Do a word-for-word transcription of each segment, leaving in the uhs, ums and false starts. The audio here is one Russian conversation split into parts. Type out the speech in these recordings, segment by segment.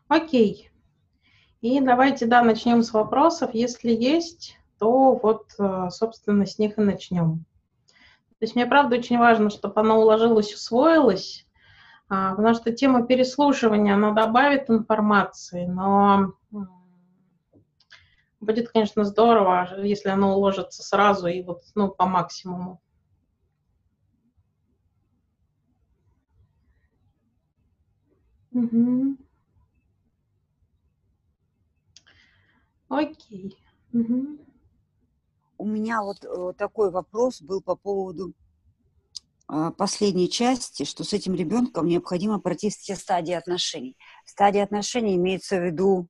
Окей. И давайте, да, начнем с вопросов. Если есть, то вот, э, собственно, с них и начнем. То есть мне, правда, очень важно, чтобы оно уложилось, усвоилось, а, потому что тема переслушивания, она добавит информации, но м, будет, конечно, здорово, если оно уложится сразу и вот, ну, по максимуму. Мгм. Окей. Мгм. У меня вот э, такой вопрос был по поводу э, последней части, что с этим ребенком необходимо пройти все стадии отношений. Стадии отношений имеется в виду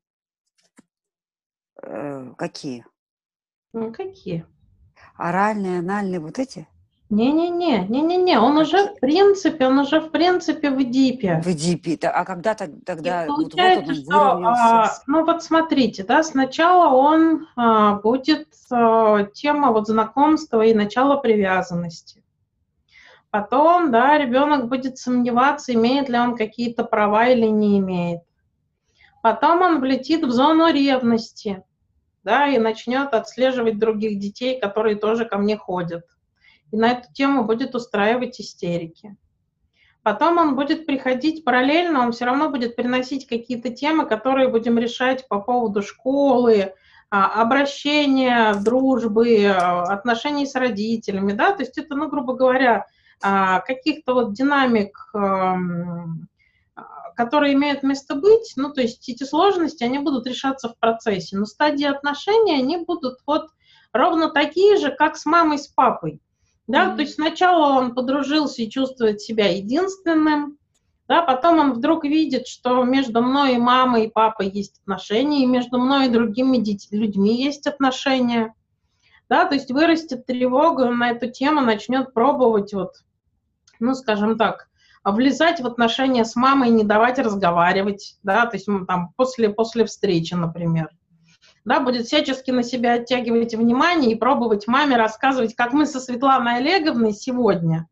э, какие? Ну, какие? Оральные, анальные, вот эти? Не-не-не, не-не-не, он уже Какие? в принципе, он уже в принципе в Эдипе. В Эдипе. Та- А когда то- И тогда, вот, вот он, получается, он что, выровнялся? а, ну вот смотрите, да, сначала он а, будет а, тема вот знакомства и начала привязанности. Потом, да, ребенок будет сомневаться, имеет ли он какие-то права или не имеет. Потом он влетит в зону ревности, да, и начнет отслеживать других детей, которые тоже ко мне ходят. И на эту тему будет устраивать истерики. Потом он будет приходить параллельно, он все равно будет приносить какие-то темы, которые будем решать по поводу школы, а, обращения, дружбы, а, отношений с родителями, да, то есть это, ну, грубо говоря, а, каких-то вот динамик, ам, а, которые имеют место быть, ну, то есть эти сложности, они будут решаться в процессе, но стадии отношений, они будут вот ровно такие же, как с мамой, с папой. Да, то Мгм. есть сначала он подружился и чувствует себя единственным, да, потом он вдруг видит, что между мной и мамой, и папой есть отношения, и между мной и другими деть- людьми есть отношения, да, то есть вырастет тревога, он на эту тему начнет пробовать, вот, ну, скажем так, влезать в отношения с мамой, не давать разговаривать, да, то есть м, там после, после встречи, например, да, будет всячески на себя оттягивать внимание и пробовать маме рассказывать, как мы со Светланой Олеговной сегодня.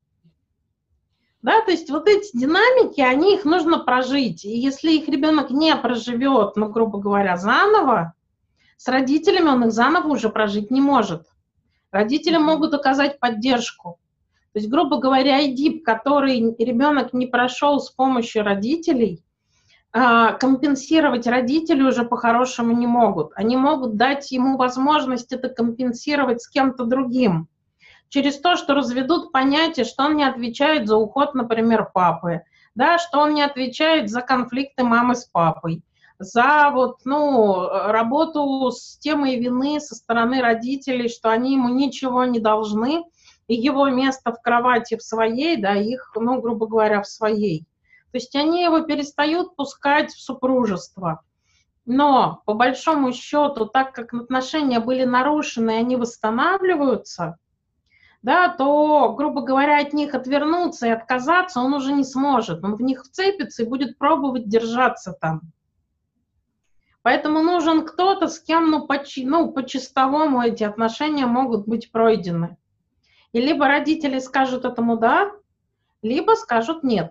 Да, то есть вот эти динамики, они их нужно прожить. И если их ребенок не проживет, ну, грубо говоря, заново, с родителями он их заново уже прожить не может. Родители Мгм. могут оказать поддержку. То есть, грубо говоря, ИДИП, который ребенок не прошел с помощью родителей, а, компенсировать родители уже по-хорошему не могут. Они могут дать ему возможность это компенсировать с кем-то другим. Через то, что разведут понятие, что он не отвечает за уход, например, папы, да, что он не отвечает за конфликты мамы с папой, за вот, ну, работу с темой вины со стороны родителей, что они ему ничего не должны, и его место в кровати в своей, да, их, ну, грубо говоря, в своей. То есть они его перестают пускать в супружество. Но, по большому счету, так как отношения были нарушены, и они восстанавливаются, да, то, грубо говоря, от них отвернуться и отказаться он уже не сможет. Он в них вцепится и будет пробовать держаться там. Поэтому нужен кто-то, с кем, ну, по, ну, по-чистовому эти отношения могут быть пройдены. И либо родители скажут этому «да», либо скажут «нет».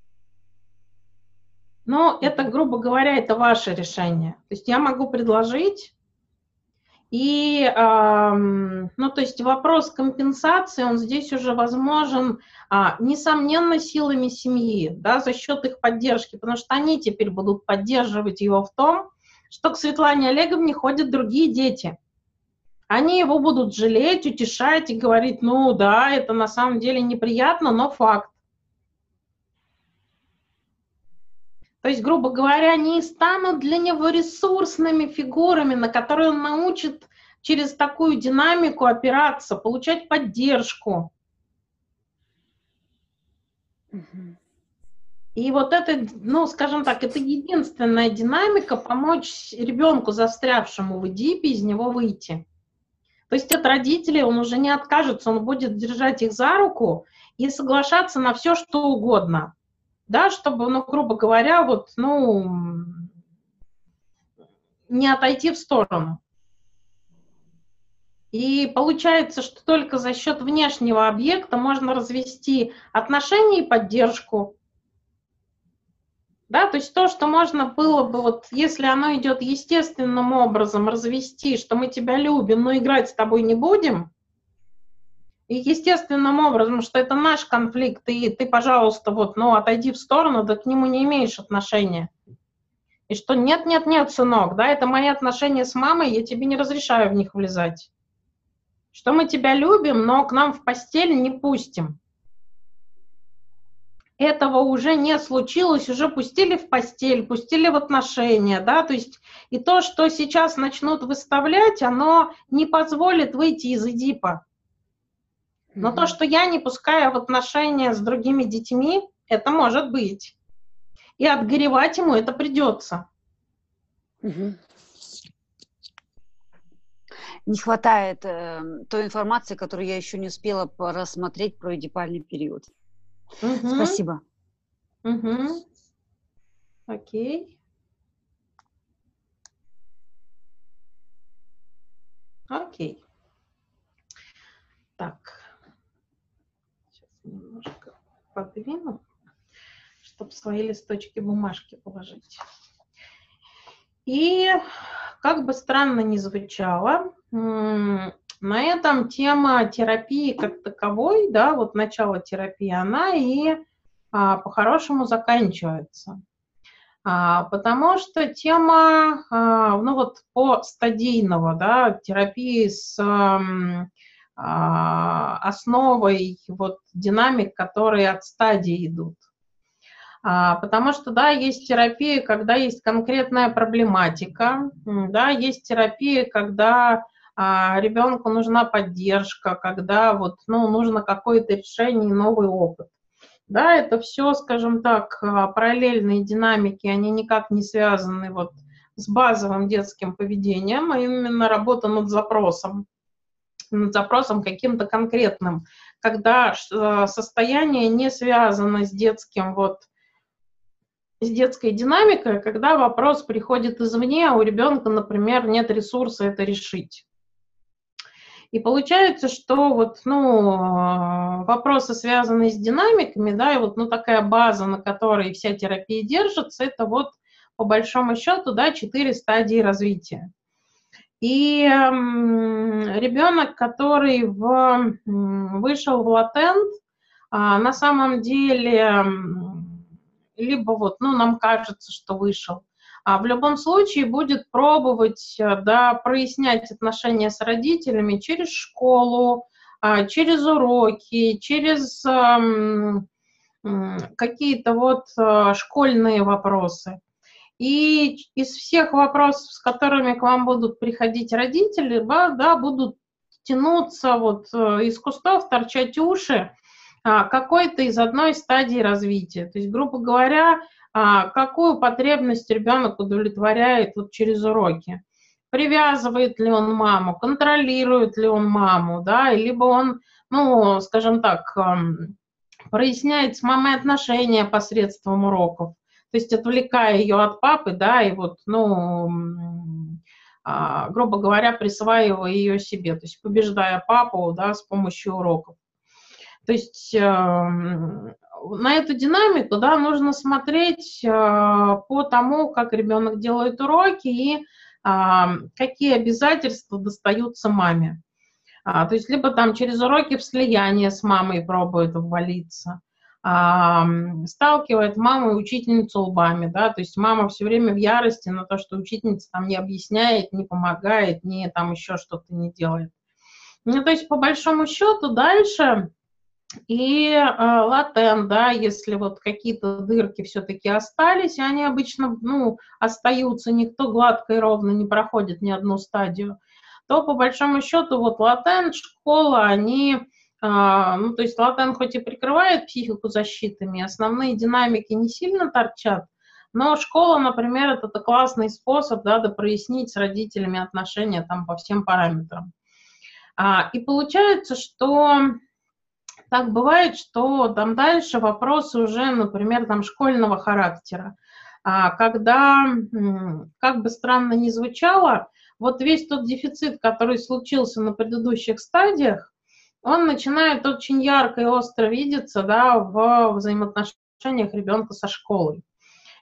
Но это, Мгм. грубо говоря, это ваше решение. То есть я могу предложить. И, ам, ну, то есть вопрос компенсации, он здесь уже возможен, а, несомненно, силами семьи, да, за счет их поддержки, потому что они теперь будут поддерживать его в том, что к Светлане Олеговне ходят другие дети. Они его будут жалеть, утешать и говорить, ну да, это на самом деле неприятно, но факт. То есть, грубо говоря, они станут для него ресурсными фигурами, на которые он научит через такую динамику опираться, получать поддержку. Мгм. И вот это, ну, скажем так, это единственная динамика помочь ребенку, застрявшему в Эдипе, из него выйти. То есть от родителей он уже не откажется, он будет держать их за руку и соглашаться на все, что угодно. Да, чтобы, ну, грубо говоря, вот, ну, не отойти в сторону. И получается, что только за счет внешнего объекта можно развести отношения и поддержку. Да, то есть то, что можно было бы, вот если оно идет естественным образом, развести, что мы тебя любим, но играть с тобой не будем, и естественным образом, что это наш конфликт, и ты, пожалуйста, вот, ну, отойди в сторону, ты к нему не имеешь отношения. И что нет-нет-нет, сынок, да, это мои отношения с мамой, я тебе не разрешаю в них влезать. Что мы тебя любим, но к нам в постель не пустим. Этого уже не случилось, уже пустили в постель, пустили в отношения, да, то есть и то, что сейчас начнут выставлять, оно не позволит выйти из Эдипа. Но то, что я не пускаю в отношения с другими детьми, это может быть. И отгоревать ему это придется. Угу. Не хватает э, той информации, которую я еще не успела рассмотреть про эдипальный период. Угу. Спасибо. Угу. Окей. Окей. Так. Сейчас немножко подвину, чтобы свои листочки бумажки положить. И как бы странно ни звучало, на этом тема терапии как таковой, да, вот начало терапии, она и а, по-хорошему заканчивается. А, потому что тема, а, ну вот по стадийного, да, терапии с а, основой вот динамик, которые от стадии идут. А, потому что, да, есть терапия, когда есть конкретная проблематика, да, есть терапия, когда а, ребенку нужна поддержка, когда вот, ну, нужно какое-то решение, новый опыт. Да, это все, скажем так, параллельные динамики, они никак не связаны вот с базовым детским поведением, а именно работа над запросом, над запросом каким-то конкретным, когда состояние не связано с детским вот с детской динамикой, когда вопрос приходит извне, а у ребенка, например, нет ресурса это решить. И получается, что вот, ну, вопросы, связанные с динамиками, да, и вот, ну, такая база, на которой вся терапия держится, это вот, по большому счету, да, четыре стадии развития. И э, ребенок, который в, вышел в латент, э, на самом деле, либо вот, ну, нам кажется, что вышел, а в любом случае будет пробовать, да, прояснять отношения с родителями через школу, через уроки, через какие-то вот школьные вопросы. И из всех вопросов, с которыми к вам будут приходить родители, да, будут тянуться вот из кустов, торчать уши какой-то из одной стадии развития. То есть, грубо говоря, какую потребность ребенок удовлетворяет вот через уроки. Привязывает ли он маму, контролирует ли он маму, да, либо он, ну, скажем так, проясняет с мамой отношения посредством уроков, то есть отвлекая ее от папы, да, и вот, ну, грубо говоря, присваивая ее себе, то есть побеждая папу, да, с помощью уроков. То есть э, на эту динамику, да, нужно смотреть э, по тому, как ребенок делает уроки и э, какие обязательства достаются маме. А, то есть либо там через уроки в слияние с мамой пробует ввалиться, а, сталкивает маму и учительницу лбами, да, то есть мама все время в ярости на то, что учительница там не объясняет, не помогает, не там еще что-то не делает. Ну, то есть по большому счету дальше и э, латент, да, если вот какие-то дырки все-таки остались, и они обычно, ну, остаются, никто гладко и ровно не проходит ни одну стадию, то по большому счету вот латент, школа, они, э, ну, то есть латент хоть и прикрывает психику защитами, основные динамики не сильно торчат, но школа, например, это классный способ, да, да, прояснить с родителями отношения там по всем параметрам. А, и получается, что так бывает, что там дальше вопросы уже, например, там школьного характера, а, когда, как бы странно ни звучало, вот весь тот дефицит, который случился на предыдущих стадиях, он начинает очень ярко и остро видеться, да, в взаимоотношениях ребенка со школой.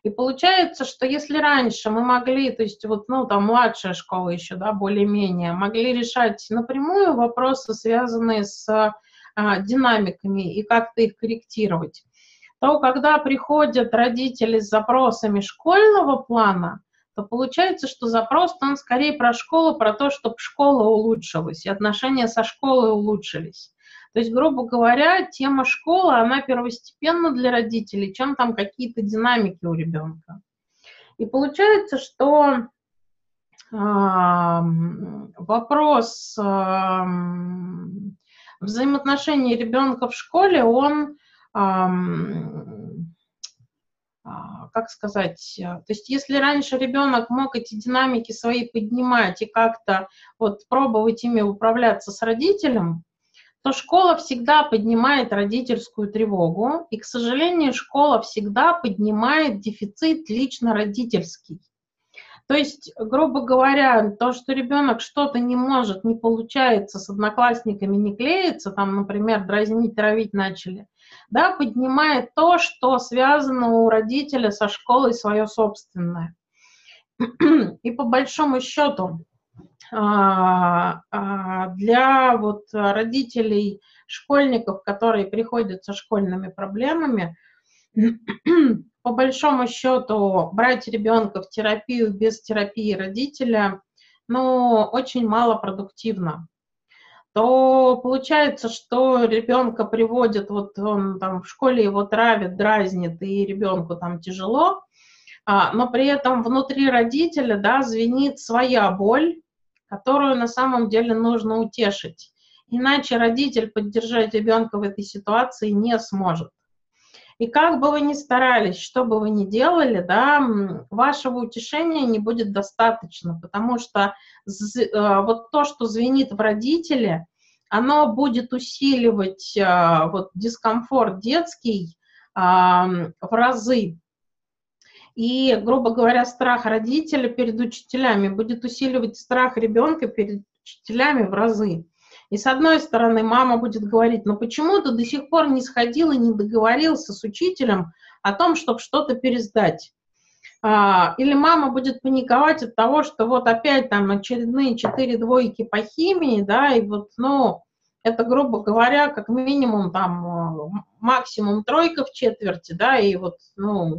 И получается, что если раньше мы могли, то есть вот, ну, там, младшая школа еще, да, более-менее, могли решать напрямую вопросы, связанные с а, динамиками и как-то их корректировать, то когда приходят родители с запросами школьного плана, то получается, что запрос, он скорее про школу, про то, чтобы школа улучшилась, и отношения со школой улучшились. То есть, грубо говоря, тема школы, она первостепенна для родителей, чем там какие-то динамики у ребенка. И получается, что э, вопрос э, взаимоотношений ребенка в школе, он... Э, как сказать, то есть если раньше ребенок мог эти динамики свои поднимать и как-то вот пробовать ими управляться с родителем, то школа всегда поднимает родительскую тревогу, и, к сожалению, школа всегда поднимает дефицит лично родительский. То есть, грубо говоря, то, что ребенок что-то не может, не получается, с одноклассниками не клеится, там, например, дразнить, травить начали, да, поднимает то, что связано у родителя со школой свое собственное. И по большому счету для вот родителей школьников, которые приходят со школьными проблемами, по большому счету брать ребенка в терапию без терапии родителя, ну, очень малопродуктивно. То получается, что ребенка приводят, вот он там в школе его травит, дразнит, и ребенку там тяжело, а, но при этом внутри родителя, да, звенит своя боль, которую на самом деле нужно утешить. Иначе родитель поддержать ребенка в этой ситуации не сможет. И как бы вы ни старались, что бы вы ни делали, да, вашего утешения не будет достаточно, потому что вот то, что звенит в родителе, оно будет усиливать вот дискомфорт детский в разы. И, грубо говоря, страх родителя перед учителями будет усиливать страх ребенка перед учителями в разы. И с одной стороны, мама будет говорить, ну почему ты до сих пор не сходил и не договорился с учителем о том, чтобы что-то пересдать? Или мама будет паниковать от того, что вот опять там очередные четыре двойки по химии, да, и вот, ну, это, грубо говоря, как минимум там максимум тройка в четверти, да, и вот, ну,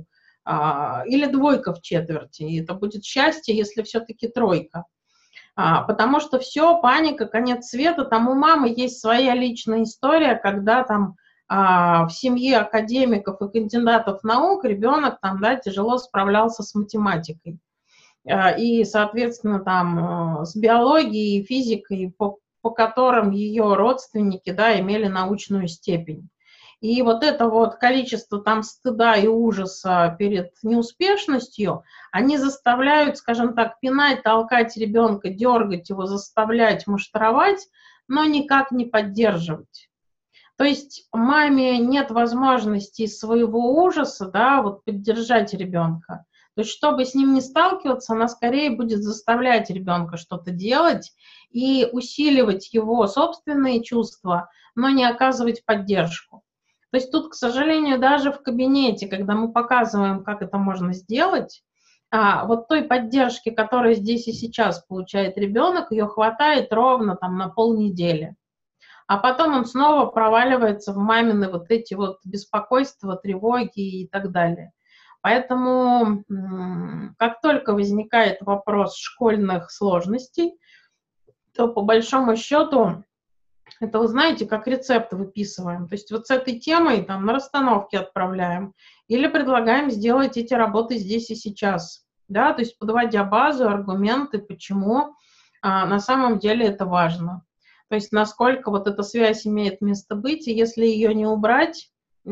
или двойка в четверти, и это будет счастье, если все-таки тройка. А, потому что все, паника, конец света, там у мамы есть своя личная история, когда там а, в семье академиков и кандидатов наук ребенок там, да, тяжело справлялся с математикой. А, и, соответственно, там с биологией и физикой, по, по которым ее родственники, да, имели научную степень. И вот это вот количество там стыда и ужаса перед неуспешностью, они заставляют, скажем так, пинать, толкать ребенка, дергать его, заставлять муштровать, но никак не поддерживать. То есть маме нет возможности своего ужаса, да, вот поддержать ребенка. То есть чтобы с ним не сталкиваться, она скорее будет заставлять ребенка что-то делать и усиливать его собственные чувства, но не оказывать поддержку. То есть тут, к сожалению, даже в кабинете, когда мы показываем, как это можно сделать, а, вот той поддержки, которую здесь и сейчас получает ребенок, ее хватает ровно там на полнедели. А потом он снова проваливается в мамины вот эти вот беспокойства, тревоги и так далее. Поэтому, как только возникает вопрос школьных сложностей, то по большому счету это, вы знаете, как рецепт выписываем. То есть вот с этой темой там на расстановке отправляем или предлагаем сделать эти работы здесь и сейчас. Да? То есть подводя базу, аргументы, почему а, на самом деле это важно. То есть насколько вот эта связь имеет место быть, и если ее не убрать,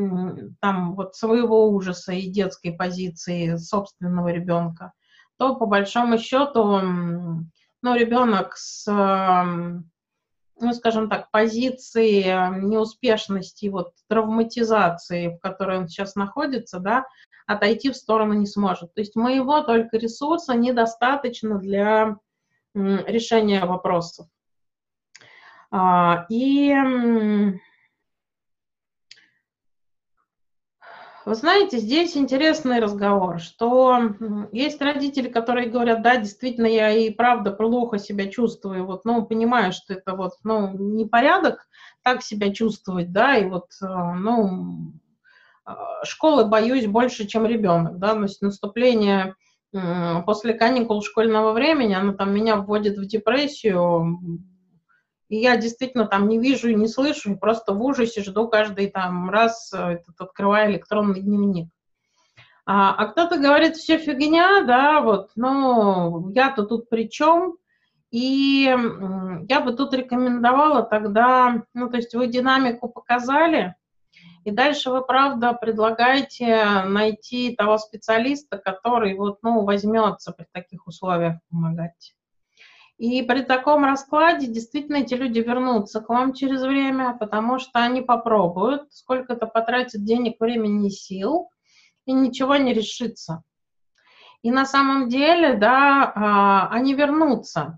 там вот своего ужаса и детской позиции собственного ребенка, то по большому счету, ну, ребенок с... ну, скажем так, позиции неуспешности, вот, травматизации, в которой он сейчас находится, да, отойти в сторону не сможет. То есть моего только ресурса недостаточно для м, решения вопросов. А, и Вы знаете, здесь интересный разговор, что есть родители, которые говорят, да, действительно, я и правда плохо себя чувствую, вот, ну, понимаю, что это вот, ну, непорядок так себя чувствовать, да, и вот, ну, школы боюсь больше, чем ребенок, да, то есть наступление после каникул школьного времени, оно там меня вводит в депрессию, и я действительно там не вижу и не слышу, и просто в ужасе жду каждый там раз, этот, открывая электронный дневник. А, а кто-то говорит, все фигня, да, вот, ну, я-то тут при чем? И я бы тут рекомендовала тогда, ну, то есть вы динамику показали, и дальше вы, правда, предлагаете найти того специалиста, который вот, ну, возьмется при таких условиях помогать. И при таком раскладе действительно эти люди вернутся к вам через время, потому что они попробуют, сколько-то потратят денег, времени и сил, и ничего не решится. И на самом деле, да, они вернутся.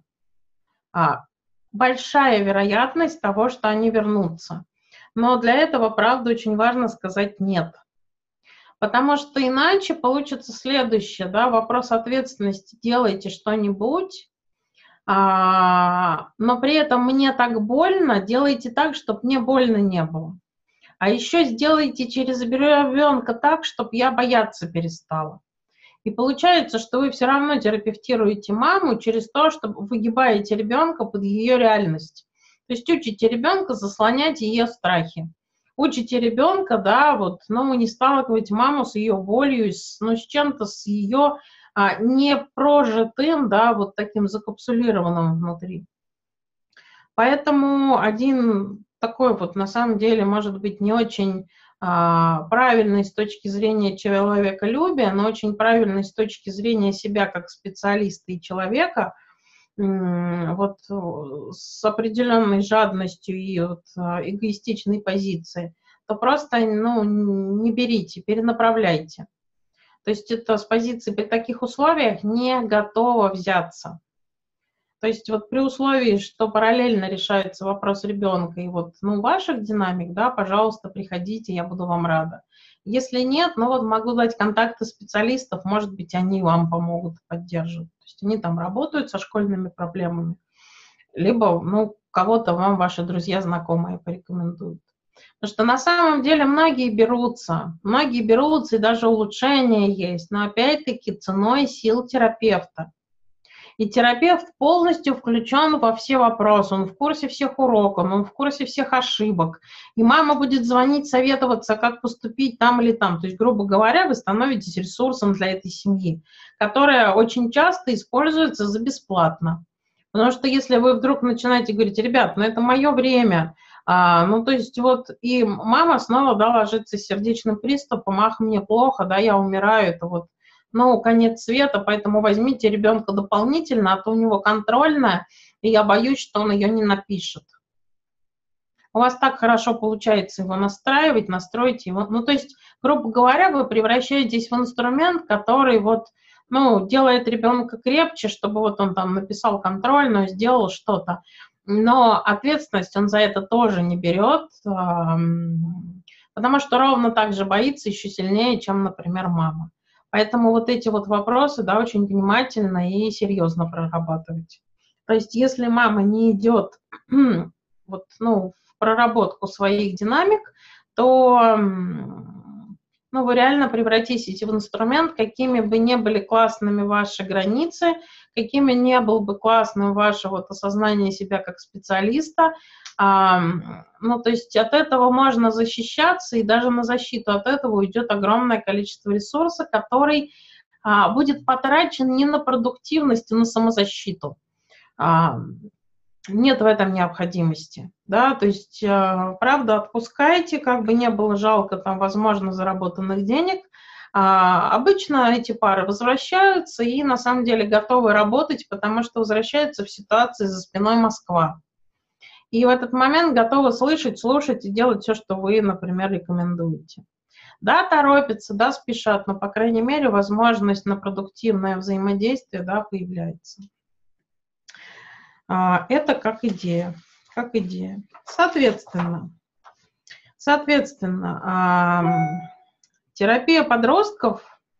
Большая вероятность того, что они вернутся. Но для этого, правда, очень важно сказать «нет». Потому что иначе получится следующее, да, вопрос ответственности. Делайте что-нибудь, а, но при этом мне так больно, делайте так, чтобы мне больно не было. А еще сделайте через ребенка так, чтобы я бояться перестала. И получается, что вы все равно терапевтируете маму через то, что выгибаете ребенка под ее реальность. То есть учите ребенка заслонять ее страхи. Учите ребенка, да, вот, ну, не сталкивать маму с ее болью, с, ну, с чем-то, с ее а, непрожитым, да, вот таким закапсулированным внутри. Поэтому один такой вот, на самом деле, может быть, не очень а, правильный с точки зрения человеколюбия, но очень правильный с точки зрения себя как специалиста и человека, вот с определенной жадностью и вот эгоистичной позиции, то просто, ну, не берите, перенаправляйте. То есть это с позиции при таких условиях не готово взяться. То есть вот при условии, что параллельно решается вопрос ребенка и вот, ну, ваших динамик, да, пожалуйста, приходите, я буду вам рада. Если нет, ну вот могу дать контакты специалистов, может быть, они вам помогут, поддержат. То есть они там работают со школьными проблемами, либо, ну, кого-то вам ваши друзья, знакомые порекомендуют. Потому что на самом деле многие берутся, многие берутся, и даже улучшения есть, но опять-таки ценой сил терапевта. И терапевт полностью включен во все вопросы, он в курсе всех уроков, он в курсе всех ошибок. И мама будет звонить, советоваться, как поступить там или там. То есть, грубо говоря, вы становитесь ресурсом для этой семьи, которая очень часто используется за бесплатно. Потому что если вы вдруг начинаете говорить, ребят, ну это мое время, а, ну то есть вот и мама снова, да, ложится с сердечным приступом, ах, мне плохо, да, я умираю, это вот, ну, конец света, поэтому возьмите ребенка дополнительно, а то у него контрольная, и я боюсь, что он ее не напишет. У вас так хорошо получается его настраивать, настроить его. Ну, то есть, грубо говоря, вы превращаетесь в инструмент, который вот, ну, делает ребенка крепче, чтобы вот он там написал контрольную, сделал что-то. Но ответственность он за это тоже не берет, потому что ровно так же боится еще сильнее, чем, например, мама. Поэтому вот эти вот вопросы, да, очень внимательно и серьезно прорабатывать. То есть если мама не идет вот, ну, в проработку своих динамик, то, ну, вы реально превратитесь в инструмент, какими бы ни были классными ваши границы, какими не был бы классным ваше вот осознание себя как специалиста. А, ну, то есть от этого можно защищаться, и даже на защиту от этого уйдет огромное количество ресурса, который а, будет потрачен не на продуктивность, а на самозащиту. А, нет в этом необходимости, да, то есть, а, правда, отпускайте, как бы не было жалко там, возможно, заработанных денег. А, обычно эти пары возвращаются и на самом деле готовы работать, потому что возвращаются в ситуации за спиной Москва. И в этот момент готовы слышать, слушать и делать все, что вы, например, рекомендуете. Да, торопятся, да, спешат, но, по крайней мере, возможность на продуктивное взаимодействие, да, появляется. Это как идея, как идея. Соответственно, соответственно, терапия подростков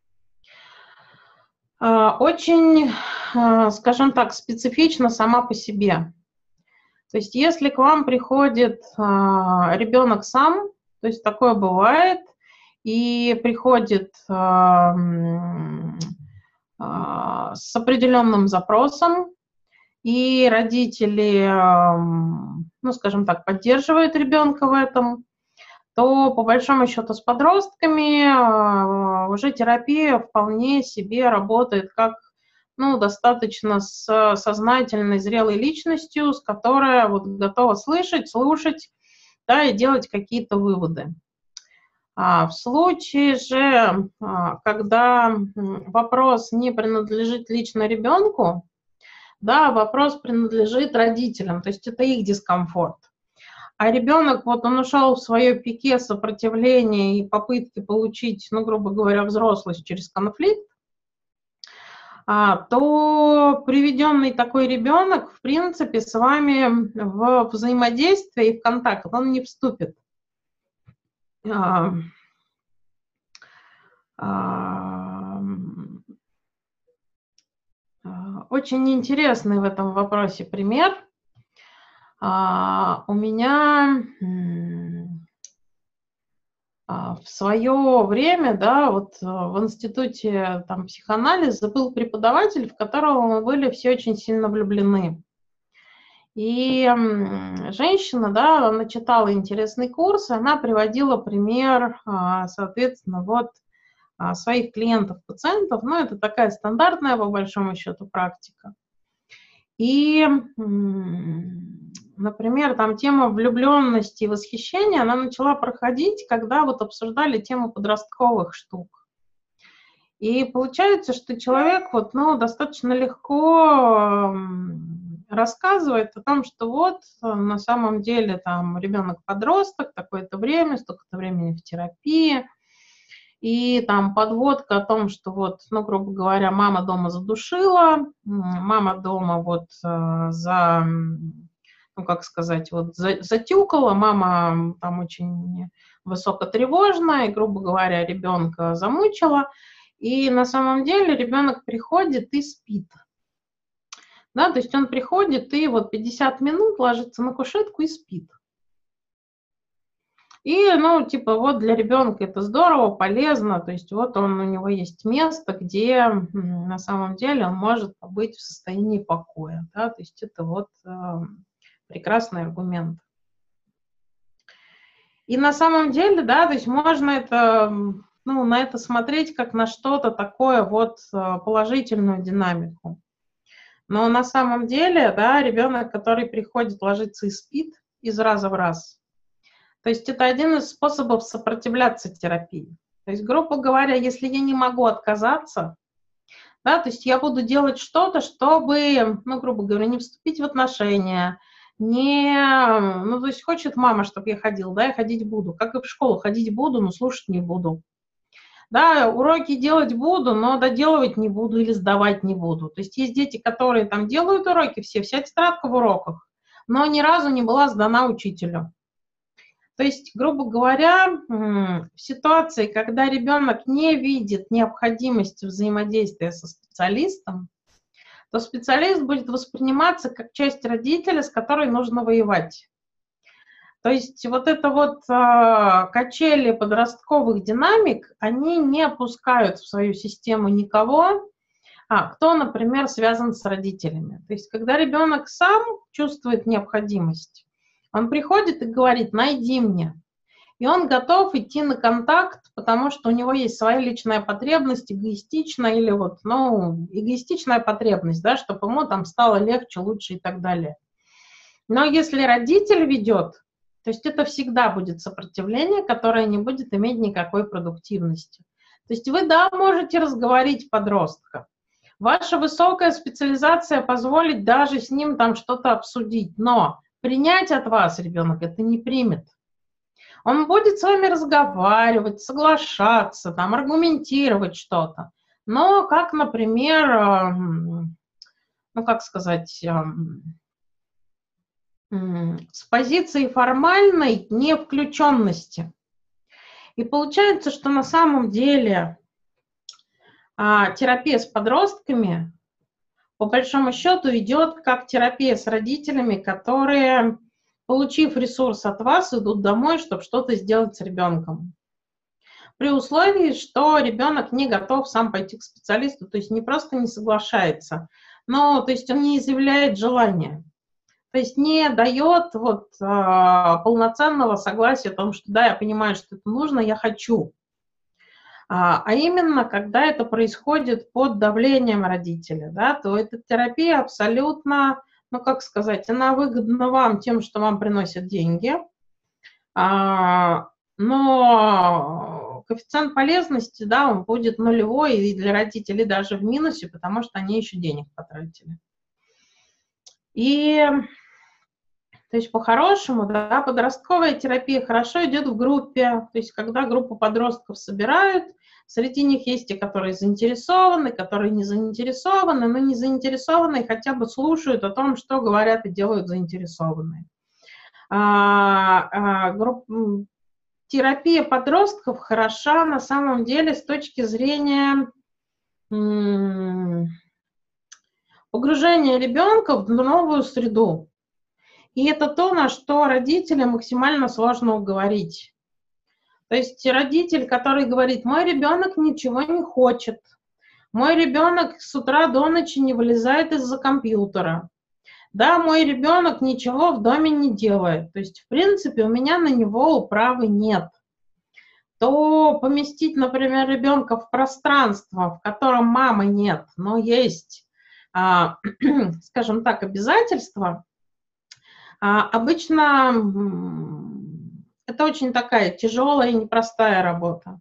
очень, скажем так, специфична сама по себе. То есть если к вам приходит ребенок сам, то есть такое бывает, и приходит с определенным запросом, и родители, ну, скажем так, поддерживают ребенка в этом, то по большому счету с подростками уже терапия вполне себе работает как, ну, достаточно с сознательной, зрелой личностью, с которой вот готова слышать, слушать, да, и делать какие-то выводы. А в случае же, когда вопрос не принадлежит лично ребенку, да, вопрос принадлежит родителям, то есть это их дискомфорт. А ребенок, вот он ушел в свое пике сопротивления и попытки получить, ну, грубо говоря, взрослость через конфликт, а, то приведенный такой ребенок, в принципе, с вами в взаимодействие и в контакт он не вступит. А, а, очень интересный в этом вопросе пример. А, у меня а, в свое время, да, вот в институте там психоанализа был преподаватель, в которого мы были все очень сильно влюблены. И женщина, да, она читала интересный курс, она приводила пример, соответственно, вот своих клиентов, пациентов, ну, это такая стандартная, по большому счету, практика. И, например, там тема влюбленности и восхищения, она начала проходить, когда вот обсуждали тему подростковых штук. И получается, что человек вот, ну, достаточно легко рассказывает о том, что вот на самом деле там ребенок-подросток, такое-то время, столько-то времени в терапии, и там подводка о том, что вот, ну, грубо говоря, мама дома задушила, мама дома вот за, ну, как сказать, вот за, затюкала, мама там очень высокотревожная, и, грубо говоря, ребенка замучила, и на самом деле ребенок приходит и спит. Да, то есть он приходит и вот пятьдесят минут ложится на кушетку и спит. И, ну, типа, вот для ребенка это здорово, полезно, то есть вот он, у него есть место, где на самом деле он может побыть в состоянии покоя, да, то есть это вот э, прекрасный аргумент. И на самом деле, да, то есть можно это, ну, на это смотреть как на что-то такое вот положительную динамику. Но на самом деле, да, ребенок, который приходит, ложится и спит из раза в раз, то есть это один из способов сопротивляться терапии. То есть, грубо говоря, если я не могу отказаться, да, то есть я буду делать что-то, чтобы, ну, грубо говоря, не вступить в отношения, не, ну, то есть хочет мама, чтобы я ходил, да, я ходить буду. Как и в школу, ходить буду, но слушать не буду. Да, уроки делать буду, но доделывать не буду или сдавать не буду. То есть есть дети, которые там делают уроки все, вся тетрадка в уроках, но ни разу не была сдана учителю. То есть, грубо говоря, в ситуации, когда ребенок не видит необходимости взаимодействия со специалистом, то специалист будет восприниматься как часть родителя, с которой нужно воевать. То есть вот это вот э, качели подростковых динамик, они не опускают в свою систему никого, а, кто, например, связан с родителями. То есть когда ребенок сам чувствует необходимость, он приходит и говорит: найди мне. И он готов идти на контакт, потому что у него есть своя личная потребность, эгоистичная или вот, ну, эгоистичная потребность, да, чтобы ему там стало легче, лучше и так далее. Но если родитель ведет, то есть это всегда будет сопротивление, которое не будет иметь никакой продуктивности. То есть вы, да, можете разговорить подростка. Ваша высокая специализация позволит даже с ним там что-то обсудить, но принять от вас ребенок это не примет. Он будет с вами разговаривать, соглашаться, там, аргументировать что-то. Но как, например, ну, как сказать, с позиции формальной невключенности. И получается, что на самом деле а, терапия с подростками, по большому счету, идет как терапия с родителями, которые, получив ресурс от вас, идут домой, чтобы что-то сделать с ребенком. При условии, что ребенок не готов сам пойти к специалисту, то есть не просто не соглашается, но то есть он не изъявляет желания. То есть не дает вот, а, полноценного согласия о том, что да, я понимаю, что это нужно, я хочу. А, а именно, когда это происходит под давлением родителя, да, то эта терапия абсолютно, ну как сказать, она выгодна вам тем, что вам приносят деньги, а, но коэффициент полезности, да, он будет нулевой и для родителей даже в минусе, потому что они еще денег потратили. И, то есть, по-хорошему, да, подростковая терапия хорошо идет в группе, то есть, когда группу подростков собирают, среди них есть те, которые заинтересованы, которые не заинтересованы, но не заинтересованные хотя бы слушают о том, что говорят и делают заинтересованные. А, а, групп... Терапия подростков хороша на самом деле с точки зрения м- погружения ребенка в новую среду. И это то, на что родителям максимально сложно уговорить. То есть родитель, который говорит, мой ребенок ничего не хочет, мой ребенок с утра до ночи не вылезает из-за компьютера, да, мой ребенок ничего в доме не делает, то есть, в принципе, у меня на него управы нет, то поместить, например, ребенка в пространство, в котором мамы нет, но есть, а, скажем так, обязательства, а, обычно это очень такая тяжелая и непростая работа.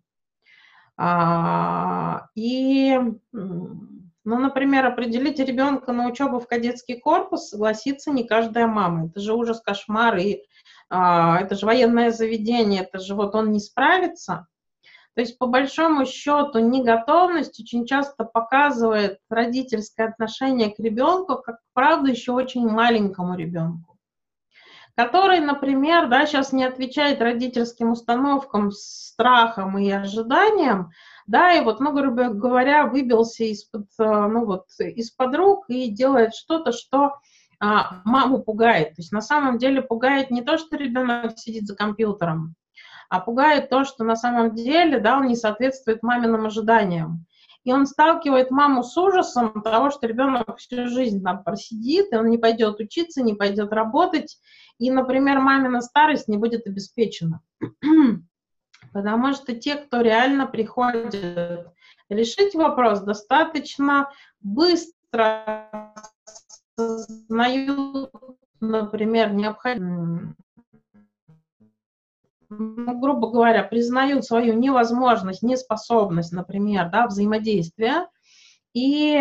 А, и, ну, например, определить ребенка на учебу в кадетский корпус согласится не каждая мама. Это же ужас, кошмар, и а, это же военное заведение, это же вот он не справится. То есть, по большому счету, неготовность очень часто показывает родительское отношение к ребенку, как, правда, еще очень маленькому ребенку, который, например, да, сейчас не отвечает родительским установкам, страхам и ожиданиям, да, и вот, ну, грубо говоря, выбился из-под, ну, вот, из-под рук и делает что-то, что а, маму пугает. То есть на самом деле пугает не то, что ребенок сидит за компьютером, а пугает то, что на самом деле, да, он не соответствует маминым ожиданиям. И он сталкивает маму с ужасом того, что ребенок всю жизнь там просидит, и он не пойдет учиться, не пойдет работать, и, например, мамина старость не будет обеспечена. Потому что те, кто реально приходит решить вопрос, достаточно быстро осознают, например, необходимость, ну, грубо говоря, признают свою невозможность, неспособность, например, да, взаимодействия, и,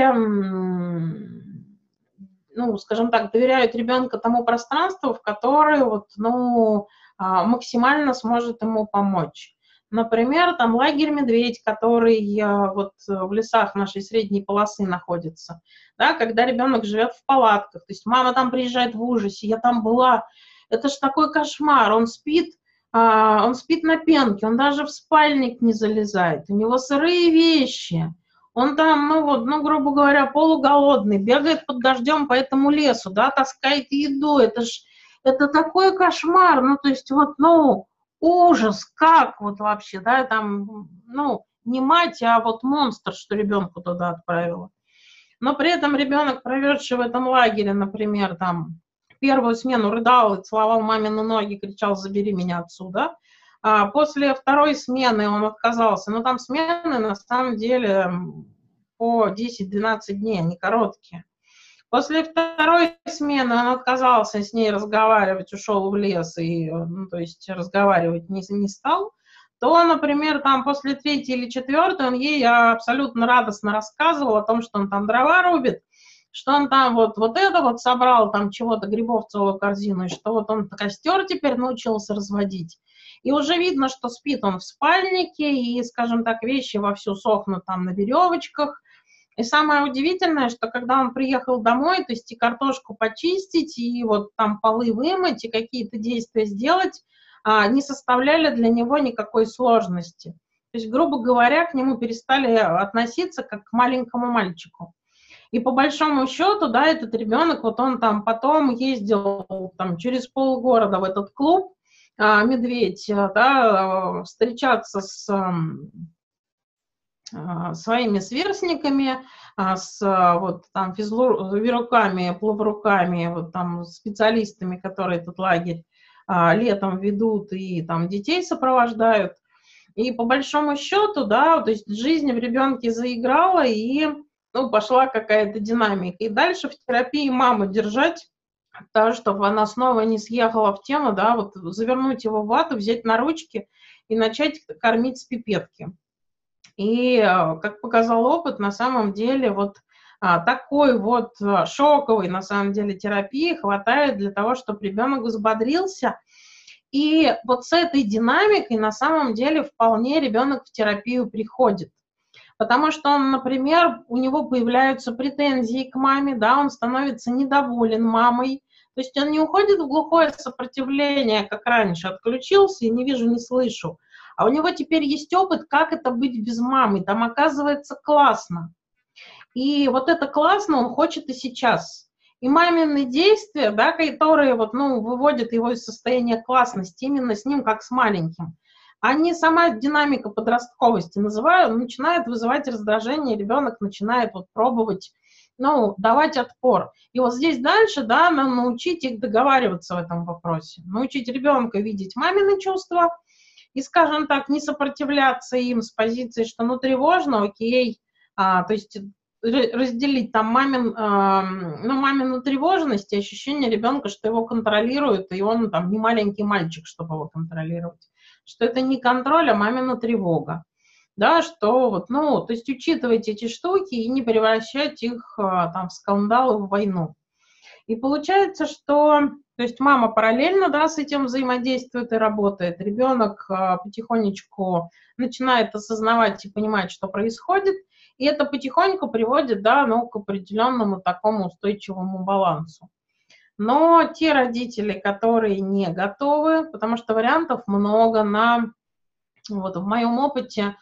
ну, скажем так, доверяют ребенка тому пространству, в которое вот, ну, максимально сможет ему помочь. Например, там лагерь «Медведь», который вот в лесах нашей средней полосы находится, да, когда ребенок живет в палатках, то есть мама там приезжает в ужасе, я там была, это ж такой кошмар, он спит, а, он спит на пенке, он даже в спальник не залезает, у него сырые вещи, он там, ну вот, ну, грубо говоря, полуголодный, бегает под дождем по этому лесу, да, таскает еду, это ж, это такой кошмар, ну, то есть вот, ну, ужас, как вот вообще, да, там, ну, не мать, а вот монстр, что ребенку туда отправила. Но при этом ребенок, проведший в этом лагере, например, там, первую смену рыдал и целовал мамины ноги, кричал, забери меня отсюда. А после второй смены он отказался. Но там смены, на самом деле, по десять-двенадцать дней, они короткие. После второй смены он отказался с ней разговаривать, ушел в лес и, ну, то есть разговаривать не, не стал, то, например, там после третьей или четвертой он ей абсолютно радостно рассказывал о том, что он там дрова рубит, что он там вот, вот это вот собрал, там чего-то, грибов целую корзину, и что вот он костер теперь научился разводить. И уже видно, что спит он в спальнике, и, скажем так, вещи вовсю сохнут там на веревочках. И самое удивительное, что когда он приехал домой, то есть и картошку почистить, и вот там полы вымыть, и какие-то действия сделать, а, не составляли для него никакой сложности. То есть, грубо говоря, к нему перестали относиться как к маленькому мальчику. И по большому счету, да, этот ребенок, вот он там потом ездил там, через полгорода в этот клуб, а, медведь, да, встречаться с а, своими сверстниками, а, с вот там физруками, плавруками, вот там специалистами, которые этот лагерь а, летом ведут и там детей сопровождают. И по большому счету, да, то есть жизнь в ребенке заиграла, и ну, пошла какая-то динамика. И дальше в терапии маму держать, так, чтобы она снова не съехала в тему, да, вот завернуть его в вату, взять на ручки и начать кормить с пипетки. И, как показал опыт, на самом деле вот а, такой вот шоковой, на самом деле, терапии хватает для того, чтобы ребенок взбодрился. И вот с этой динамикой, на самом деле, вполне ребенок в терапию приходит. Потому что он, например, у него появляются претензии к маме, да, он становится недоволен мамой. То есть он не уходит в глухое сопротивление, как раньше, отключился и не вижу, не слышу. А у него теперь есть опыт, как это быть без мамы. Там оказывается классно. И вот это классно он хочет и сейчас. И мамины действия, да, которые вот, ну, выводят его из состояния классности, именно с ним, как с маленьким, они, сама динамика подростковости называют, начинает вызывать раздражение, ребенок начинает вот пробовать, ну, давать отпор. И вот здесь дальше, да, надо научить их договариваться в этом вопросе, научить ребенка видеть мамины чувства и, скажем так, не сопротивляться им с позиции, что, ну, тревожно, окей, а, то есть разделить там мамин, э, ну, мамину тревожность и ощущение ребенка, что его контролируют, и он там не маленький мальчик, чтобы его контролировать. Что это не контроль, а мамина тревога. Да, что вот, ну, то есть учитывайте эти штуки и не превращать их а, там в скандалы, в войну. И получается, что, то есть мама параллельно, да, с этим взаимодействует и работает. Ребенок а, потихонечку начинает осознавать и понимать, что происходит, и это потихоньку приводит, да, ну, к определенному такому устойчивому балансу. Но те родители, которые не готовы, потому что вариантов много на, вот в моем опыте,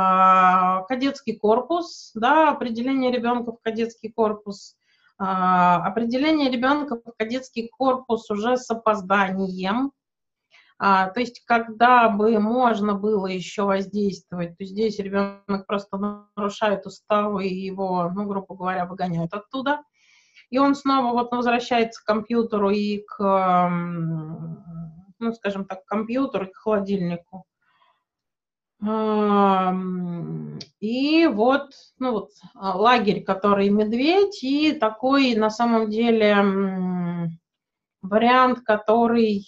кадетский корпус, да, определение ребенка в кадетский корпус, определение ребенка в кадетский корпус уже с опозданием, то есть когда бы можно было еще воздействовать, то здесь ребенок просто нарушает уставы и его, ну, грубо говоря, выгоняют оттуда. И он снова вот возвращается к компьютеру и к, ну, скажем так, к компьютеру и к холодильнику. И вот, ну, вот лагерь, который медведь, и такой, на самом деле, вариант, который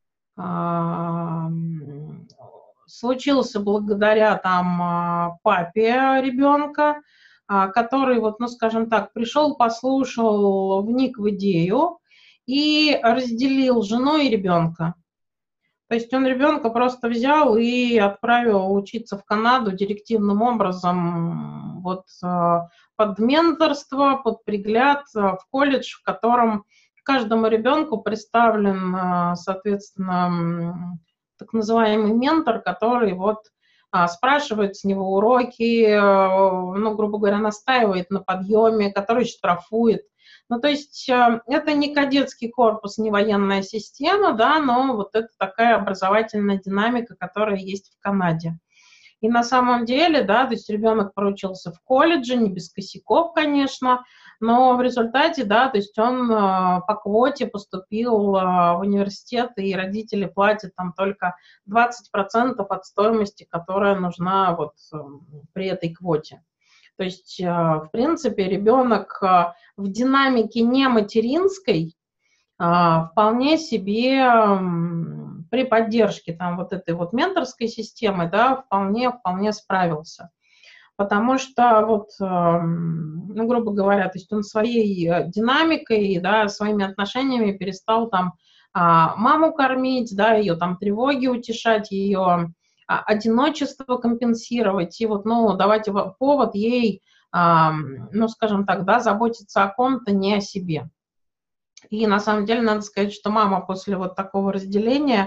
случился благодаря там папе ребенка, который, вот, ну, скажем так, пришел, послушал, вник в идею и разделил жену и ребенка. То есть он ребенка просто взял и отправил учиться в Канаду директивным образом, вот, под менторство, под пригляд в колледж, в котором каждому ребенку представлен, соответственно, так называемый ментор, который вот спрашивает с него уроки, ну, грубо говоря, настаивает на подъеме, который штрафует. Ну, то есть это не кадетский корпус, не военная система, да, но вот это такая образовательная динамика, которая есть в Канаде. И на самом деле, да, то есть ребенок проучился в колледже, не без косяков, конечно, но в результате, да, то есть он по квоте поступил в университет, и родители платят там только двадцать процентов от стоимости, которая нужна вот при этой квоте. То есть, в принципе, ребенок в динамике не материнской вполне себе при поддержке там вот этой вот менторской системы, да, вполне, вполне справился. Потому что вот, ну, грубо говоря, то есть он своей динамикой, да, своими отношениями перестал там маму кормить, да, ее там тревоги утешать, ее одиночество компенсировать и вот, ну, давать повод ей, ну, скажем так, да, заботиться о ком-то, не о себе. И на самом деле надо сказать, что мама после вот такого разделения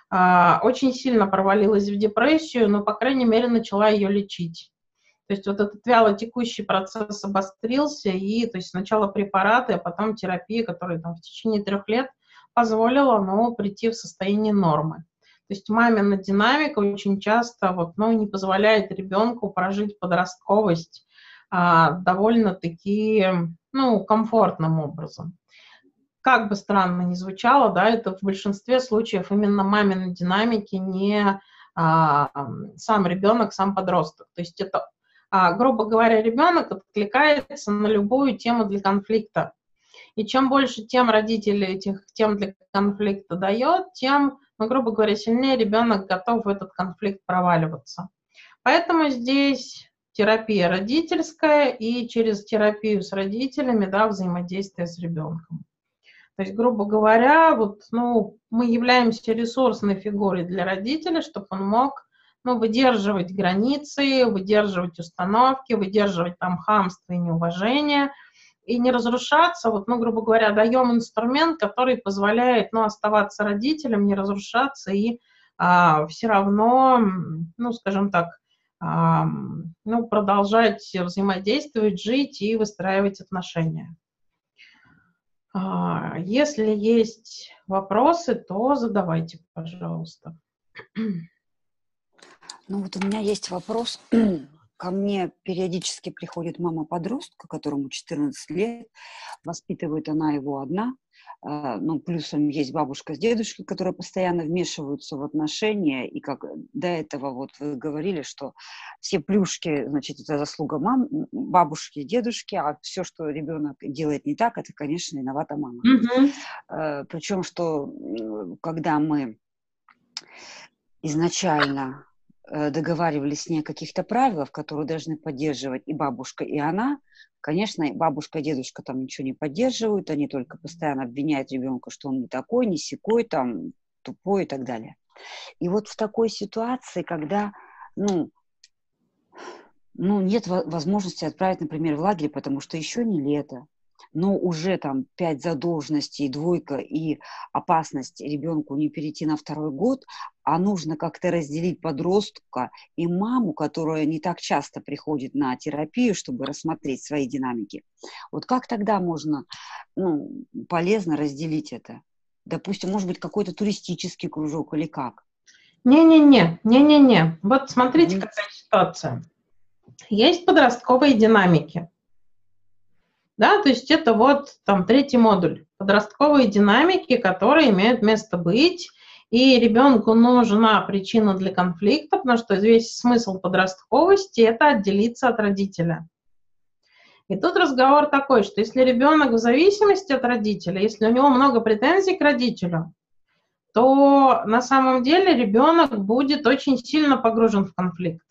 а, очень сильно провалилась в депрессию, но, по крайней мере, начала ее лечить. То есть вот этот вялотекущий процесс обострился, и то есть сначала препараты, а потом терапия, которая там в течение трех лет позволила, ну, прийти в состояние нормы. То есть мамина динамика очень часто вот, ну, не позволяет ребенку прожить подростковость а, довольно-таки, ну, комфортным образом. Как бы странно ни звучало, да, это в большинстве случаев именно мамины динамики, не а, сам ребенок, сам подросток. То есть это, а, грубо говоря, ребенок откликается на любую тему для конфликта. И чем больше тем родители этих тем для конфликта дает, тем, ну, грубо говоря, сильнее ребенок готов в этот конфликт проваливаться. Поэтому здесь терапия родительская и через терапию с родителями, да, взаимодействие с ребенком. То есть, грубо говоря, вот, ну, мы являемся ресурсной фигурой для родителя, чтобы он мог, ну, выдерживать границы, выдерживать установки, выдерживать там хамство и неуважение, и не разрушаться. Вот, ну, грубо говоря, даем инструмент, который позволяет, ну, оставаться родителем, не разрушаться и а, все равно, ну, скажем так, а, ну, продолжать взаимодействовать, жить и выстраивать отношения. Если есть вопросы, то задавайте, пожалуйста. Ну вот у меня есть вопрос. Ко мне периодически приходит мама подростка, которому четырнадцать лет. Воспитывает она его одна. Ну, плюсом есть бабушка с дедушкой, которые постоянно вмешиваются в отношения. И как до этого вот вы говорили, что все плюшки, значит, это заслуга мам, бабушки и дедушки, а все, что ребенок делает не так, это, конечно, виновата мама. Mm-hmm. Причем, что когда мы изначально договаривались с ней о каких-то правилах, которые должны поддерживать и бабушка, и она, конечно, бабушка и дедушка там ничего не поддерживают, они только постоянно обвиняют ребенка, что он не такой, не сякой, там, тупой и так далее. И вот в такой ситуации, когда, ну, ну, нет возможности отправить, например, в лагерь, потому что еще не лето, но уже там пять задолженностей, двойка и опасность ребенку не перейти на второй год, а нужно как-то разделить подростка и маму, которая не так часто приходит на терапию, чтобы рассмотреть свои динамики. Вот как тогда можно, ну, полезно разделить это? Допустим, может быть, какой-то туристический кружок или как? Не-не-не, не-не-не. Вот смотрите, mm-hmm. какая ситуация. Есть подростковые динамики. Да, то есть это вот там третий модуль. Подростковые динамики, которые имеют место быть, и ребенку нужна причина для конфликта, потому что весь смысл подростковости – это отделиться от родителя. И тут разговор такой, что если ребенок в зависимости от родителя, если у него много претензий к родителю, то на самом деле ребенок будет очень сильно погружен в конфликт.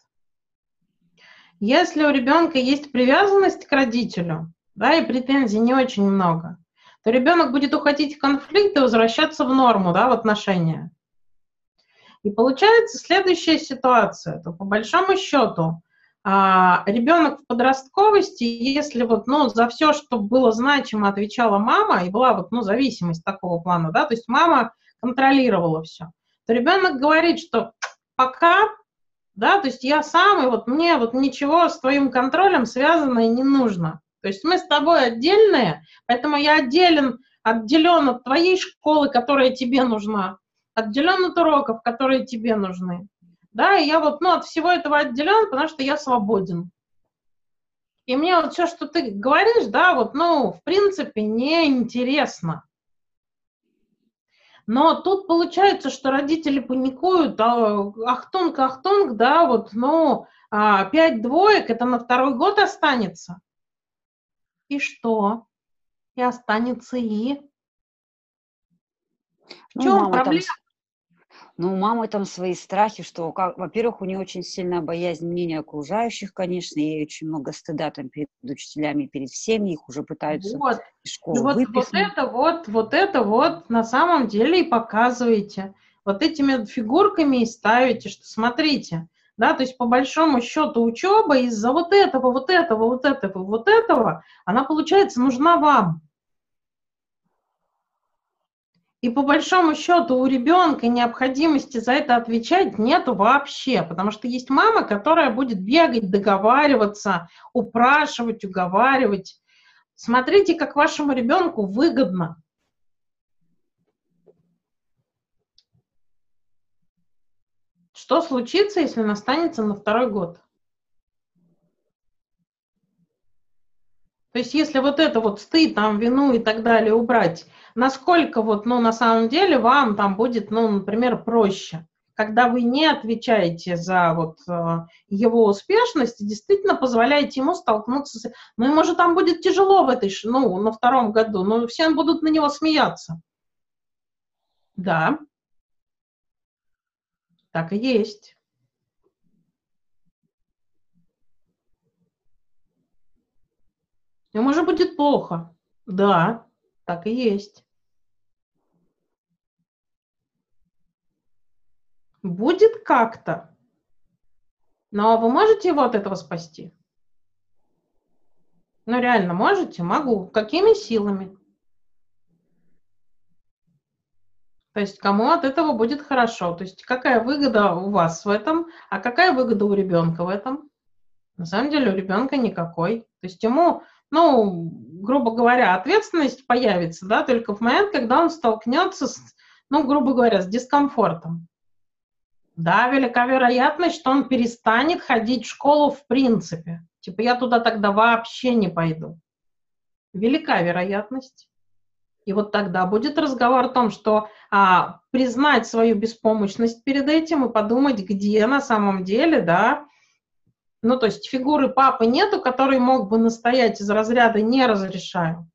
Если у ребенка есть привязанность к родителю, да, и претензий не очень много, то ребенок будет уходить в конфликт и возвращаться в норму, да, в отношения. И получается следующая ситуация, то по большому счету а, ребенок в подростковости, если вот, ну, за все, что было значимо, отвечала мама, и была вот, ну, зависимость такого плана, да, то есть мама контролировала все, то ребенок говорит, что пока, да, то есть я сам, и вот мне вот ничего с твоим контролем связано и не нужно. То есть мы с тобой отдельные, поэтому я отделен, отделен от твоей школы, которая тебе нужна, отделен от уроков, которые тебе нужны. Да, и я вот, ну, от всего этого отделен, потому что я свободен. И мне вот все, что ты говоришь, да, вот, ну, в принципе, неинтересно. Но тут получается, что родители паникуют, а, ахтунг, ахтунг, да, вот, ну, а, пять двоек, это на второй год останется. И что? И останется и... В чем ну, проблема? Там, ну, у мамы там свои страхи, что, как, во-первых, у нее очень сильная боязнь мнения окружающих, конечно, и очень много стыда там перед учителями, перед всеми, их уже пытаются вот. из школы вот, выпихнуть. Вот это вот, вот это вот на самом деле и показываете. Вот этими фигурками и ставите, что смотрите, да, то есть по большому счету учеба из-за вот этого, вот этого, вот этого, вот этого, она, получается, нужна вам. И по большому счету у ребенка необходимости за это отвечать нету вообще, потому что есть мама, которая будет бегать, договариваться, упрашивать, уговаривать. Смотрите, как вашему ребенку выгодно. Что случится, если он останется на второй год? То есть если вот это вот стыд, там, вину и так далее убрать, насколько вот, ну, на самом деле вам там будет, ну, например, проще, когда вы не отвечаете за вот его успешность и действительно позволяете ему столкнуться с... Ну, ему же там будет тяжело в этой, ну, на втором году, но все будут на него смеяться. Да, так и есть. Ему же будет плохо. Да, так и есть. Будет как-то. Но вы можете его от этого спасти? Ну, реально, можете? Могу. Какими силами? То есть кому от этого будет хорошо? То есть какая выгода у вас в этом, а какая выгода у ребенка в этом? На самом деле у ребенка никакой. То есть ему, ну, грубо говоря, ответственность появится, да, только в момент, когда он столкнется с, ну, грубо говоря, с дискомфортом. Да, велика вероятность, что он перестанет ходить в школу в принципе. Типа я туда тогда вообще не пойду. Велика вероятность. И вот тогда будет разговор о том, что а, признать свою беспомощность перед этим и подумать, где на самом деле, да, ну, то есть фигуры папы нету, который мог бы настоять из разряда «не разрешаю».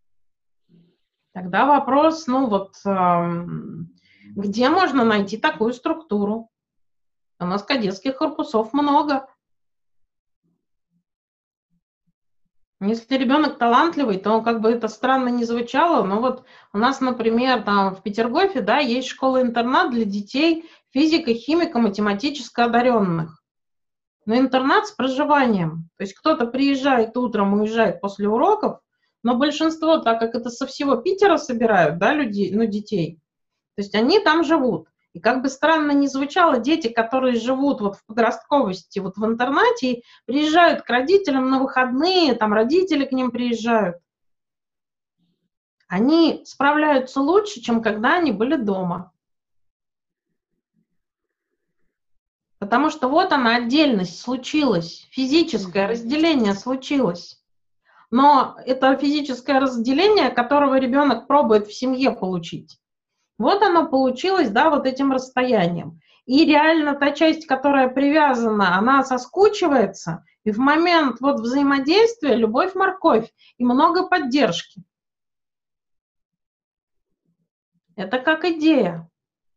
Тогда вопрос, ну, вот, э, где можно найти такую структуру? У нас кадетских корпусов много. Если ребенок талантливый, то, как бы это странно не звучало, но вот у нас, например, там в Петергофе, да, есть школа-интернат для детей физико, химико, математически одаренных. Но интернат с проживанием. То есть кто-то приезжает утром, уезжает после уроков, но большинство, так как это со всего Питера собирают, да, людей, ну, детей, то есть они там живут. И как бы странно ни звучало, дети, которые живут вот в подростковости, вот в интернате, приезжают к родителям на выходные, там родители к ним приезжают. Они справляются лучше, чем когда они были дома. Потому что вот она, отдельность случилась, физическое разделение случилось. Но это физическое разделение, которого ребенок пробует в семье получить. Вот оно получилось, да, вот этим расстоянием. И реально та часть, которая привязана, она соскучивается, и в момент вот взаимодействия любовь-морковь и много поддержки. Это как идея.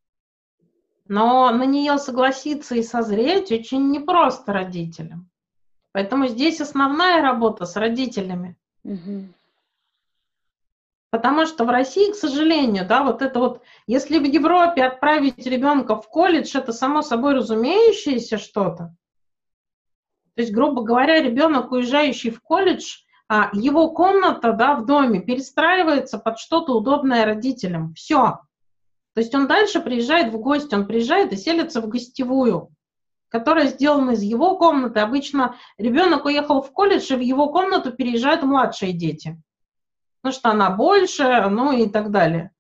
Но на нее согласиться и созреть очень непросто родителям. Поэтому здесь основная работа с родителями. Угу. Потому что в России, к сожалению, да, вот это вот, если в Европе отправить ребенка в колледж, это само собой разумеющееся что-то. То есть, грубо говоря, ребенок, уезжающий в колледж, его комната, да, в доме перестраивается под что-то удобное родителям. Все. То есть он дальше приезжает в гости, он приезжает и селится в гостевую, которая сделана из его комнаты. Обычно ребенок уехал в колледж, и в его комнату переезжают младшие дети. Потому что она больше, ну и так далее.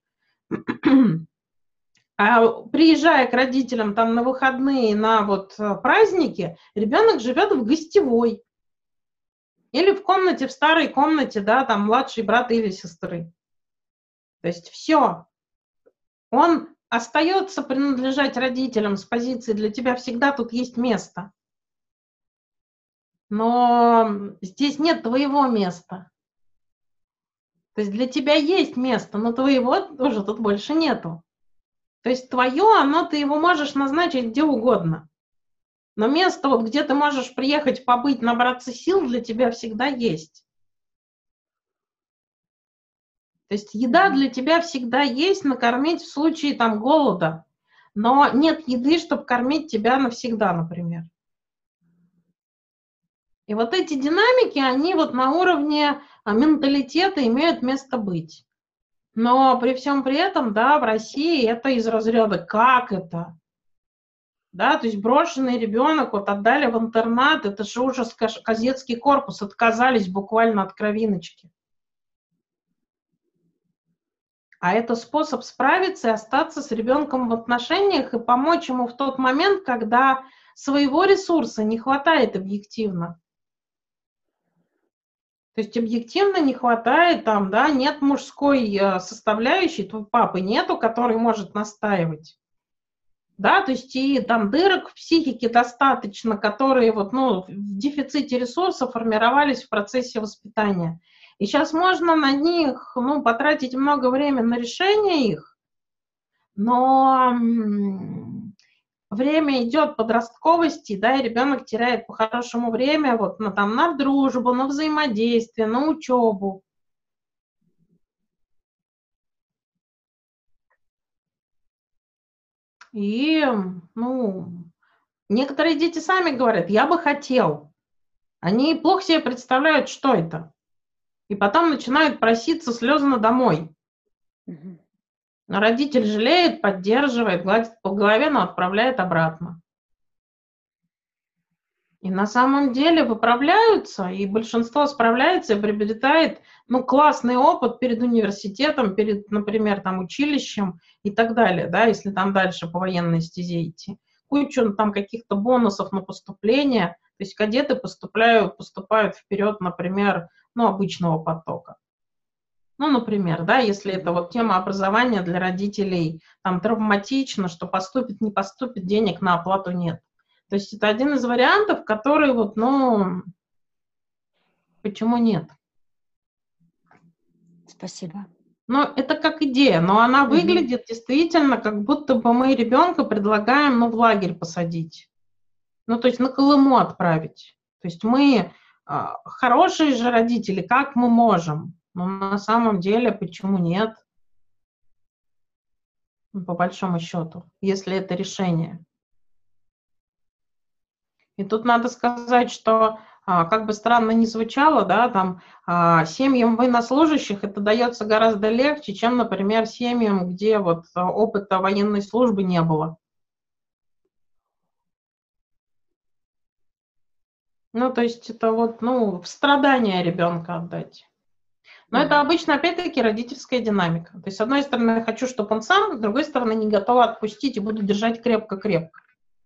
А приезжая к родителям там на выходные, на вот праздники, ребенок живет в гостевой. Или в комнате, в старой комнате, да, там младший брат или сестры. То есть все. Он остается принадлежать родителям с позиции «для тебя всегда тут есть место». Но здесь нет твоего места. То есть для тебя есть место, но твоего тоже тут больше нету. То есть твое, оно, ты его можешь назначить где угодно. Но место, вот где ты можешь приехать, побыть, набраться сил, для тебя всегда есть. То есть еда для тебя всегда есть, накормить в случае там голода. Но нет еды, чтобы кормить тебя навсегда, например. И вот эти динамики, они вот на уровне менталитета имеют место быть. Но при всем при этом, да, в России это из разряда «как это?». Да, то есть брошенный ребенок вот отдали в интернат, это же ужас, кадетский корпус, отказались буквально от кровиночки. А это способ справиться и остаться с ребенком в отношениях и помочь ему в тот момент, когда своего ресурса не хватает объективно. То есть объективно не хватает там, да, нет мужской составляющей, твоего папы нету, который может настаивать. Да, то есть и там дырок в психике достаточно, которые вот, ну, в дефиците ресурсов формировались в процессе воспитания. И сейчас можно на них, ну, потратить много времени на решение их, но время идет подростковости, да, и ребенок теряет по-хорошему время вот на, там, на дружбу, на взаимодействие, на учебу. И, ну, некоторые дети сами говорят, я бы хотел. Они плохо себе представляют, что это. И потом начинают проситься слезно домой. Угу. Родитель жалеет, поддерживает, гладит по голове, но отправляет обратно. И на самом деле выправляются, и большинство справляется и приобретает, ну, классный опыт перед университетом, перед, например, там, училищем и так далее, да, если там дальше по военной стезе идти. Кучу там каких-то бонусов на поступление, то есть кадеты поступают, поступают вперед, например, ну, обычного потока. Ну, например, да, если это вот тема образования для родителей там травматична, что поступит, не поступит, денег на оплату нет. То есть это один из вариантов, который вот, ну, почему нет? Спасибо. Ну, это как идея, но она Угу. выглядит действительно, как будто бы мы ребенка предлагаем, ну, в лагерь посадить. Ну, то есть на Колыму отправить. То есть мы а, хорошие же родители, как мы можем? Но на самом деле, почему нет? По большому счету, если это решение. И тут надо сказать, что, как бы странно ни звучало, да, там, семьям военнослужащих это дается гораздо легче, чем, например, семьям, где вот опыта военной службы не было. Ну, то есть это вот, ну, в страдания ребенка отдать. Но mm-hmm. это обычно, опять-таки, родительская динамика. То есть, с одной стороны, я хочу, чтобы он сам, с другой стороны, не готова отпустить и буду держать крепко-крепко.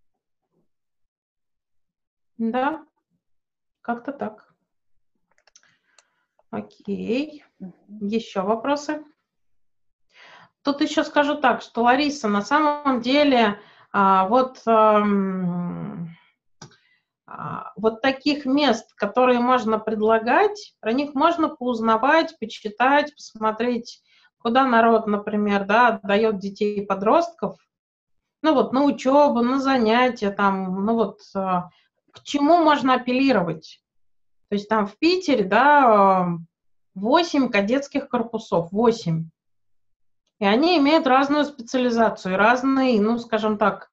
Да, как-то так. Окей. Еще вопросы? Тут еще скажу так, что, Лариса, на самом деле, а, вот, а, а, вот таких мест, которые можно предлагать, про них можно поузнавать, почитать, посмотреть, куда народ, например, да, отдает детей и подростков, ну вот на учебу, на занятия, там, ну вот а, к чему можно апеллировать. То есть там в Питере, да, восемь кадетских корпусов, восемь. И они имеют разную специализацию, разный, ну, скажем так,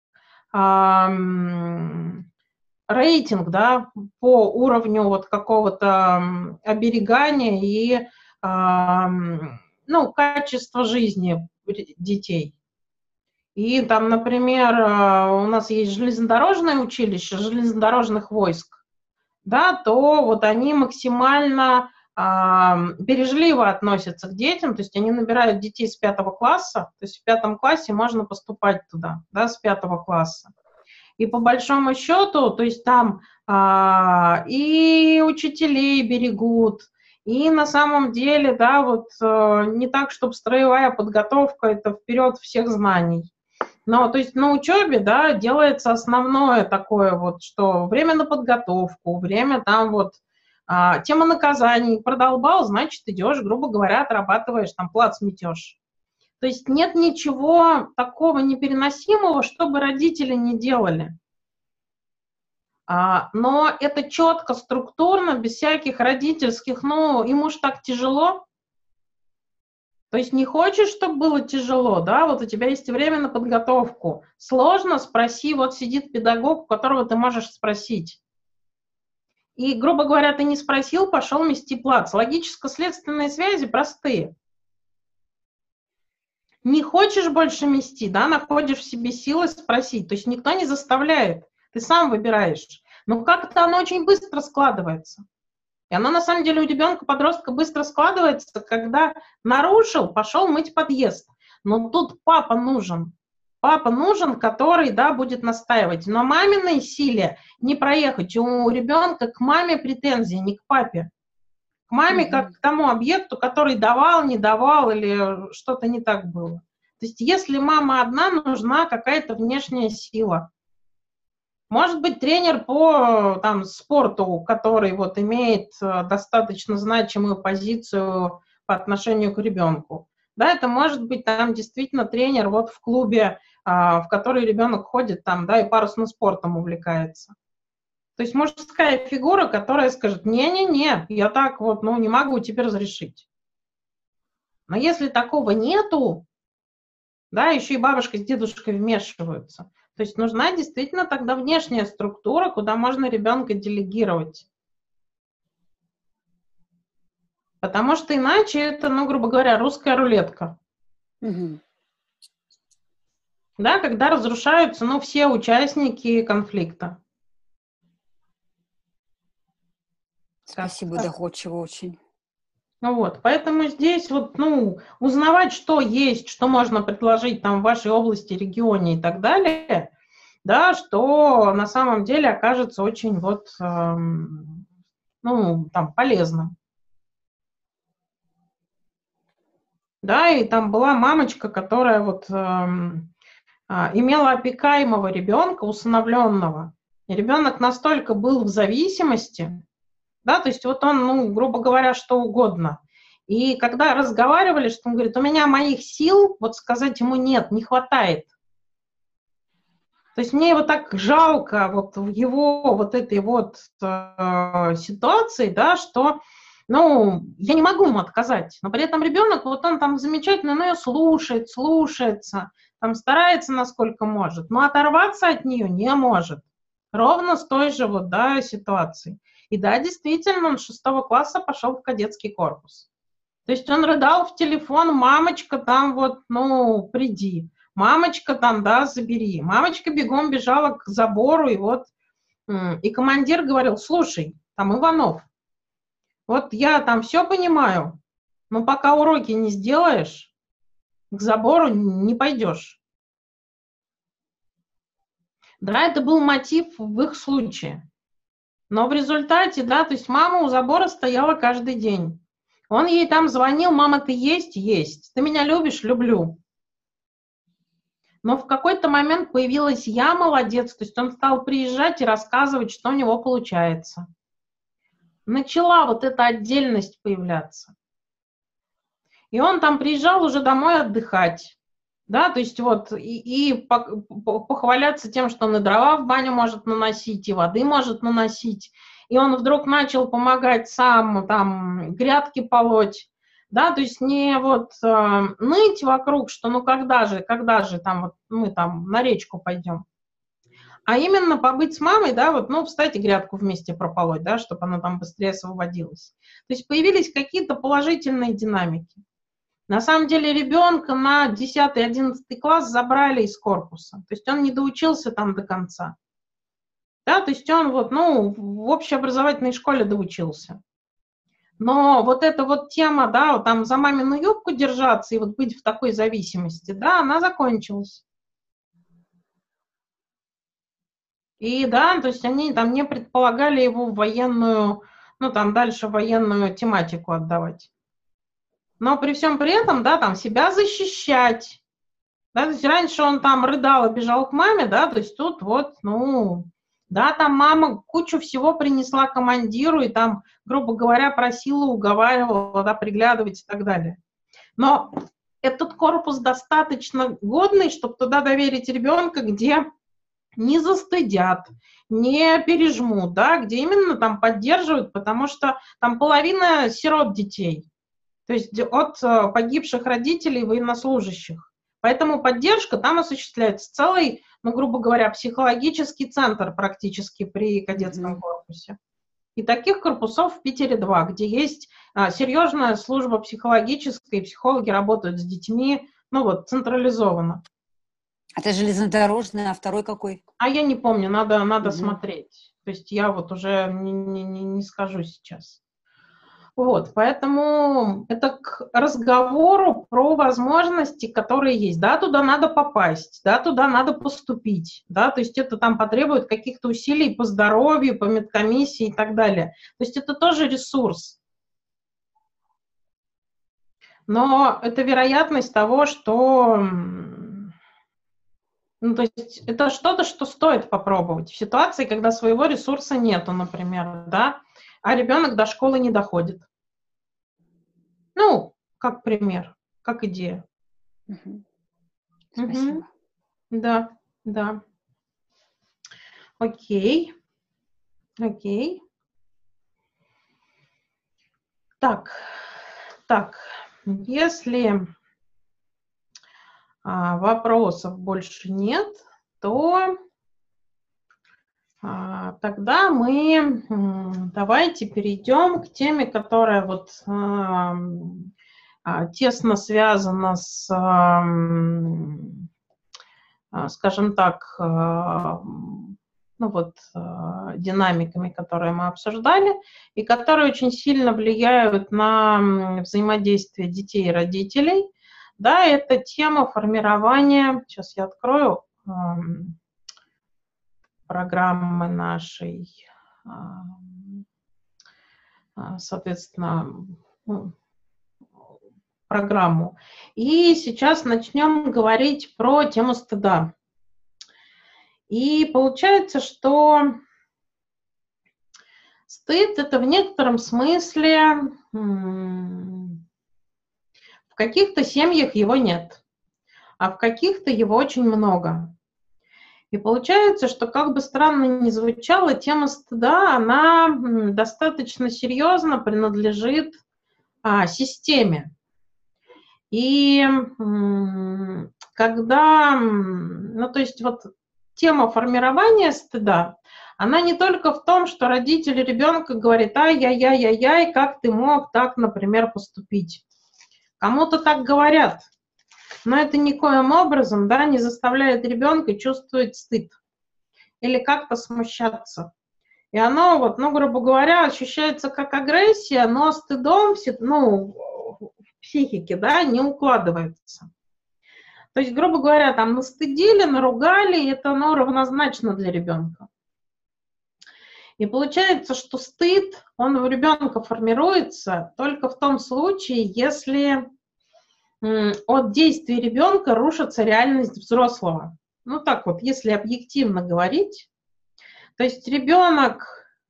эм, рейтинг, да, по уровню вот какого-то оберегания и, эм, ну, качества жизни детей. И там, например, у нас есть железнодорожное училище железнодорожных войск, да, то вот они максимально а, бережливо относятся к детям, то есть они набирают детей с пятого класса, то есть в пятом классе можно поступать туда, да, с пятого класса. И по большому счету, то есть там а, и учителей берегут, и на самом деле, да, вот а, не так, чтобы строевая подготовка – это вперед всех знаний. Но, то есть на учебе, да, делается основное такое вот, что время на подготовку, время там вот, а, тема наказаний, продолбал, значит, идешь, грубо говоря, отрабатываешь, там, плац метешь. То есть нет ничего такого непереносимого, чтобы родители не делали. А, но это четко, структурно, без всяких родительских, ну, ему ж так тяжело. То есть не хочешь, чтобы было тяжело, да, вот у тебя есть время на подготовку. Сложно, спроси, вот сидит педагог, у которого ты можешь спросить. И, грубо говоря, ты не спросил, пошел мести плац. Логическо-следственные связи простые. Не хочешь больше мести, да, находишь в себе силы спросить. То есть никто не заставляет, ты сам выбираешь. Но как-то оно очень быстро складывается. И оно, на самом деле, у ребенка-подростка быстро складывается, когда нарушил, пошел мыть подъезд. Но тут папа нужен. Папа нужен, который, да, будет настаивать. Но маминой силе не проехать. У ребенка к маме претензии, не к папе. К маме как к тому объекту, который давал, не давал или что-то не так было. То есть если мама одна, нужна какая-то внешняя сила. Может быть, тренер по там, спорту, который вот имеет достаточно значимую позицию по отношению к ребенку. Да, это может быть там действительно тренер вот в клубе, в который ребенок ходит там, да, и парусным спортом увлекается. То есть мужская фигура, которая скажет: не-не-не, я так вот, ну, не могу тебе разрешить. Но если такого нету, да, еще и бабушка с дедушкой вмешиваются, то есть нужна действительно тогда внешняя структура, куда можно ребенка делегировать. Потому что иначе это, ну, грубо говоря, русская рулетка. Угу. Да, когда разрушаются, ну, все участники конфликта. Спасибо, так, доходчиво очень. Вот, поэтому здесь вот, ну, узнавать, что есть, что можно предложить там в вашей области, регионе и так далее, да, что на самом деле окажется очень вот, эм, ну, там, полезным. Да, и там была мамочка, которая вот эм, э, имела опекаемого ребенка, усыновленного, и ребенок настолько был в зависимости, да, то есть вот он, ну, грубо говоря, что угодно. И когда разговаривали, что он говорит: у меня моих сил, вот сказать ему нет, не хватает. То есть мне его так жалко вот в его вот этой вот э, ситуации, да, что, ну, я не могу ему отказать. Но при этом ребенок, вот он там замечательно, ну, ее слушает, слушается, там старается насколько может, но оторваться от нее не может. Ровно с той же вот, да, ситуацией. И да, действительно, он с шестого класса пошел в кадетский корпус. То есть он рыдал в телефон: мамочка, там вот, ну, приди. Мамочка, там, да, забери. Мамочка бегом бежала к забору, и вот, и командир говорил: слушай, там, Иванов, вот я там все понимаю, но пока уроки не сделаешь, к забору не пойдешь. Да, это был мотив в их случае. Но в результате, да, то есть мама у забора стояла каждый день. Он ей там звонил: мама, ты есть? Есть. Ты меня любишь? Люблю. Но в какой-то момент появилась я молодец, то есть он стал приезжать и рассказывать, что у него получается. Начала вот эта отдельность появляться. И он там приезжал уже домой отдыхать. Да, то есть вот и, и похваляться тем, что он и дрова в баню может наносить, и воды может наносить. И он вдруг начал помогать сам там грядки полоть. Да, то есть не вот э, ныть вокруг, что ну когда же, когда же там вот мы там на речку пойдем, а именно побыть с мамой, да, вот, ну, встать и грядку вместе прополоть, да, чтобы она там быстрее освободилась. То есть появились какие-то положительные динамики. На самом деле ребенка на десятый-одиннадцатый класс забрали из корпуса, то есть он не доучился там до конца. Да, то есть он вот, ну, в общеобразовательной школе доучился. Но вот эта вот тема, да, вот там за мамину юбку держаться и вот быть в такой зависимости, да, она закончилась. И да, то есть они там не предполагали его в военную, ну там дальше военную тематику отдавать. Но при всем при этом, да, там себя защищать. Да, то есть раньше он там рыдал и бежал к маме, да, то есть тут вот, ну... Да, там мама кучу всего принесла командиру и там, грубо говоря, просила, уговаривала, да, приглядывать и так далее. Но этот корпус достаточно годный, чтобы туда доверить ребенка, где не застыдят, не пережмут, да, где именно там поддерживают, потому что там половина сирот детей, то есть от погибших родителей военнослужащих. Поэтому поддержка там осуществляется целый, ну, грубо говоря, психологический центр практически при кадетском корпусе. И таких корпусов в Питере два, где есть а, серьезная служба психологическая, и психологи работают с детьми Ну вот, централизованно. Это железнодорожный, а второй какой? А я не помню, надо, надо Угу. смотреть. То есть я вот уже не, не, не, не скажу сейчас. Вот, поэтому это к разговору про возможности, которые есть. Да, туда надо попасть, да, туда надо поступить, да, то есть это там потребует каких-то усилий по здоровью, по медкомиссии и так далее. То есть это тоже ресурс. Но это вероятность того, что... Ну, то есть это что-то, что стоит попробовать. В ситуации, когда своего ресурса нету, например, да, а ребенок до школы не доходит. Ну, как пример, как идея. Угу. Спасибо. Угу. Да, да. Окей. Окей. Так, так, если а, вопросов больше нет, то а, тогда мы м, давайте перейдем к теме, которая вот а, а, тесно связана с, а, а, скажем так, а, ну вот, динамиками, которые мы обсуждали, и которые очень сильно влияют на взаимодействие детей и родителей. Да, это тема формирования, сейчас я открою э, программы нашей, э, соответственно, ну, программу. И сейчас начнем говорить про тему стыда. И получается, что стыд – это в некотором смысле, в каких-то семьях его нет, а в каких-то его очень много. И получается, что, как бы странно ни звучало, тема стыда, она достаточно серьезно принадлежит а, системе. И когда, ну то есть вот тема формирования стыда, она не только в том, что родители ребенка говорят, ай-яй-яй-яй-яй, как ты мог так, например, поступить. Кому-то так говорят, но это никоим образом, да, не заставляет ребенка чувствовать стыд или как-то смущаться. И оно, вот, ну, грубо говоря, ощущается как агрессия, но стыдом, ну, в психике, да, не укладывается. То есть, грубо говоря, там настыдили, наругали, и это, ну, равнозначно для ребенка. И получается, что стыд, он у ребенка формируется только в том случае, если м, от действий ребенка рушится реальность взрослого. Ну так вот, если объективно говорить, то есть ребенок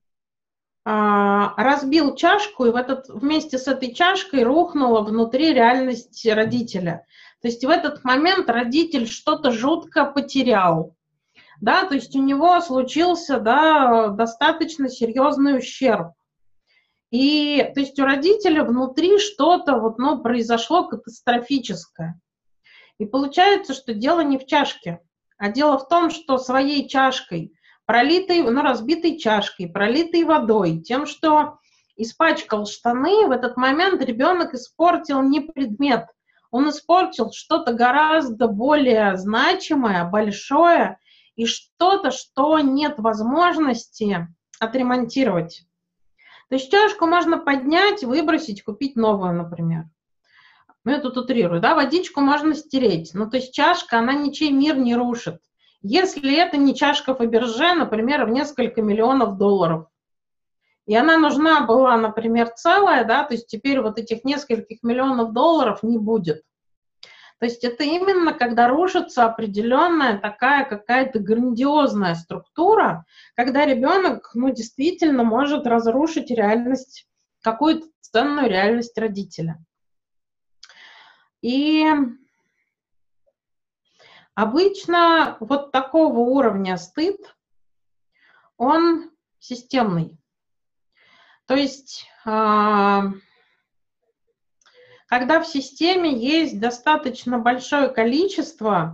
а, разбил чашку, и в этот, вместе с этой чашкой рухнула внутри реальность родителя. То есть в этот момент родитель что-то жутко потерял. Да, то есть у него случился, да, достаточно серьезный ущерб. И то есть у родителя внутри что-то вот, ну, произошло катастрофическое. И получается, что дело не в чашке, а дело в том, что своей чашкой, пролитой, ну, разбитой чашкой, пролитой водой, тем, что испачкал штаны, в этот момент ребенок испортил не предмет, он испортил что-то гораздо более значимое, большое, и что-то, что нет возможности отремонтировать. То есть чашку можно поднять, выбросить, купить новую, например. Ну, я тут утрирую, да, водичку можно стереть. Ну, то есть чашка, она ничей мир не рушит. Если это не чашка Фаберже, например, в несколько миллионов долларов, и она нужна была, например, целая, да, то есть теперь вот этих нескольких миллионов долларов не будет. То есть это именно когда рушится определенная такая какая-то грандиозная структура, когда ребенок, ну, действительно может разрушить реальность, какую-то ценную реальность родителя. И обычно вот такого уровня стыд, он системный. То есть когда в системе есть достаточно большое количество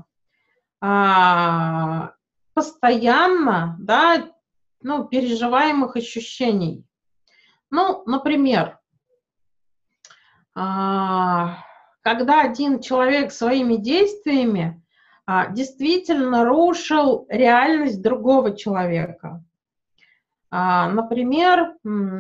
а, постоянно, да, ну, переживаемых ощущений. Ну, например, а, когда один человек своими действиями а, действительно рушил реальность другого человека. А, например,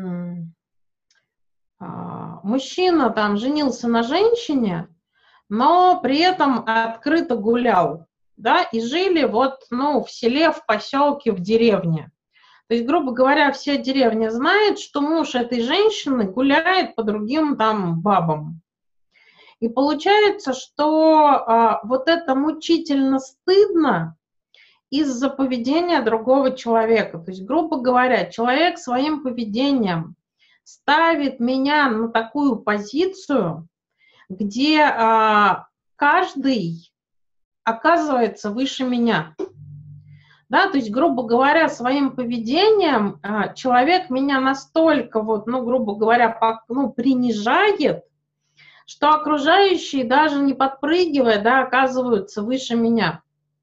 а, мужчина там женился на женщине, но при этом открыто гулял, да, и жили вот, ну, в селе, в поселке, в деревне. То есть, грубо говоря, вся деревня знает, что муж этой женщины гуляет по другим там бабам. И получается, что а, вот это мучительно стыдно из-за поведения другого человека. То есть, грубо говоря, человек своим поведением ставит меня на такую позицию, где а, каждый оказывается выше меня. Да, то есть, грубо говоря, своим поведением а, человек меня настолько, вот, ну, грубо говоря, по, ну, принижает, что окружающие, даже не подпрыгивая, да, оказываются выше меня.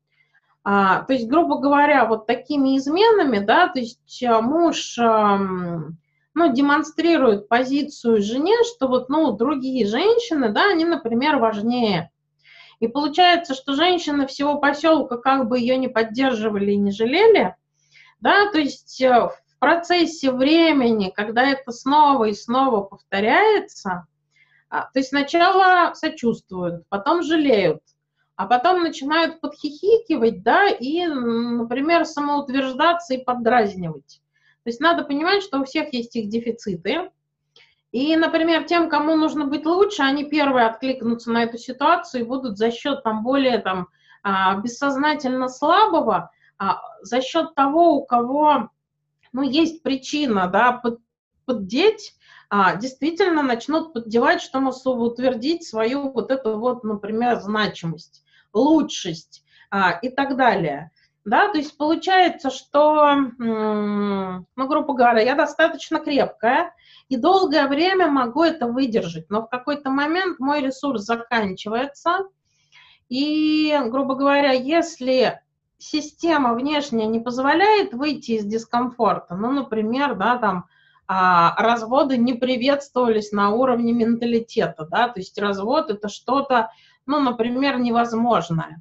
А, то есть, грубо говоря, вот такими изменами, да, то есть муж, а, ну, демонстрирует позицию жене, что вот, ну, другие женщины, да, они, например, важнее. И получается, что женщины всего поселка как бы ее не поддерживали и не жалели, да, то есть в процессе времени, когда это снова и снова повторяется, то есть сначала сочувствуют, потом жалеют, а потом начинают подхихикивать, да, и, например, самоутверждаться и поддразнивать. То есть надо понимать, что у всех есть их дефициты. И, например, тем, кому нужно быть лучше, они первые откликнутся на эту ситуацию и будут за счет там, более там, бессознательно слабого, за счет того, у кого, ну, есть причина, да, под, поддеть, действительно начнут поддевать, чтобы утвердить свою вот эту вот, например, значимость, лучшесть и так далее. Да, то есть получается, что, ну, грубо говоря, я достаточно крепкая и долгое время могу это выдержать, но в какой-то момент мой ресурс заканчивается, и, грубо говоря, если система внешняя не позволяет выйти из дискомфорта, ну, например, да, там, разводы не приветствовались на уровне менталитета, да, то есть развод – это что-то, ну, например, невозможное.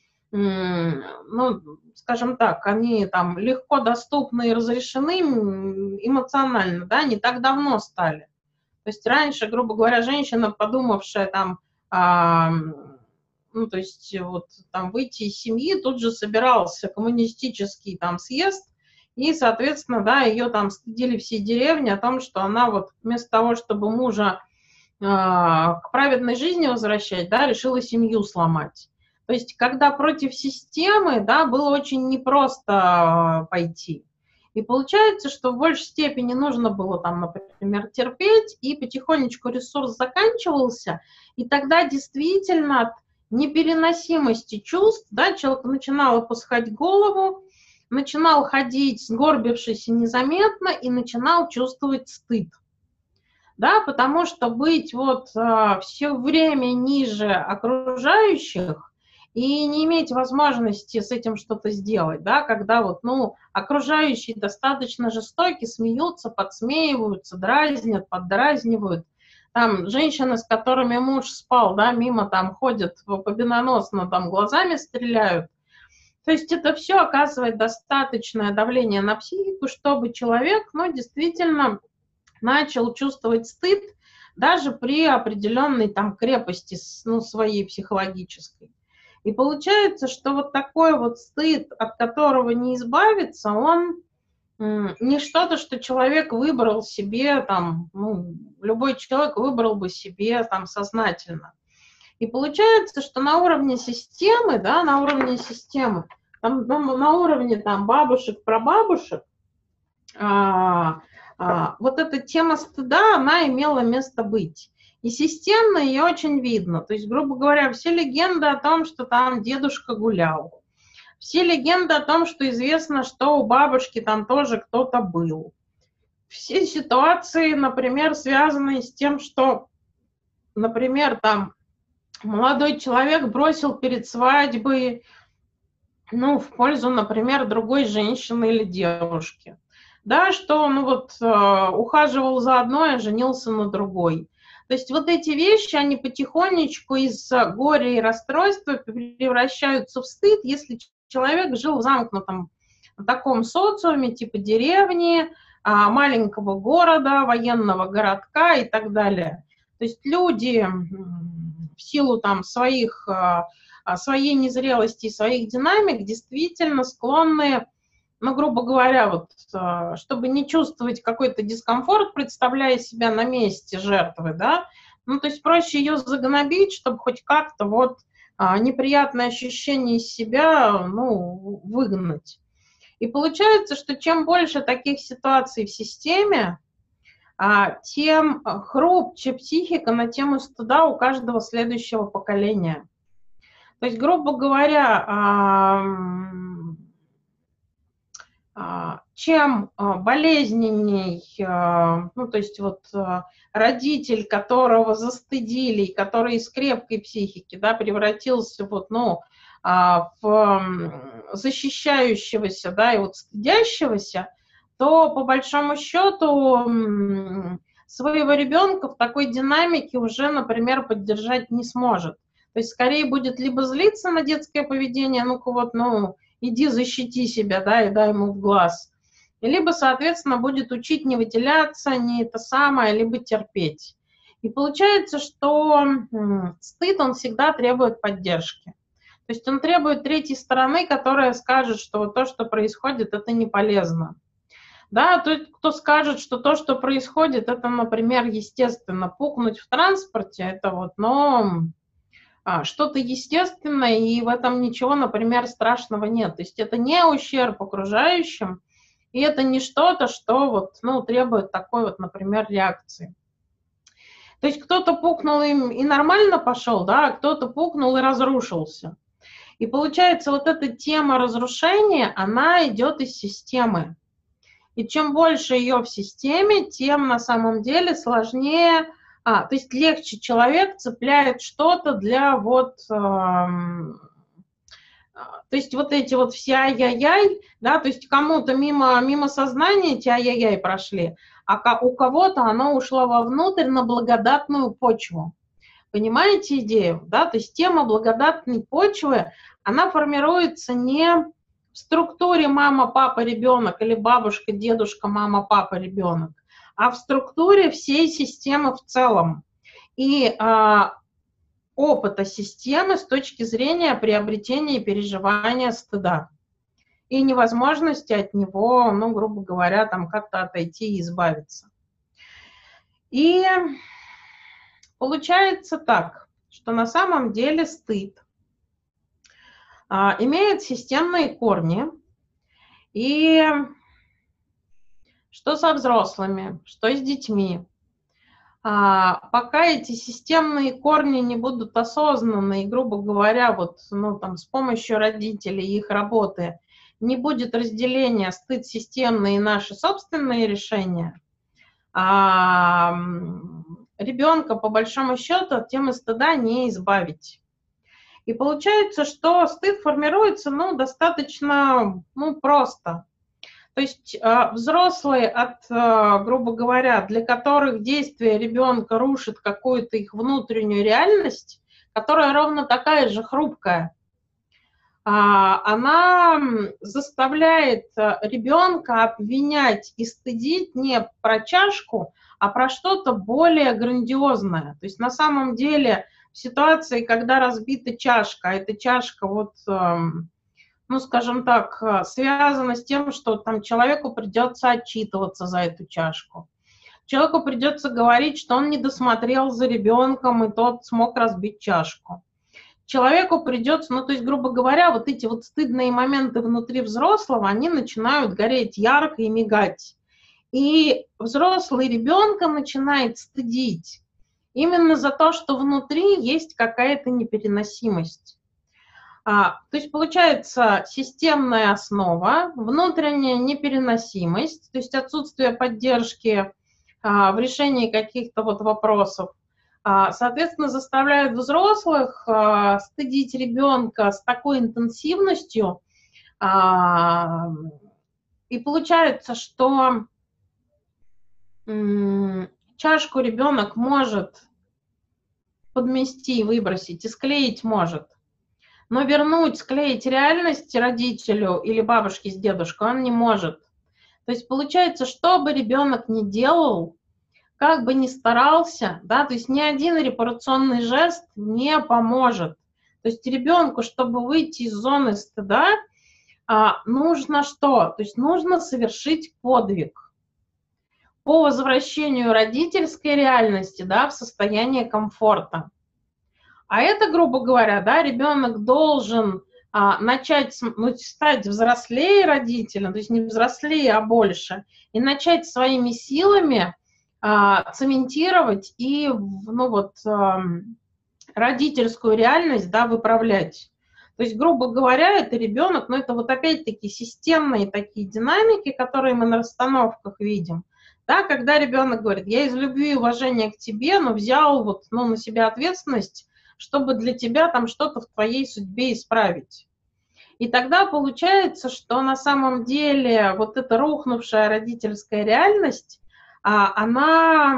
Ну, скажем так, они там легко доступны и разрешены эмоционально, да, не так давно стали. То есть раньше, грубо говоря, женщина, подумавшая там, а, ну, то есть вот там выйти из семьи, тут же собирался коммунистический там съезд, и, соответственно, да, ее там стыдили все деревни о том, что она вот вместо того, чтобы мужа а, к праведной жизни возвращать, да, решила семью сломать. То есть, когда против системы, да, было очень непросто пойти. И получается, что в большей степени нужно было там, например, терпеть, и потихонечку ресурс заканчивался, и тогда действительно от непереносимости чувств, да, человек начинал опускать голову, начинал ходить, сгорбившись незаметно, и начинал чувствовать стыд. Да, потому что быть вот а, все время ниже окружающих и не иметь возможности с этим что-то сделать, да, когда вот, ну, окружающие достаточно жестоки, смеются, подсмеиваются, дразнят, поддразнивают. Там женщины, с которыми муж спал, да, мимо там ходят победоносно, там глазами стреляют. То есть это все оказывает достаточное давление на психику, чтобы человек, ну, действительно начал чувствовать стыд даже при определенной там крепости, ну, своей психологической. И получается, что вот такой вот стыд, от которого не избавиться, он не что-то, что человек выбрал себе, там, ну, любой человек выбрал бы себе там сознательно. И получается, что на уровне системы, да, на уровне системы, там, на уровне там бабушек, прабабушек, а, а, вот эта тема стыда, она имела место быть. И системно ее очень видно. То есть, грубо говоря, все легенды о том, что там дедушка гулял. Все легенды о том, что известно, что у бабушки там тоже кто-то был. Все ситуации, например, связанные с тем, что, например, там молодой человек бросил перед свадьбой, ну, в пользу, например, другой женщины или девушки. Да, что он вот ухаживал за одной, а женился на другой. То есть вот эти вещи, они потихонечку из горя и расстройства превращаются в стыд, если человек жил в замкнутом таком социуме, типа деревни, маленького города, военного городка и так далее. То есть люди в силу там своих, своей незрелости и своих динамик действительно склонны, ну, грубо говоря, вот, чтобы не чувствовать какой-то дискомфорт, представляя себя на месте жертвы, да, ну, то есть проще ее загнобить, чтобы хоть как-то вот неприятное ощущение из себя, ну, выгнать. И получается, что чем больше таких ситуаций в системе, тем хрупче психика на тему стыда у каждого следующего поколения. То есть, грубо говоря, чем болезненней, ну, то есть вот родитель, которого застыдили, который из крепкой психики, да, превратился вот, ну, в защищающегося, да, и вот стыдящегося, то по большому счету своего ребенка в такой динамике уже, например, поддержать не сможет. То есть скорее будет либо злиться на детское поведение, ну-ка вот, ну, иди защити себя, да, и дай ему в глаз. Либо, соответственно, будет учить не выделяться, не это самое, либо терпеть. И получается, что стыд, он всегда требует поддержки. То есть он требует третьей стороны, которая скажет, что вот то, что происходит, это не полезно. Да, тот, кто скажет, что то, что происходит, это, например, естественно, пукнуть в транспорте, это вот, но а, что-то естественное, и в этом ничего, например, страшного нет. То есть это не ущерб окружающим, и это не что-то, что вот, ну, требует такой вот, например, реакции. То есть кто-то пукнул им и нормально пошел, да, а кто-то пукнул и разрушился. И получается, вот эта тема разрушения, она идет из системы. И чем больше ее в системе, тем на самом деле сложнее, а, то есть легче человек цепляет что-то для вот, эм, то есть вот эти вот все ай-яй-яй, да, то есть кому-то мимо, мимо сознания эти ай-яй-яй прошли, а у кого-то оно ушло вовнутрь на благодатную почву. Понимаете идею? Да? То есть тема благодатной почвы, она формируется не в структуре мама, папа, ребенок или бабушка, дедушка, мама, папа, ребенок, а в структуре всей системы в целом. И а, опыта системы с точки зрения приобретения и переживания стыда. И невозможности от него, ну, грубо говоря, там как-то отойти и избавиться. И получается так, что на самом деле стыд а, имеет системные корни, и что со взрослыми, что с детьми. А, пока эти системные корни не будут осознаны, и, грубо говоря, вот, ну, там, с помощью родителей и их работы не будет разделения стыд системный и наши собственные решения, а, ребенка, по большому счету, от темы стыда не избавить. И получается, что стыд формируется, ну, достаточно, ну, просто. То есть э, взрослые, от, э, грубо говоря, для которых действие ребенка рушит какую-то их внутреннюю реальность, которая ровно такая же хрупкая, э, она заставляет ребенка обвинять и стыдить не про чашку, а про что-то более грандиозное. То есть на самом деле в ситуации, когда разбита чашка, а эта чашка вот... Э, ну, скажем так, связано с тем, что там человеку придется отчитываться за эту чашку. Человеку придется говорить, что он не досмотрел за ребенком, и тот смог разбить чашку. Человеку придется, ну, то есть, грубо говоря, вот эти вот стыдные моменты внутри взрослого, они начинают гореть ярко и мигать. И взрослый ребенка начинает стыдить именно за то, что внутри есть какая-то непереносимость. А, то есть получается системная основа, внутренняя непереносимость, то есть отсутствие поддержки а, в решении каких-то вот вопросов, а, соответственно, заставляет взрослых а, стыдить ребенка с такой интенсивностью, а, и получается, что м, чашку ребенок может подмести и выбросить, и склеить может. Но вернуть, склеить реальность родителю или бабушке с дедушкой он не может. То есть получается, что бы ребенок ни делал, как бы ни старался, да, то есть ни один репарационный жест не поможет. То есть ребенку, чтобы выйти из зоны стыда, нужно что? То есть нужно совершить подвиг по возвращению родительской реальности, да, в состояние комфорта. А это, грубо говоря, да, ребенок должен а, начать, ну, стать взрослее родителя, то есть не взрослее, а больше, и начать своими силами а, цементировать и, ну, вот, а, родительскую реальность, да, выправлять. То есть, грубо говоря, это ребенок, но это вот опять-таки системные такие динамики, которые мы на расстановках видим. Да, когда ребенок говорит, я из любви и уважения к тебе, но взял вот, ну, на себя ответственность, чтобы для тебя там что-то в твоей судьбе исправить. И тогда получается, что на самом деле вот эта рухнувшая родительская реальность, она,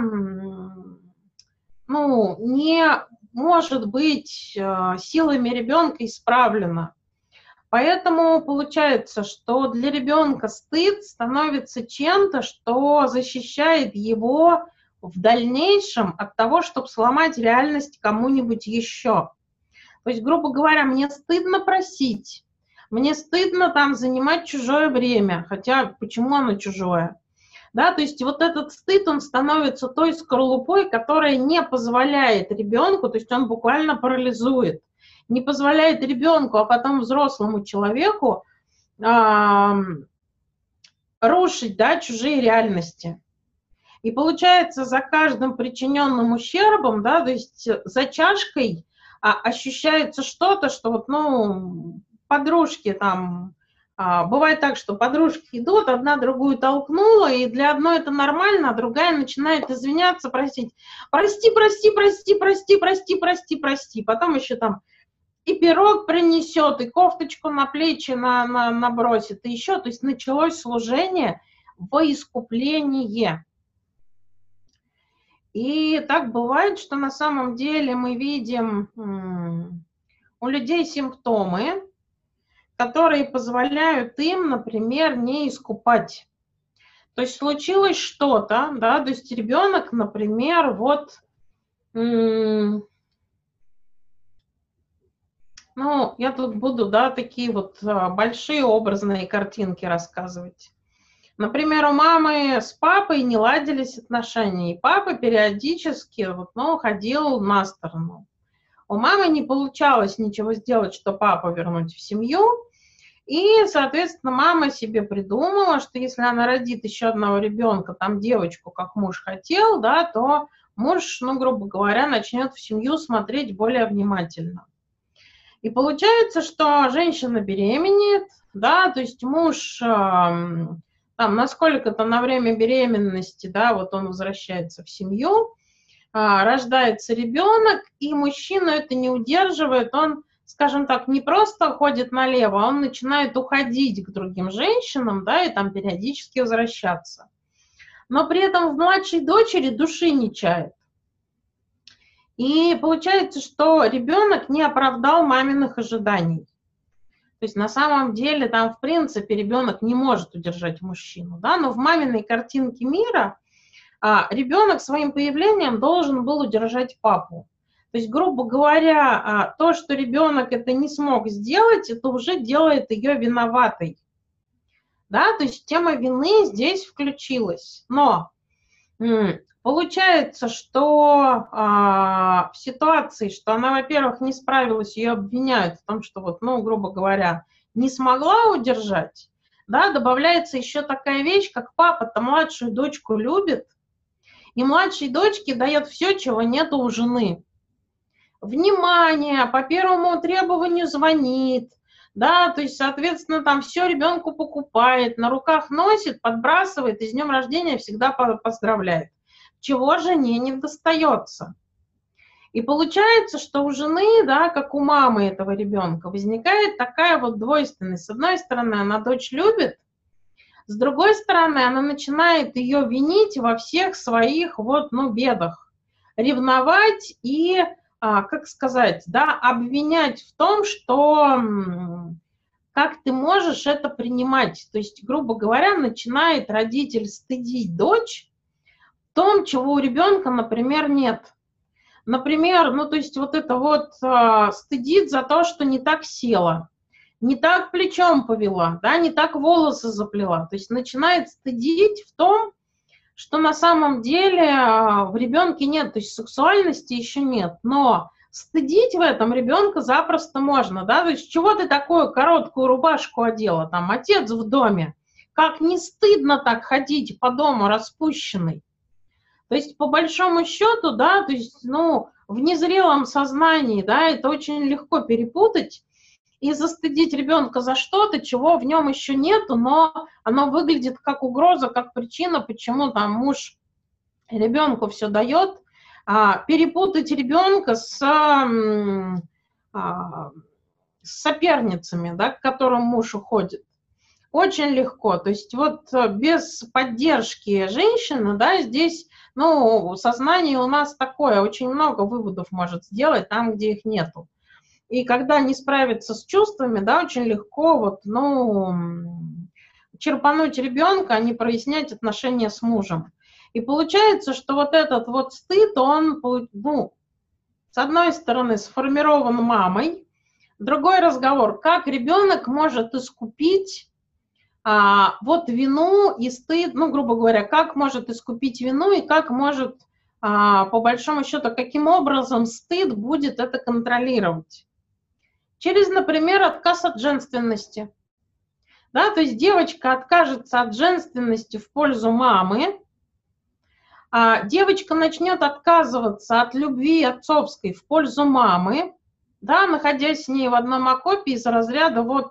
ну, не может быть силами ребенка исправлена. Поэтому получается, что для ребенка стыд становится чем-то, что защищает его в дальнейшем от того, чтобы сломать реальность кому-нибудь еще. То есть, грубо говоря, мне стыдно просить, мне стыдно там занимать чужое время, хотя почему оно чужое? Да, то есть вот этот стыд, он становится той скорлупой, которая не позволяет ребенку, то есть он буквально парализует, не позволяет ребенку, а потом взрослому человеку э, рушить, да, чужие реальности. И получается, за каждым причиненным ущербом, да, то есть за чашкой а, ощущается что-то, что вот, ну, подружки там, а, бывает так, что подружки идут, одна другую толкнула, и для одной это нормально, а другая начинает извиняться, просить, прости, прости, прости, прости, прости, прости, прости, потом еще там и пирог принесет, и кофточку на плечи на, на, набросит, и еще, то есть началось служение во искупление. И так бывает, что на самом деле мы видим у людей симптомы, которые позволяют им, например, не искупать. То есть случилось что-то, да, то есть ребенок, например, вот, ну, я тут буду, да, такие вот большие образные картинки рассказывать. Например, у мамы с папой не ладились отношения, и папа периодически вот, ну, ходил на сторону. У мамы не получалось ничего сделать, что папу вернуть в семью, и, соответственно, мама себе придумала, что если она родит еще одного ребенка, там девочку, как муж хотел, да, то муж, ну, грубо говоря, начнет в семью смотреть более внимательно. И получается, что женщина беременеет, да, то есть муж... Там, насколько-то на время беременности, да, вот он возвращается в семью, а, рождается ребенок, и мужчина это не удерживает, он, скажем так, не просто ходит налево, а он начинает уходить к другим женщинам, да, и там периодически возвращаться. Но при этом в младшей дочери души не чает. И получается, что ребенок не оправдал маминых ожиданий. То есть на самом деле там, в принципе, ребенок не может удержать мужчину, да, но в маминой картинке мира а, ребенок своим появлением должен был удержать папу. То есть, грубо говоря, а, то, что ребенок это не смог сделать, это уже делает ее виноватой. Да, то есть тема вины здесь включилась. Но м- получается, что а, в ситуации, что она, во-первых, не справилась, ее обвиняют в том, что, вот, ну, грубо говоря, не смогла удержать, да, добавляется еще такая вещь, как папа-то младшую дочку любит, и младшей дочке дает все, чего нету у жены. Внимание, по первому требованию звонит, да, то есть, соответственно, там все ребенку покупает, на руках носит, подбрасывает, и с днем рождения всегда поздравляет. Чего жене не достается. И получается, что у жены, да, как у мамы этого ребенка, возникает такая вот двойственность. С одной стороны, она дочь любит, с другой стороны, она начинает ее винить во всех своих вот, ну, бедах, ревновать и а, как сказать, да, обвинять в том, что как ты можешь это принимать. То есть, грубо говоря, начинает родитель стыдить дочь в том, чего у ребенка, например, нет. Например, ну, то есть вот это вот э, стыдит за то, что не так села, не так плечом повела, да, не так волосы заплела. То есть начинает стыдить в том, что на самом деле э, в ребенке нет, то есть сексуальности еще нет, но стыдить в этом ребенка запросто можно, да, то есть чего ты такую короткую рубашку одела, там, отец в доме, как не стыдно так ходить по дому распущенный. То есть, по большому счету, да, то есть, ну, в незрелом сознании, да, это очень легко перепутать и застыдить ребенка за что-то, чего в нем еще нету, но оно выглядит как угроза, как причина, почему там муж ребенку все дает. А, перепутать ребенка с, а, с соперницами, да, к которым муж уходит. Очень легко. То есть вот без поддержки женщины, да, здесь, ну, сознание у нас такое, очень много выводов может сделать там, где их нету. И когда не справиться с чувствами, да, очень легко вот, ну, черпануть ребенка, а не прояснять отношения с мужем. И получается, что вот этот вот стыд, он, ну, с одной стороны, сформирован мамой, другой разговор, как ребенок может искупить а, вот вину и стыд, ну, грубо говоря, как может искупить вину и как может, а, по большому счету, каким образом стыд будет это контролировать. Через, например, отказ от женственности. Да, то есть девочка откажется от женственности в пользу мамы, а девочка начнет отказываться от любви отцовской в пользу мамы, да, находясь с ней в одном окопе из разряда вот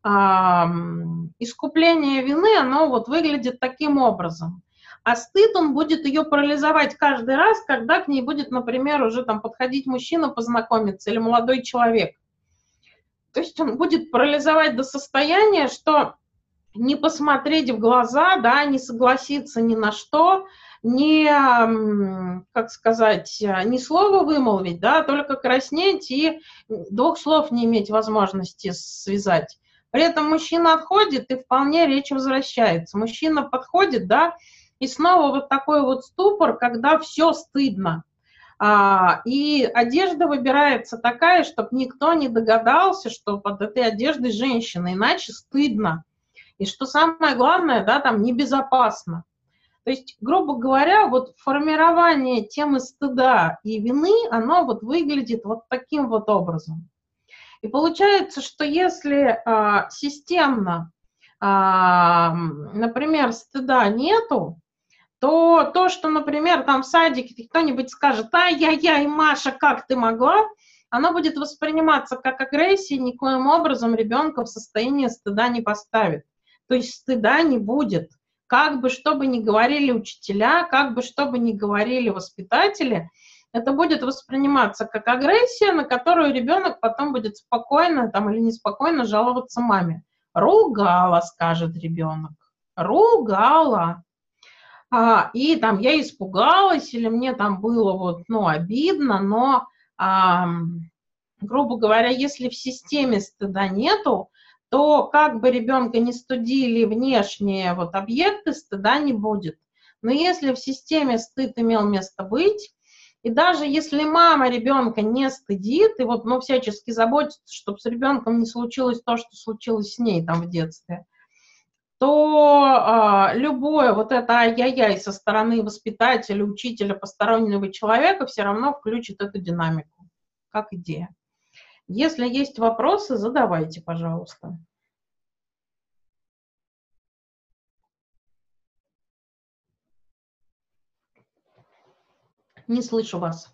а, искупление вины, оно вот выглядит таким образом. А стыд, он будет ее парализовать каждый раз, когда к ней будет, например, уже там подходить мужчина познакомиться или молодой человек. То есть он будет парализовать до состояния, что не посмотреть в глаза, да, не согласиться ни на что, не, как сказать, ни слова вымолвить, да, только краснеть и двух слов не иметь возможности связать. При этом мужчина отходит, и вполне речь возвращается. Мужчина подходит, да, и снова вот такой вот ступор, когда все стыдно. А, и одежда выбирается такая, чтобы никто не догадался, что под этой одеждой женщина, иначе стыдно. И что самое главное, да, там небезопасно. То есть, грубо говоря, вот формирование темы стыда и вины, оно вот выглядит вот таким вот образом. И получается, что если а, системно, а, например, стыда нету, то то, что, например, там в садике кто-нибудь скажет: ай-яй-яй, Маша, как ты могла, оно будет восприниматься как агрессия, никоим образом ребенка в состояние стыда не поставит. То есть стыда не будет. Как бы что бы ни говорили учителя, как бы что бы ни говорили воспитатели, это будет восприниматься как агрессия, на которую ребенок потом будет спокойно там, или неспокойно жаловаться маме. Ругала, скажет ребенок. Ругала. А, и там я испугалась, или мне там было вот, ну, обидно, но, а, грубо говоря, если в системе стыда нету, то как бы ребенка не стыдили внешние вот объекты, стыда не будет. Но если в системе стыд имел место быть, и даже если мама ребенка не стыдит, и вот, ну, всячески заботится, чтобы с ребенком не случилось то, что случилось с ней там в детстве, то а, любое вот это ай-яй-яй со стороны воспитателя, учителя, постороннего человека все равно включит эту динамику, как идея. Если есть вопросы, задавайте, пожалуйста. Не слышу вас.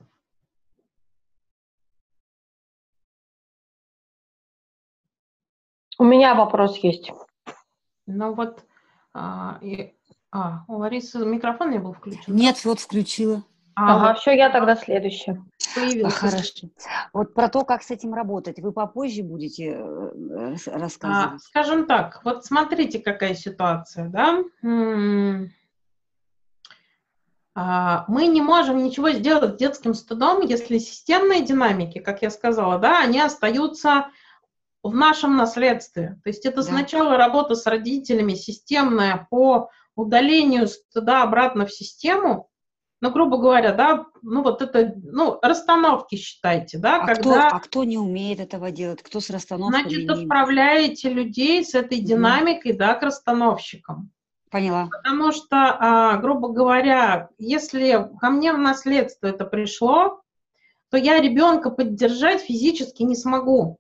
У меня вопрос есть. Ну вот, а, и, а, у Ларисы микрофон не был включен? Нет, вот включила. А, Ага, вот все, я тогда следующая. появился. Хорошо. Вот про то, как с этим работать, вы попозже будете э, рассказывать? А, скажем так, вот смотрите, какая ситуация, да? М-м- Мы не можем ничего сделать с детским стыдом, если системные динамики, как я сказала, да, они остаются в нашем наследстве. То есть это Да. сначала работа с родителями, системная по удалению стыда обратно в систему, ну, грубо говоря, да, ну, вот это, ну, расстановки считайте, да, А, когда... кто, а кто не умеет этого делать? Кто с расстановками Значит, не... отправляете людей с этой Мгм. динамикой, да, к расстановщикам. Поняла. Потому что, а, грубо говоря, если ко мне в наследство это пришло, то я ребенка поддержать физически не смогу.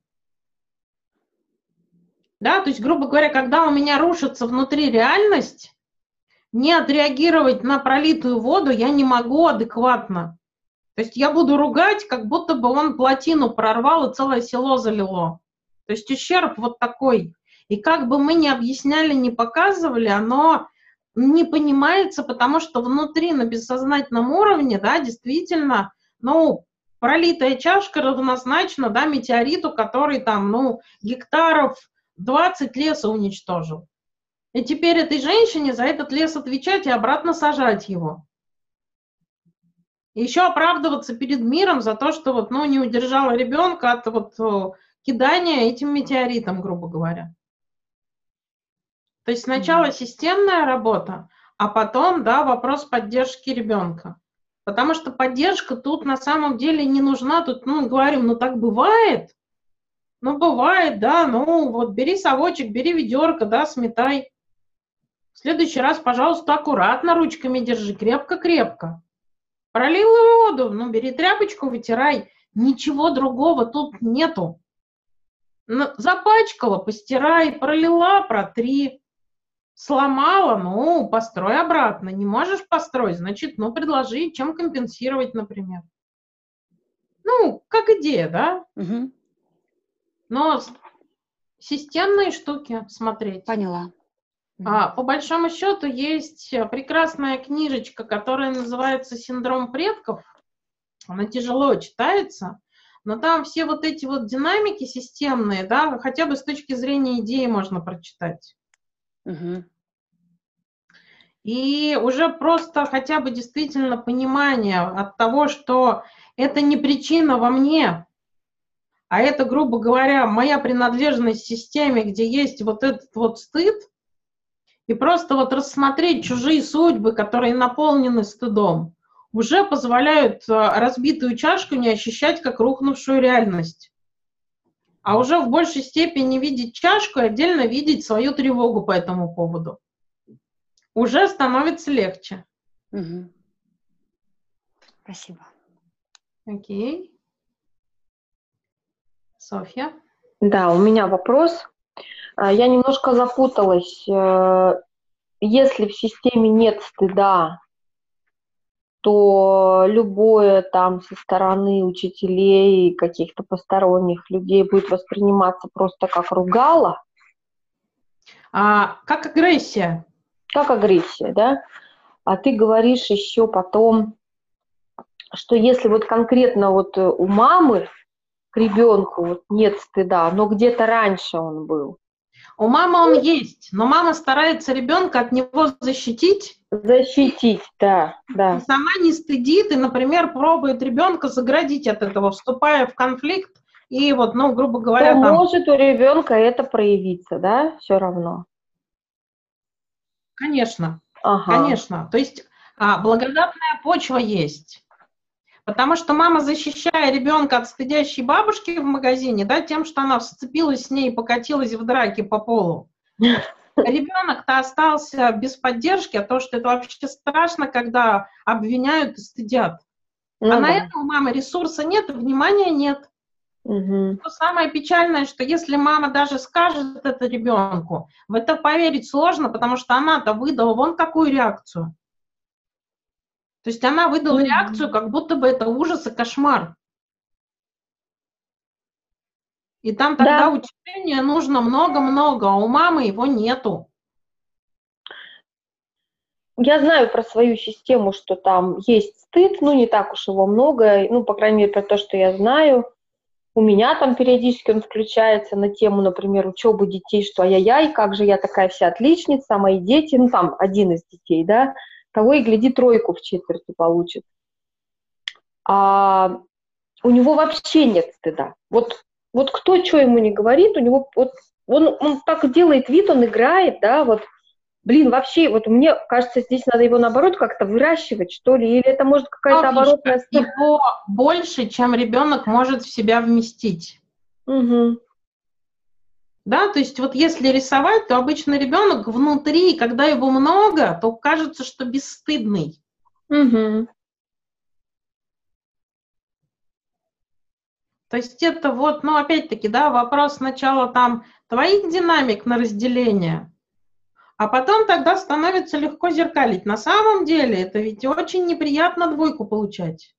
Да, то есть, грубо говоря, когда у меня рушится внутри реальность, не отреагировать на пролитую воду я не могу адекватно. То есть я буду ругать, как будто бы он плотину прорвал и целое село залило. То есть ущерб вот такой. И как бы мы ни объясняли, ни показывали, оно не понимается, потому что внутри на бессознательном уровне, да, действительно, ну, пролитая чашка равнозначна, да, метеориту, который там, ну, гектаров двадцать леса уничтожил. И теперь этой женщине за этот лес отвечать и обратно сажать его. И еще оправдываться перед миром за то, что вот, ну, не удержала ребенка от вот кидания этим метеоритом, грубо говоря. То есть сначала mm-hmm. системная работа, а потом, да, вопрос поддержки ребенка. Потому что поддержка тут на самом деле не нужна. Тут, ну, говорим, ну, так бывает. Ну, бывает, да, ну, вот бери совочек, бери ведерко, да, сметай. В следующий раз, пожалуйста, аккуратно ручками держи, крепко-крепко. Пролила воду, ну, бери тряпочку, вытирай. Ничего другого тут нету. Запачкала, постирай, пролила, протри. Сломала, ну, построй обратно. Не можешь построить, значит, ну, предложи, чем компенсировать, например. Ну, как идея, да? Угу. Но системные штуки смотреть. Поняла. А, по большому счету есть прекрасная книжечка, которая называется «Синдром предков». Она тяжело читается, но там все вот эти вот динамики системные, да, хотя бы с точки зрения идеи можно прочитать. Угу. И уже просто хотя бы действительно понимание от того, что это не причина во мне, а это, грубо говоря, моя принадлежность системе, где есть вот этот вот стыд, и просто вот рассмотреть чужие судьбы, которые наполнены стыдом, уже позволяют разбитую чашку не ощущать как рухнувшую реальность. А уже в большей степени видеть чашку и отдельно видеть свою тревогу по этому поводу. Уже становится легче. Угу. Спасибо. Окей. Софья? Да, у меня вопрос. Я немножко запуталась. Если в системе нет стыда, то любое там со стороны учителей, каких-то посторонних людей будет восприниматься просто как ругало. А, как агрессия. Как агрессия, да? А ты говоришь еще потом, что если вот конкретно вот у мамы к ребенку вот нет стыда, но где-то раньше он был. У мамы он есть, но мама старается ребенка от него защитить. Защитить, да, да. И сама не стыдит и, например, пробует ребенка заградить от этого, вступая в конфликт. И вот, ну, грубо говоря, то там... может у ребенка это проявиться, да, все равно? Конечно, ага. конечно. То есть а, благодатная почва есть. Потому что мама, защищая ребенка от стыдящей бабушки в магазине, да, тем, что она вцепилась с ней и покатилась в драке по полу, ребенок-то остался без поддержки, а то, что это вообще страшно, когда обвиняют и стыдят. Ну, а да. на это у мамы ресурса нет, внимания нет. Угу. Но самое печальное, что если мама даже скажет это ребенку, в это поверить сложно, потому что она-то выдала вон какую реакцию. То есть она выдала угу. реакцию, как будто бы это ужас и кошмар. И там тогда Да. утешения нужно много-много, а у мамы его нету. Я знаю про свою систему, что там есть стыд, ну не так уж его много, ну по крайней мере про то, что я знаю. У меня там периодически он включается на тему, например, учебы детей, что ай-яй-яй, как же я такая вся отличница, мои дети, ну там один из детей, да, того и гляди, тройку в четверти получит. А у него вообще нет стыда. Вот, вот кто что ему не говорит, у него вот он, он так делает вид, он играет, да, вот, блин, вообще, вот мне кажется, здесь надо его, наоборот, как-то выращивать, что ли, или это может какая-то оборотная... Его больше, чем ребенок может в себя вместить. Угу. Да, то есть вот если рисовать, то обычно ребенок внутри, когда его много, то кажется, что бесстыдный. Угу. То есть это вот, ну, опять-таки, да, вопрос сначала там твоих динамик на разделение, а потом тогда становится легко зеркалить. На самом деле это ведь очень неприятно двойку получать.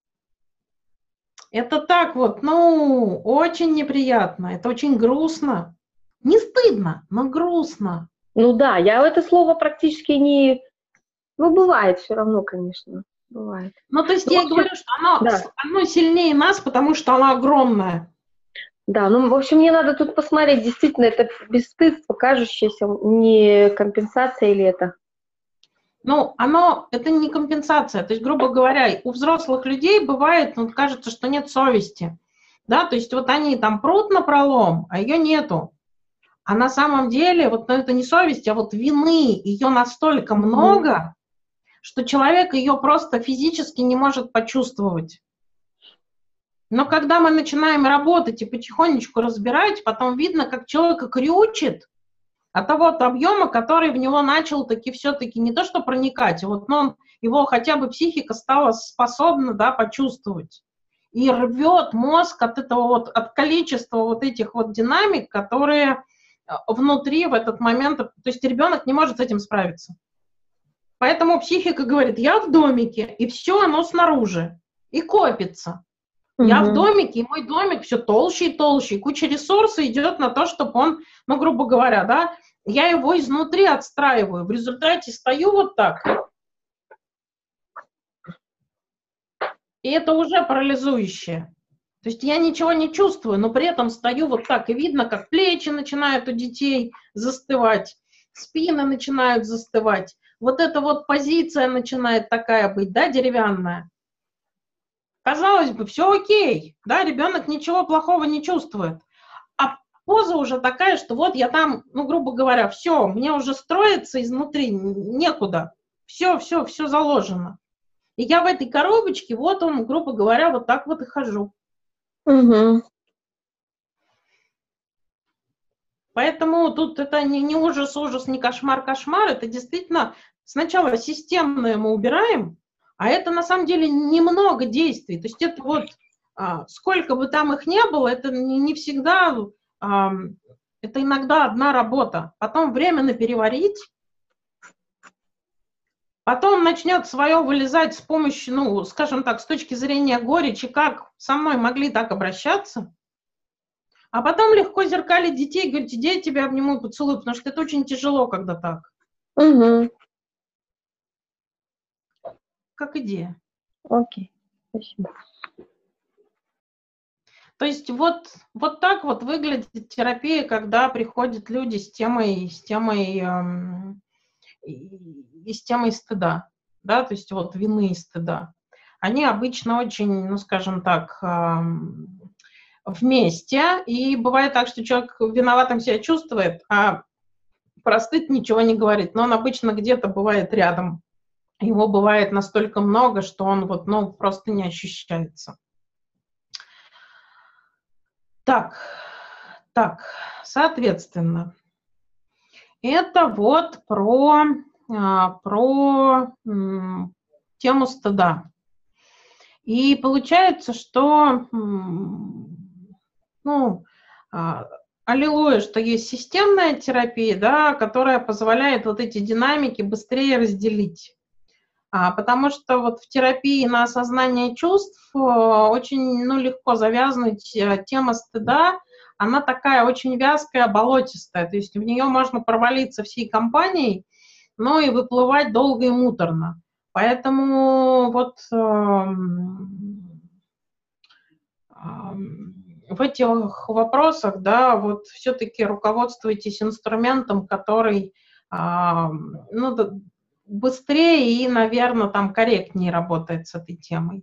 Это так вот, ну, очень неприятно, это очень грустно. Не стыдно, но грустно. Ну да, я это слово практически не... Ну, бывает все равно, конечно. Бывает. Ну, то есть Ну, я общем, говорю, что оно, да. оно сильнее нас, потому что оно огромное. Да, ну, в общем, мне надо тут посмотреть, действительно, это бесстыдство, кажущееся, не компенсация или это? Ну, оно, это не компенсация. То есть, грубо говоря, у взрослых людей бывает, ну, кажется, что нет совести. Да, то есть вот они там прут напролом, а ее нету. А на самом деле, вот ну, это не совесть, а вот вины, ее настолько много, что человек ее просто физически не может почувствовать. Но когда мы начинаем работать и потихонечку разбирать, потом видно, как человека крючит от того объема, который в него начал таки все-таки не то что проникать, вот, но он, его хотя бы психика стала способна, да, почувствовать. И рвет мозг от этого вот, от количества вот этих вот динамик, которые внутри в этот момент, то есть ребенок не может с этим справиться. Поэтому психика говорит, я в домике, и все оно снаружи, и копится. Mm-hmm. Я в домике, и мой домик все толще и толще, и куча ресурсов идет на то, чтобы он, ну, грубо говоря, да, я его изнутри отстраиваю, в результате стою вот так. И это уже парализующее. То есть я ничего не чувствую, но при этом стою вот так, и видно, как плечи начинают у детей застывать, спины начинают застывать. Вот эта вот позиция начинает такая быть, да, деревянная. Казалось бы, все окей, да, ребенок ничего плохого не чувствует. А поза уже такая, что вот я там, ну, грубо говоря, все, мне уже строится изнутри некуда. Все, все, все заложено. И я в этой коробочке, вот он, грубо говоря, вот так вот и хожу. Угу. Поэтому тут это не, не ужас, ужас, не кошмар, кошмар. Это действительно сначала системное мы убираем, а это на самом деле немного действий. То есть это вот а, сколько бы там их ни было, это не, не всегда, а, это иногда одна работа. Потом временно переварить, потом начнет свое вылезать с помощью, ну, скажем так, с точки зрения горечи, как со мной могли так обращаться. А потом легко зеркалить детей и говорить, иди, я тебя обниму и поцелую, потому что это очень тяжело, когда так. Угу. Как идея. Окей, спасибо. То есть вот, вот так вот выглядит терапия, когда приходят люди с темой, с темой, эм, и с темой стыда, да, то есть вот вины и стыда. Они обычно очень, ну, скажем так, эм, вместе, и бывает так, что человек виноватым себя чувствует, а про стыд ничего не говорит, но он обычно где-то бывает рядом. Его бывает настолько много, что он вот, ну, просто не ощущается. Так, так, соответственно, это вот про, про м, тему стыда. И получается, что, ну, аллилуйя, что есть системная терапия, да, которая позволяет вот эти динамики быстрее разделить. А, потому что вот в терапии на осознание чувств очень, ну, легко завязнуть. Тема стыда, она такая очень вязкая, болотистая, то есть в нее можно провалиться всей компанией, но и выплывать долго и муторно. Поэтому вот э, э, в этих вопросах, да, вот все-таки руководствуйтесь инструментом, который, э, ну, быстрее и, наверное, там корректнее работает с этой темой.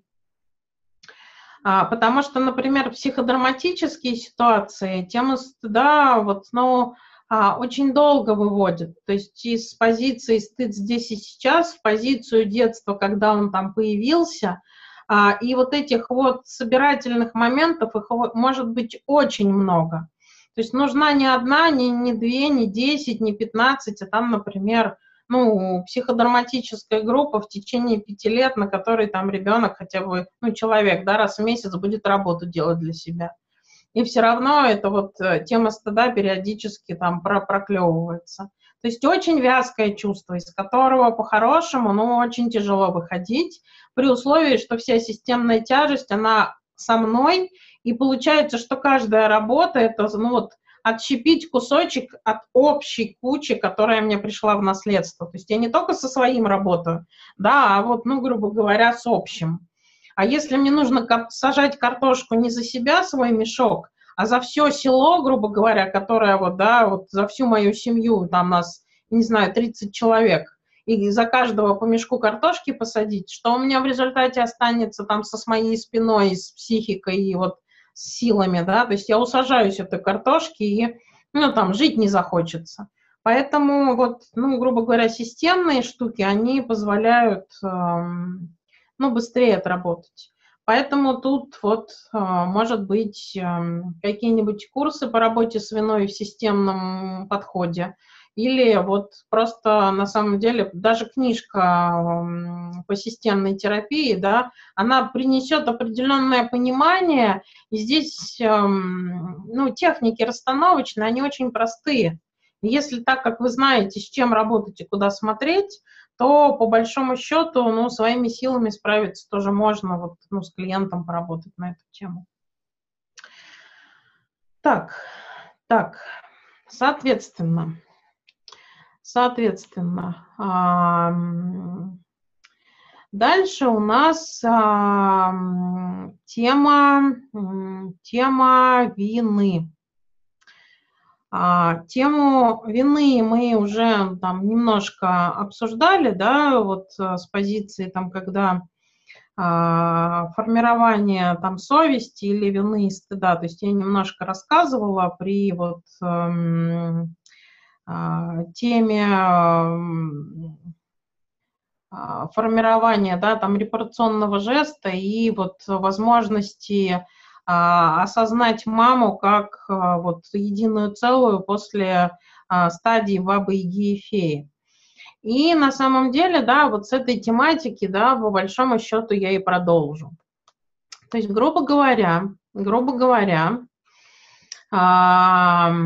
А, потому что, например, психодраматические ситуации, тема стыда вот, ну, а, очень долго выводит. То есть из позиции стыд здесь и сейчас в позицию детства, когда он там появился. А, и вот этих вот собирательных моментов, их может быть очень много. То есть нужна не одна, не, не две, не десять, не пятнадцать, а там, например, ну, психодраматическая группа в течение пяти лет, на которой там ребенок хотя бы, ну, человек, да, раз в месяц будет работу делать для себя. И все равно эта вот тема стыда периодически там проклевывается. То есть очень вязкое чувство, из которого по-хорошему, ну, очень тяжело выходить, при условии, что вся системная тяжесть, она со мной, и получается, что каждая работа, это, ну, вот, отщепить кусочек от общей кучи, которая мне пришла в наследство. То есть я не только со своим работаю, да, а вот, ну, грубо говоря, с общим. А если мне нужно сажать картошку не за себя, свой мешок, а за все село, грубо говоря, которое вот, да, вот за всю мою семью, там нас, не знаю, тридцать человек, и за каждого по мешку картошки посадить, что у меня в результате останется там со с моей спиной, с психикой и вот с силами, да, то есть я усажаюсь этой картошки и, ну, там, жить не захочется. Поэтому вот, ну, грубо говоря, системные штуки, они позволяют, эм, ну, быстрее отработать. Поэтому тут вот, э, может быть, э, какие-нибудь курсы по работе с виной в системном подходе, или вот просто на самом деле даже книжка по системной терапии, да, она принесет определенное понимание, и здесь, ну, техники расстановочные, они очень простые. Если так, как вы знаете, с чем работать и куда смотреть, то по большому счету, ну, своими силами справиться тоже можно, вот, ну, с клиентом поработать на эту тему. Так, так, соответственно, Соответственно, дальше у нас тема, тема вины. Тему вины мы уже там немножко обсуждали, да, вот с позиции, там, когда формирование там совести или вины и стыда, то есть я немножко рассказывала при вот теме формирования, да, там, репарационного жеста и вот возможности а, осознать маму как а, вот единую целую после а, стадии бабы-яги и феи. И на самом деле, да, вот с этой тематики, да, по большому счету я и продолжу. То есть, грубо говоря, грубо говоря, а,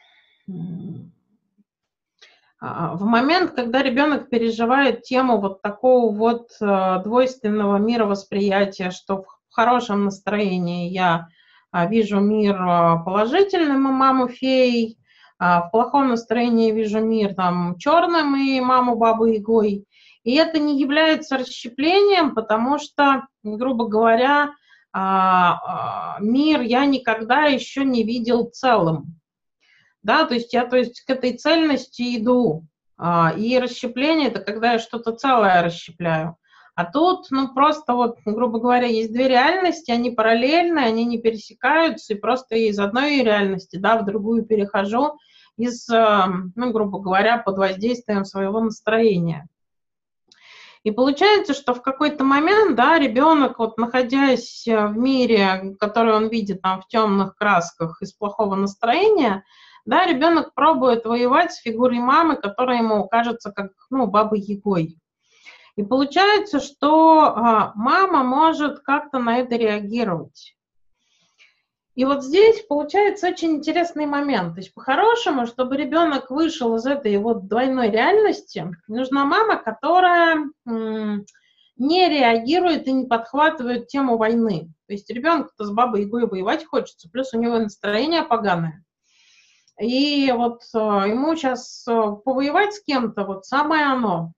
в момент, когда ребенок переживает тему вот такого вот э, двойственного мировосприятия, что в хорошем настроении я э, вижу мир положительным и маму феей, а в плохом настроении вижу мир там черным и маму бабу-ягой. И это не является расщеплением, потому что, грубо говоря, э, э, мир я никогда еще не видел целым. Да, то есть я то есть, к этой цельности иду. А, и расщепление – это когда я что-то целое расщепляю. А тут, ну, просто вот, грубо говоря, есть две реальности, они параллельны, они не пересекаются, и просто я из одной реальности, да, в другую перехожу из, ну, грубо говоря, под воздействием своего настроения. И получается, что в какой-то момент, да, ребенок, вот находясь в мире, который он видит там в темных красках из плохого настроения, да, ребенок пробует воевать с фигурой мамы, которая ему кажется как, ну, бабой-ягой. И получается, что а, мама может как-то на это реагировать. И вот здесь получается очень интересный момент. То есть по-хорошему, чтобы ребенок вышел из этой вот двойной реальности, нужна мама, которая м- не реагирует и не подхватывает тему войны. То есть ребенку-то с бабой-ягой воевать хочется, плюс у него настроение поганое. И вот э, ему сейчас э, повоевать с кем-то, вот самое оно.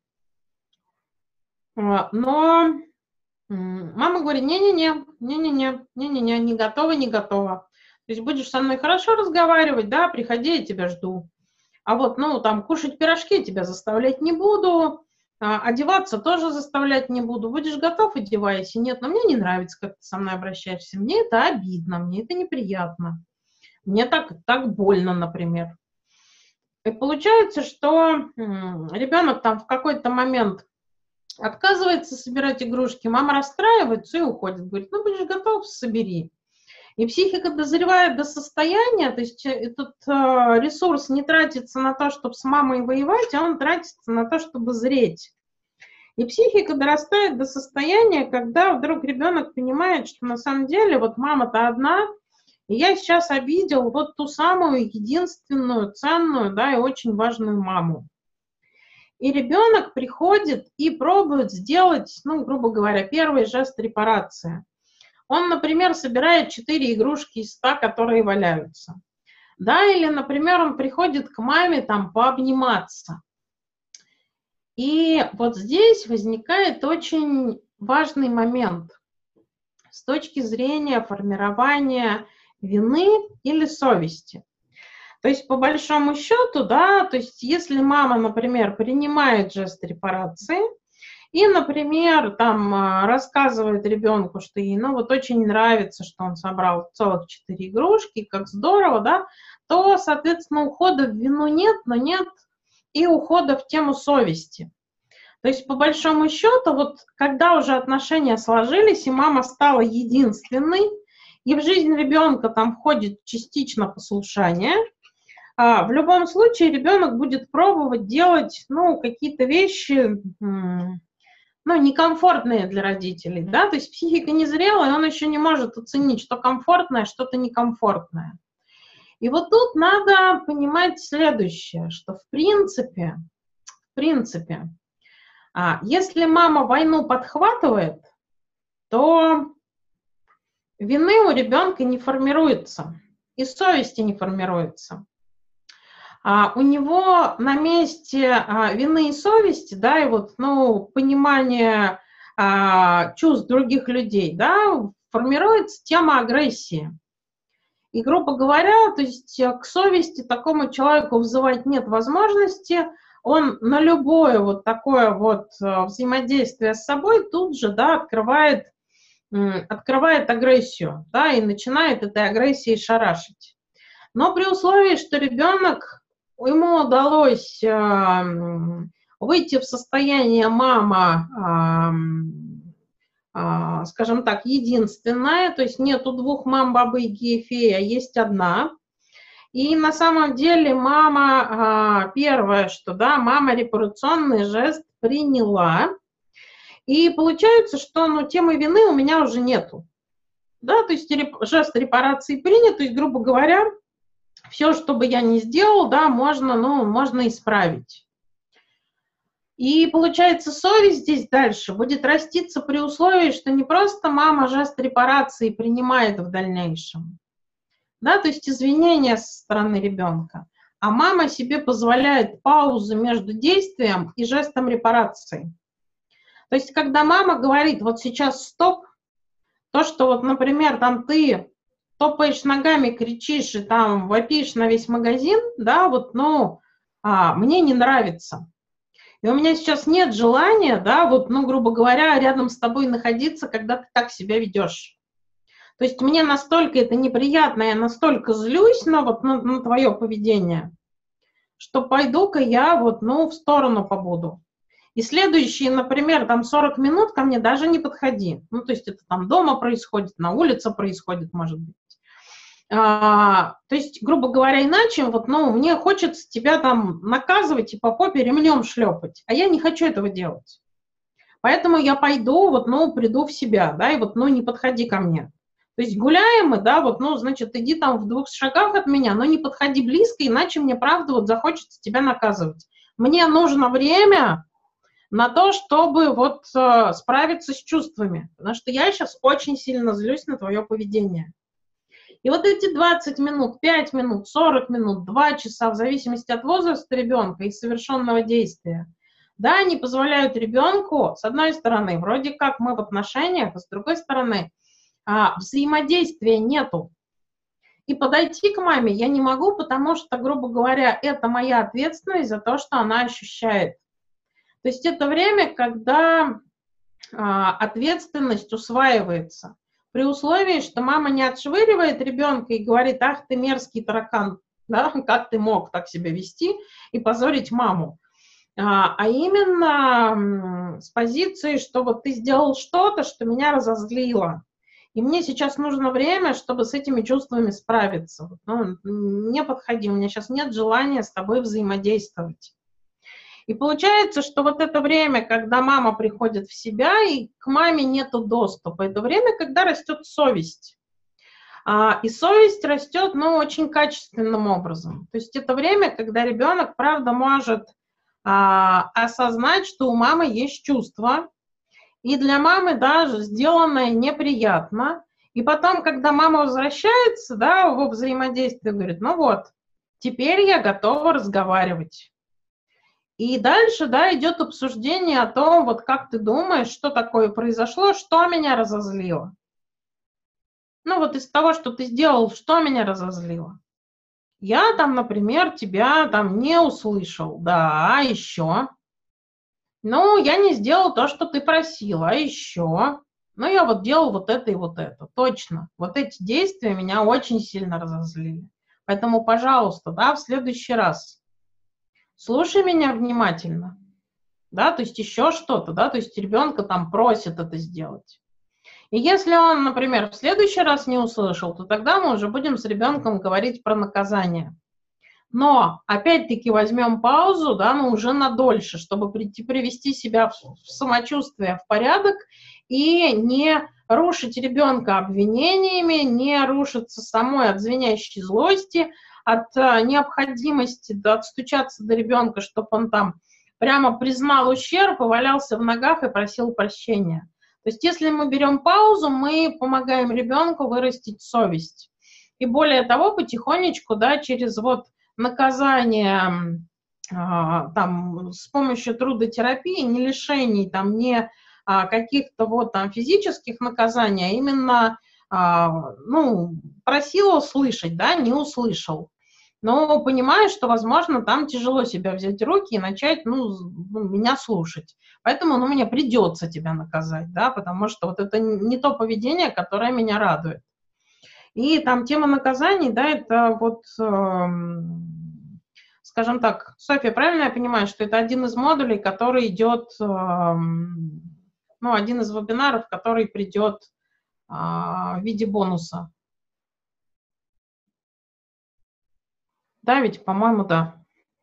Э, но э, мама говорит, не-не-не, не-не-не, не-не-не, не готова, не готова. То есть будешь со мной хорошо разговаривать, да, приходи, я тебя жду. А вот, ну, там, кушать пирожки я тебя заставлять не буду, А, одеваться тоже заставлять не буду. Будешь готов, одевайся. Нет, но мне не нравится, как ты со мной обращаешься. Мне это обидно, мне это неприятно. Мне так, так больно, например. И получается, что ребенок там в какой-то момент отказывается собирать игрушки, мама расстраивается и уходит. Говорит, ну, будешь готов, собери. И психика дозревает до состояния, то есть этот э, ресурс не тратится на то, чтобы с мамой воевать, а он тратится на то, чтобы зреть. И психика дорастает до состояния, когда вдруг ребенок понимает, что на самом деле вот мама-то одна, и я сейчас обидел вот ту самую единственную, ценную, да, и очень важную маму. И ребенок приходит и пробует сделать, ну, грубо говоря, первый жест репарации. Он, например, собирает четыре игрушки из ста, которые валяются. Да, или, например, он приходит к маме там пообниматься. И вот здесь возникает очень важный момент с точки зрения формирования вины или совести. То есть, по большому счету, да, то есть, если мама, например, принимает жест репарации, и, например, там рассказывает ребенку, что ей, ну, вот очень нравится, что он собрал целых четыре игрушки, как здорово, да, то, соответственно, ухода в вину нет, но нет и ухода в тему совести. То есть, по большому счету, вот когда уже отношения сложились, и мама стала единственной, и в жизнь ребенка там входит частично послушание, а в любом случае ребенок будет пробовать делать, ну, какие-то вещи, ну, некомфортные для родителей, да, то есть психика незрелая, он еще не может оценить, что комфортное, что-то некомфортное. И вот тут надо понимать следующее, что в принципе, в принципе, если мама войну подхватывает, то вины у ребенка не формируется, и совести не формируется. А у него на месте а, вины и совести, да, и вот, ну, понимание а, чувств других людей, да, формируется тема агрессии. И, грубо говоря, то есть к совести такому человеку вызывать нет возможности, он на любое вот такое вот взаимодействие с собой тут же, да, открывает, открывает агрессию, да, и начинает этой агрессией шарашить. Но при условии, что ребенок, ему удалось э, выйти в состояние мама, э, э, скажем так, единственная, то есть нету двух мам, бабы-яги и феи, а есть одна. И на самом деле мама, э, первое, что, да, мама репарационный жест приняла, и получается, что, ну, темы вины у меня уже нету. Да, то есть реп, жест репарации принят, то есть, грубо говоря, все, что бы я ни сделал, да, можно, ну, можно исправить. И получается, совесть здесь дальше будет раститься при условии, что не просто мама жест репарации принимает в дальнейшем, да, то есть извинения со стороны ребенка, а мама себе позволяет паузу между действием и жестом репарации. То есть, когда мама говорит, вот сейчас стоп, то, что вот, например, там ты топаешь ногами, кричишь и там вопишь на весь магазин, да, вот, ну, а, мне не нравится. И у меня сейчас нет желания, да, вот, ну, грубо говоря, рядом с тобой находиться, когда ты так себя ведешь. То есть мне настолько это неприятно, я настолько злюсь на, вот, на, на твое поведение, что пойду-ка я вот, ну, в сторону побуду. И следующие, например, там сорок минут ко мне даже не подходи. Ну, то есть это там дома происходит, на улице происходит, может быть. А, то есть, грубо говоря, иначе, вот, ну, мне хочется тебя там наказывать и по попе ремнем шлепать, а я не хочу этого делать. Поэтому я пойду, вот, ну, приду в себя, да, и вот, ну, не подходи ко мне. То есть гуляем мы, да, вот, ну, значит, иди там в двух шагах от меня, но не подходи близко, иначе мне, правда, вот захочется тебя наказывать. Мне нужно время на то, чтобы вот э, справиться с чувствами, потому что я сейчас очень сильно злюсь на твое поведение. И вот эти двадцать минут, пять минут, сорок минут, два часа, в зависимости от возраста ребенка и совершенного действия, да, они позволяют ребенку, с одной стороны, вроде как мы в отношениях, а с другой стороны, а, взаимодействия нету. И подойти к маме я не могу, потому что, грубо говоря, это моя ответственность за то, что она ощущает. То есть это время, когда а, ответственность усваивается. При условии, что мама не отшвыривает ребенка и говорит: ах ты мерзкий таракан, да, как ты мог так себя вести и позорить маму. А, а именно с позиции, что вот ты сделал что-то, что меня разозлило. И мне сейчас нужно время, чтобы с этими чувствами справиться. Ну, не подходи, у меня сейчас нет желания с тобой взаимодействовать. И получается, что вот это время, когда мама приходит в себя, и к маме нету доступа, это время, когда растет совесть. А, и совесть растет, ну, очень качественным образом. То есть это время, когда ребенок, правда, может а, осознать, что у мамы есть чувства, и для мамы даже сделанное неприятно. И потом, когда мама возвращается, да, во взаимодействие, говорит: ну вот, теперь я готова разговаривать. И дальше, да, идет обсуждение о том, вот как ты думаешь, что такое произошло, что меня разозлило. Ну вот из того, что ты сделал, что меня разозлило? Я там, например, тебя там не услышал, да, а еще... Ну, я не сделал то, что ты просила, а еще... Ну, я вот делал вот это и вот это, точно. Вот эти действия меня очень сильно разозлили. Поэтому, пожалуйста, да, в следующий раз слушай меня внимательно, да, то есть еще что-то, да, то есть ребенка там просит это сделать. И если он, например, в следующий раз не услышал, то тогда мы уже будем с ребенком говорить про наказание. Но, опять-таки, возьмем паузу, да, но уже на дольше, чтобы прийти, привести себя в, в самочувствие в порядок и не рушить ребенка обвинениями, не рушиться самой от звенящей злости, от а, необходимости да, отстучаться до ребенка, чтобы он там прямо признал ущерб и валялся в ногах и просил прощения. То есть если мы берем паузу, мы помогаем ребенку вырастить совесть. И более того, потихонечку, да, через вот наказание а, там, с помощью трудотерапии, не лишений, там, не а, каких-то вот там физических наказаний, а именно а, ну, просил услышать, да, не услышал. Но понимаю, что, возможно, там тяжело себя взять в руки и начать, ну, меня слушать. Поэтому, ну, мне придется тебя наказать, да, потому что вот это не то поведение, которое меня радует. И там тема наказаний, да, это вот, э, скажем так, Софья, правильно я понимаю, что это один из модулей, который идет, э, ну, один из вебинаров, который придет э, в виде бонуса? Да, ведь, по-моему, да.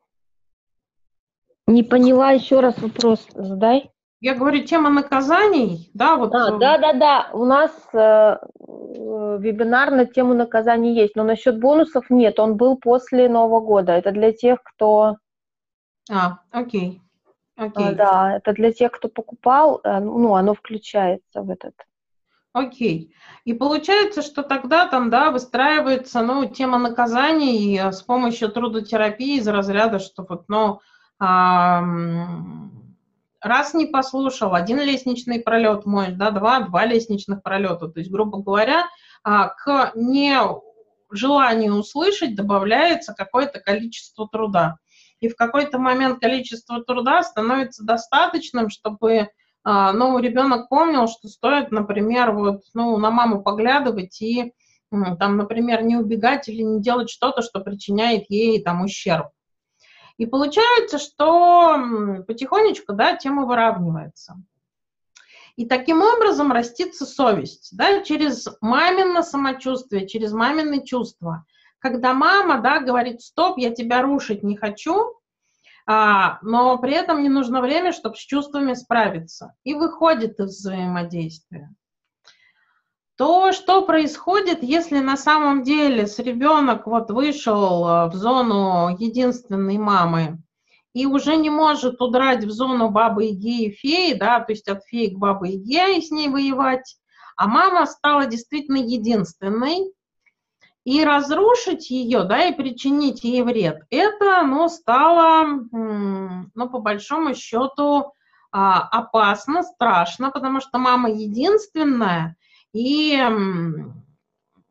Не поняла, еще раз вопрос задай. Я говорю, тема наказаний, да, вот... А, да, да, да, у нас э, вебинар на тему наказаний есть, но насчет бонусов нет, он был после Нового года, это для тех, кто... А, окей, окей. А, да, это для тех, кто покупал, э, ну, оно включается в этот... Окей. И получается, что тогда там, да, выстраивается, ну, тема наказаний с помощью трудотерапии из разряда, что вот, ну, а, раз не послушал, один лестничный пролет моешь, да, два, два лестничных пролета. То есть, грубо говоря, а, к нежеланию услышать добавляется какое-то количество труда. И в какой-то момент количество труда становится достаточным, чтобы... Ну, ребенок помнил, что стоит, например, вот, ну, на маму поглядывать и, там, например, не убегать или не делать что-то, что причиняет ей там ущерб. И получается, что потихонечку, да, тема выравнивается. И таким образом растится совесть, да, через мамино самочувствие, через мамины чувства. Когда мама, да, говорит: стоп, я тебя рушить не хочу, А, но при этом не нужно время, чтобы с чувствами справиться. И выходит из взаимодействия. То, что происходит, если на самом деле с ребенок вот вышел в зону единственной мамы и уже не может удрать в зону бабы-яги и феи, да, то есть от феи к бабе-яге и с ней воевать, а мама стала действительно единственной, и разрушить ее, да, и причинить ей вред, это, ну, стало, ну, по большому счету, опасно, страшно, потому что мама единственная, и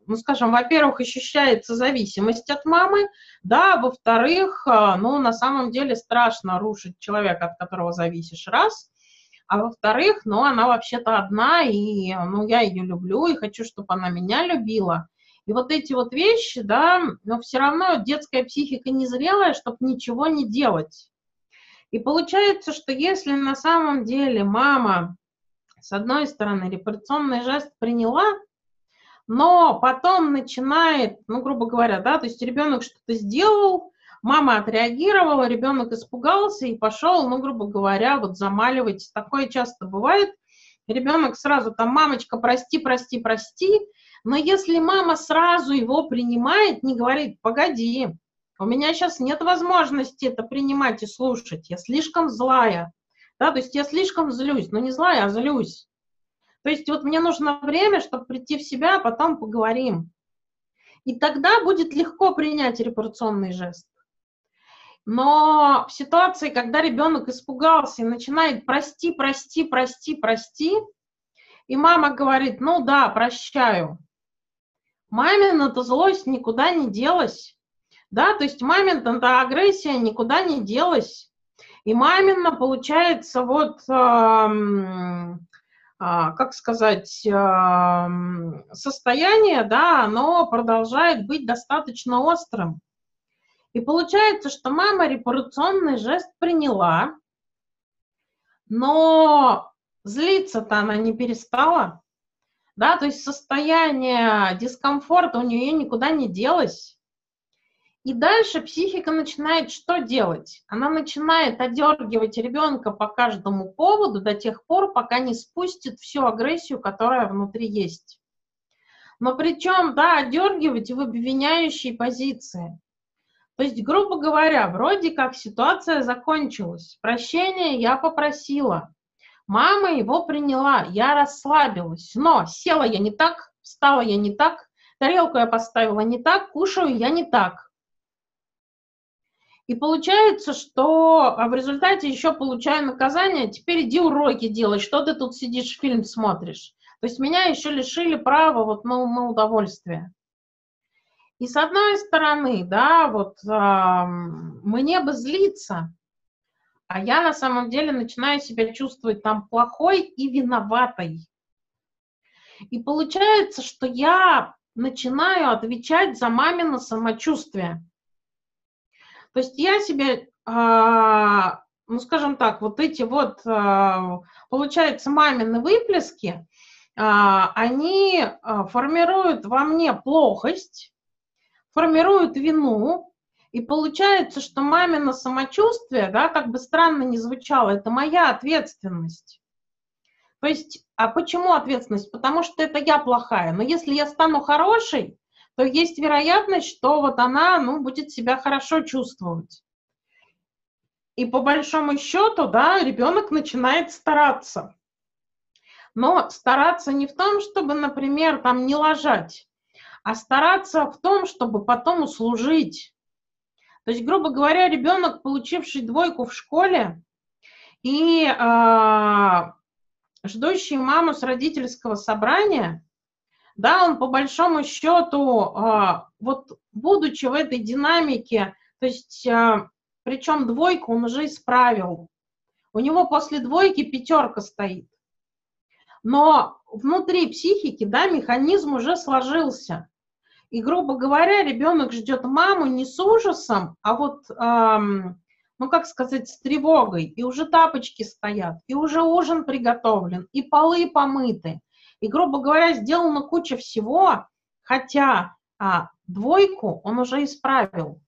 ну, скажем, во-первых, ощущается зависимость от мамы, да, во-вторых, ну, на самом деле страшно рушить человека, от которого зависишь, раз, а во-вторых, ну, она вообще-то одна, и, ну, я ее люблю, и хочу, чтобы она меня любила. И вот эти вот вещи, да, но все равно детская психика незрелая, чтобы ничего не делать. И получается, что если на самом деле мама, с одной стороны, репарационный жест приняла, но потом начинает, ну, грубо говоря, да, то есть ребенок что-то сделал, мама отреагировала, ребенок испугался и пошел, ну, грубо говоря, вот замаливать. Такое часто бывает. Ребенок сразу там, мамочка, прости, прости, прости. Но если мама сразу его принимает, не говорит, погоди, у меня сейчас нет возможности это принимать и слушать, я слишком злая, да, то есть я слишком злюсь, но не злая, а злюсь. То есть вот мне нужно время, чтобы прийти в себя, а потом поговорим. И тогда будет легко принять репарационный жест. Но в ситуации, когда ребенок испугался и начинает прости, прости, прости, прости, и мама говорит, ну да, прощаю, мамина-то злость никуда не делась. Да, то есть мамина-то агрессия никуда не делась. И мамина, получается, вот, э, э, как сказать, э, состояние, да, оно продолжает быть достаточно острым. И получается, что мама репарационный жест приняла, но злиться-то она не перестала. Да, то есть состояние дискомфорта у нее никуда не делось. И дальше психика начинает что делать? Она начинает одергивать ребенка по каждому поводу до тех пор, пока не спустит всю агрессию, которая внутри есть. Но причем, да, одергивать в обвиняющей позиции. То есть, грубо говоря, вроде как ситуация закончилась. Прощения я попросила. Мама его приняла, я расслабилась. Но села я не так, встала я не так, тарелку я поставила не так, кушаю я не так. И получается, что в результате еще получаю наказание, теперь иди уроки делай, что ты тут сидишь, фильм смотришь. То есть меня еще лишили права вот на, на удовольствие. И с одной стороны, да, вот э, мне бы злиться, а я на самом деле начинаю себя чувствовать там плохой и виноватой. И получается, что я начинаю отвечать за мамино самочувствие. То есть я себе, э, ну скажем так, вот эти вот, э, получается, мамины выплески, э, они э, формируют во мне плохость, формируют вину, и получается, что мамино самочувствие, да, как бы странно ни звучало, это моя ответственность. То есть, а почему ответственность? Потому что это я плохая. Но если я стану хорошей, то есть вероятность, что вот она, ну, будет себя хорошо чувствовать. И по большому счету, да, ребенок начинает стараться. Но стараться не в том, чтобы, например, там не лажать, а стараться в том, чтобы потом услужить. То есть, грубо говоря, ребенок, получивший двойку в школе и э, ждущий маму с родительского собрания, да, он по большому счету, э, вот будучи в этой динамике, то есть, э, причем двойку он уже исправил, у него после двойки пятерка стоит. Но внутри психики, да, механизм уже сложился. И, грубо говоря, ребенок ждет маму не с ужасом, а вот, эм, ну, как сказать, с тревогой. И уже тапочки стоят, и уже ужин приготовлен, и полы помыты. И, грубо говоря, сделана куча всего, хотя а, двойку он уже исправил.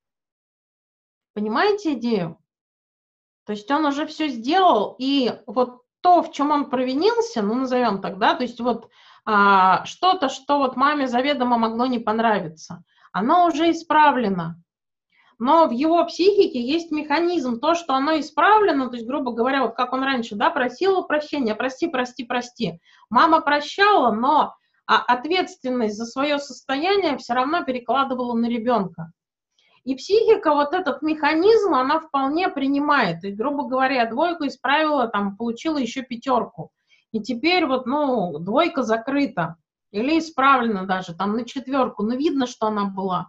Понимаете идею? То есть он уже все сделал, и вот то, в чем он провинился, ну, назовем так, да, то есть вот а, что-то, что вот маме заведомо могло не понравиться, оно уже исправлено. Но в его психике есть механизм, то, что оно исправлено, то есть, грубо говоря, вот как он раньше, да, просил прощения, прости, прости, прости. Мама прощала, но ответственность за свое состояние все равно перекладывала на ребенка. И психика вот этот механизм, она вполне принимает. И, грубо говоря, двойку исправила, там, получила еще пятерку. И теперь вот, ну, двойка закрыта. или исправлена даже, там, на четверку, но видно, что она была,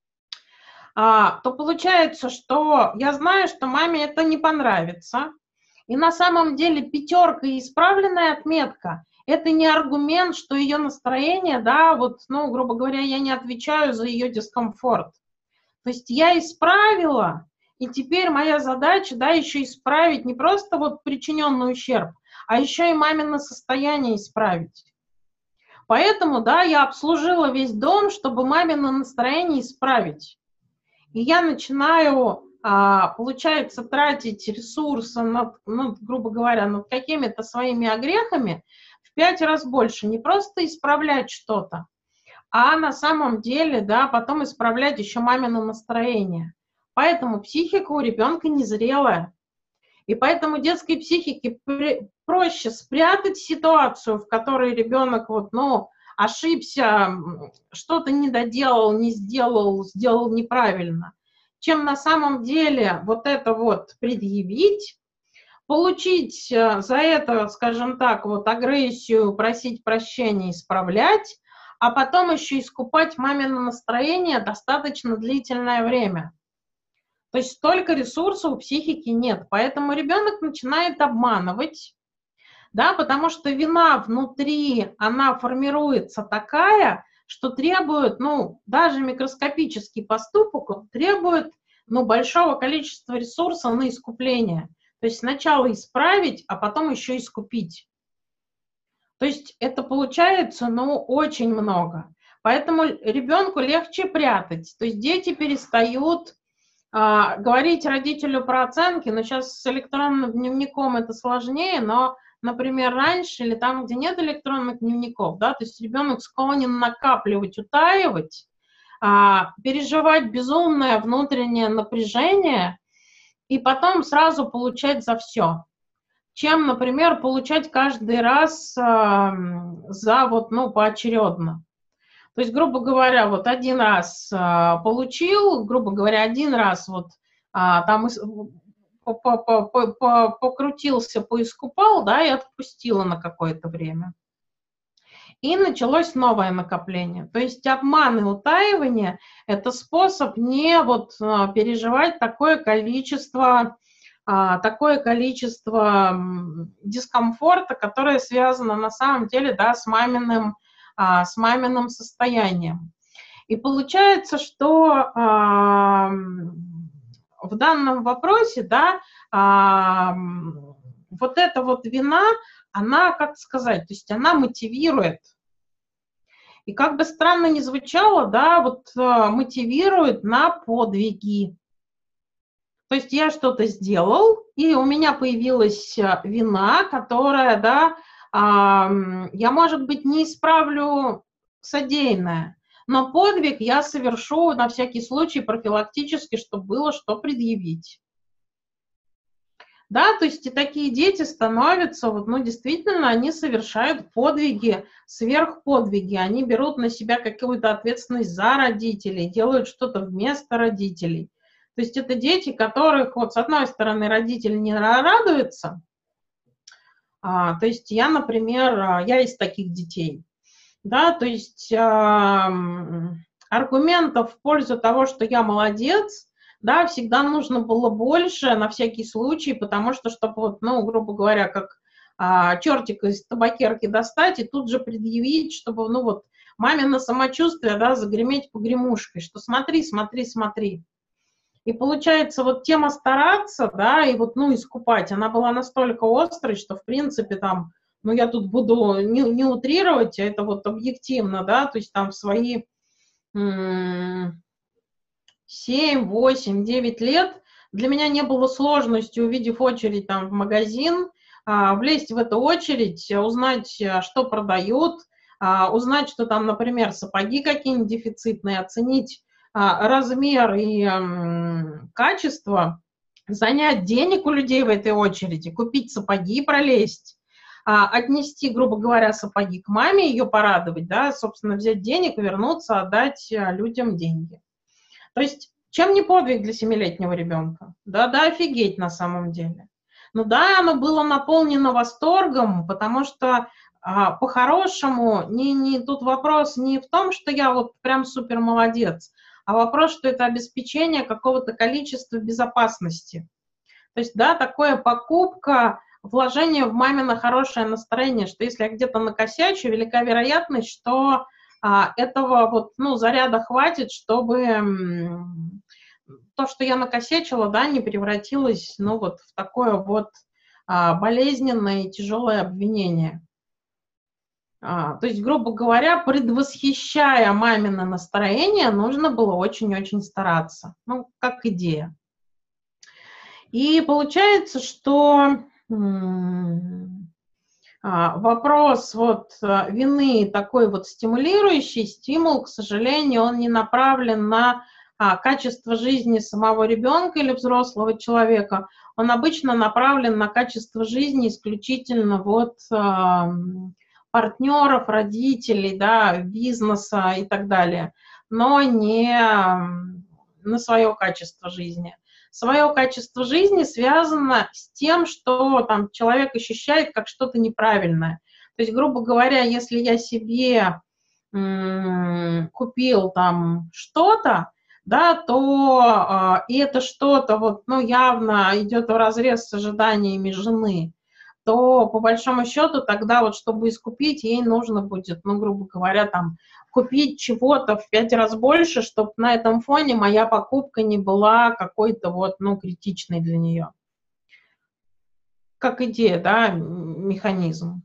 а, то получается, что я знаю, что маме это не понравится, и на самом деле пятерка и исправленная отметка – это не аргумент, что ее настроение, да, вот, ну, грубо говоря, я не отвечаю за ее дискомфорт. То есть я исправила, и теперь моя задача, да, еще исправить не просто вот причиненный ущерб, а еще и мамино состояние исправить. Поэтому, да, я обслужила весь дом, чтобы мамино настроение исправить. И я начинаю, а, получается, тратить ресурсы, над, ну, грубо говоря, над какими-то своими огрехами в пять раз больше. Не просто исправлять что-то, а на самом деле, да, потом исправлять еще мамино настроение. Поэтому психика у ребенка незрелая. И поэтому детской психике проще спрятать ситуацию, в которой ребенок вот, ну, ошибся, что-то не доделал, не сделал, сделал неправильно, чем на самом деле вот это вот предъявить, получить за это, скажем так, вот агрессию, просить прощения, исправлять, а потом еще искупать мамино настроение достаточно длительное время. То есть столько ресурсов у психики нет, поэтому ребенок начинает обманывать, да, потому что вина внутри, она формируется такая, что требует, ну, даже микроскопический поступок требует, ну, большого количества ресурсов на искупление. То есть сначала исправить, а потом еще искупить. То есть это получается, ну, очень много. Поэтому ребенку легче прятать. То есть дети перестают а, говорить родителю про оценки, но сейчас с электронным дневником это сложнее, но, например, раньше или там, где нет электронных дневников, да, то есть ребенок склонен накапливать, утаивать, а, переживать безумное внутреннее напряжение и потом сразу получать за все. Чем, например, получать каждый раз а, за вот, ну, поочередно. То есть, грубо говоря, вот один раз а, получил, грубо говоря, один раз вот а, там покрутился, поискупал, да, и отпустила на какое-то время. И началось новое накопление. То есть обман и утаивание – это способ не вот переживать такое количество, такое количество дискомфорта, которое связано на самом деле, да, с маминым, с маминым состоянием. И получается, что в данном вопросе, да, вот эта вот вина, она, как сказать, то есть она мотивирует. И как бы странно ни звучало, да, вот мотивирует на подвиги. То есть я что-то сделал, и у меня появилась вина, которая, да, я, может быть, не исправлю содеянное, но подвиг я совершу на всякий случай профилактически, чтобы было что предъявить. Да, то есть и такие дети становятся, вот, ну, действительно, они совершают подвиги, сверхподвиги, они берут на себя какую-то ответственность за родителей, делают что-то вместо родителей. То есть это дети, которых, вот, с одной стороны, родители не радуются, а, то есть я, например, я из таких детей, да, то есть а, аргументов в пользу того, что я молодец, да, всегда нужно было больше на всякий случай, потому что, чтобы, вот, ну, грубо говоря, как а, чертика из табакерки достать и тут же предъявить, чтобы, ну, вот, мамино самочувствие, да, загреметь погремушкой, что смотри, смотри, смотри. И получается, вот тема стараться, да, и вот, ну, искупать, она была настолько острой, что, в принципе, там, ну, я тут буду не, не утрировать, а это вот объективно, да, то есть там в свои семь, восемь, девять лет для меня не было сложности, увидев очередь там в магазин, а, влезть в эту очередь, узнать, что продают, а, узнать, что там, например, сапоги какие-нибудь дефицитные, оценить а, размер и м, качество, занять денег у людей в этой очереди, купить сапоги, пролезть, а, отнести, грубо говоря, сапоги к маме, ее порадовать, да, собственно, взять денег, вернуться, отдать а, людям деньги. То есть, чем не подвиг для семилетнего ребенка? Да, да, офигеть на самом деле. Ну да, оно было наполнено восторгом, потому что а, по-хорошему, не, не, тут вопрос не в том, что я вот прям супер молодец, а вопрос, что это обеспечение какого-то количества безопасности. То есть, да, такое покупка, вложение в мамино хорошее настроение, что если я где-то накосячу, велика вероятность, что а, этого вот, ну, заряда хватит, чтобы м, то, что я накосячила, да, не превратилось, ну, вот в такое вот а, болезненное и тяжелое обвинение. А, то есть, грубо говоря, предвосхищая мамино настроение, нужно было очень-очень стараться. Ну, как идея. И получается, что м, а, вопрос вот вины такой вот стимулирующий, стимул, к сожалению, он не направлен на а, качество жизни самого ребенка или взрослого человека, он обычно направлен на качество жизни исключительно вот а, партнеров, родителей, да, бизнеса и так далее, но не на свое качество жизни. Свое качество жизни связано с тем, что там человек ощущает как что-то неправильное. То есть, грубо говоря, если я себе м- купил там что-то, да, то э, и это что-то вот, ну, явно идет вразрез с ожиданиями жены, то по большому счету тогда вот, чтобы искупить, ей нужно будет, ну, грубо говоря, там, купить чего-то в пять раз больше, чтобы на этом фоне моя покупка не была какой-то вот, ну, критичной для нее. Как идея, да, механизм.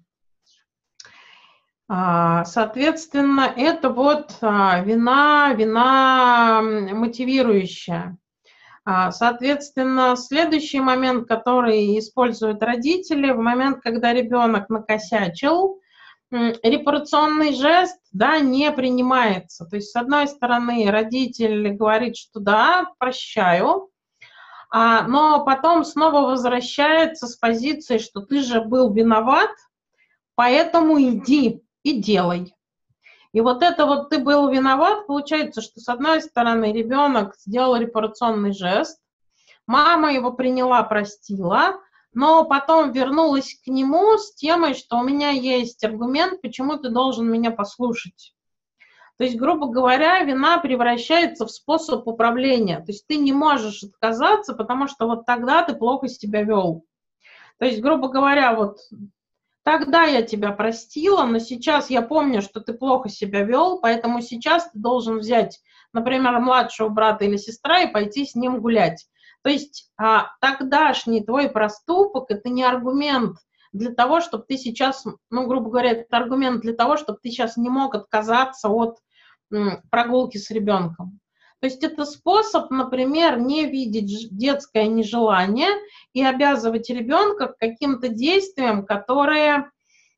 Соответственно, это вот вина, вина мотивирующая. Соответственно, следующий момент, который используют родители, в момент, когда ребенок накосячил, репарационный жест, да, не принимается. То есть, с одной стороны, родитель говорит, что да, прощаю, а, но потом снова возвращается с позиции, что ты же был виноват, поэтому иди и делай. И вот это вот ты был виноват, получается, что с одной стороны ребенок сделал репарационный жест, мама его приняла, простила, но потом вернулась к нему с темой, что у меня есть аргумент, почему ты должен меня послушать. То есть, грубо говоря, вина превращается в способ управления. То есть ты не можешь отказаться, потому что вот тогда ты плохо себя вел. То есть, грубо говоря, вот тогда я тебя простила, но сейчас я помню, что ты плохо себя вел, поэтому сейчас ты должен взять, например, младшего брата или сестра и пойти с ним гулять. То есть а, тогдашний твой проступок – это не аргумент для того, чтобы ты сейчас, ну, грубо говоря, это аргумент для того, чтобы ты сейчас не мог отказаться от м, прогулки с ребенком. То есть это способ, например, не видеть детское нежелание и обязывать ребенка к каким-то действиям, которые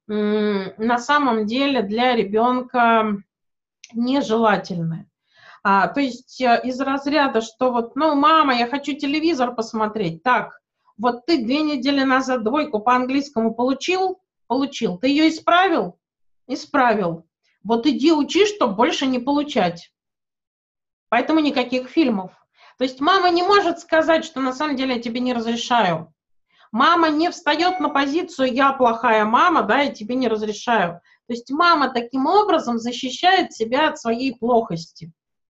м, на самом деле для ребенка нежелательны. А, то есть из разряда, что вот, ну, мама, я хочу телевизор посмотреть. Так, вот ты две недели назад двойку по английскому получил? Получил. Ты ее исправил? Исправил. Вот иди учи, чтобы больше не получать. Поэтому никаких фильмов. То есть мама не может сказать, что на самом деле я тебе не разрешаю. Мама не встает на позицию «я плохая мама, да, я тебе не разрешаю». То есть мама таким образом защищает себя от своей плохости.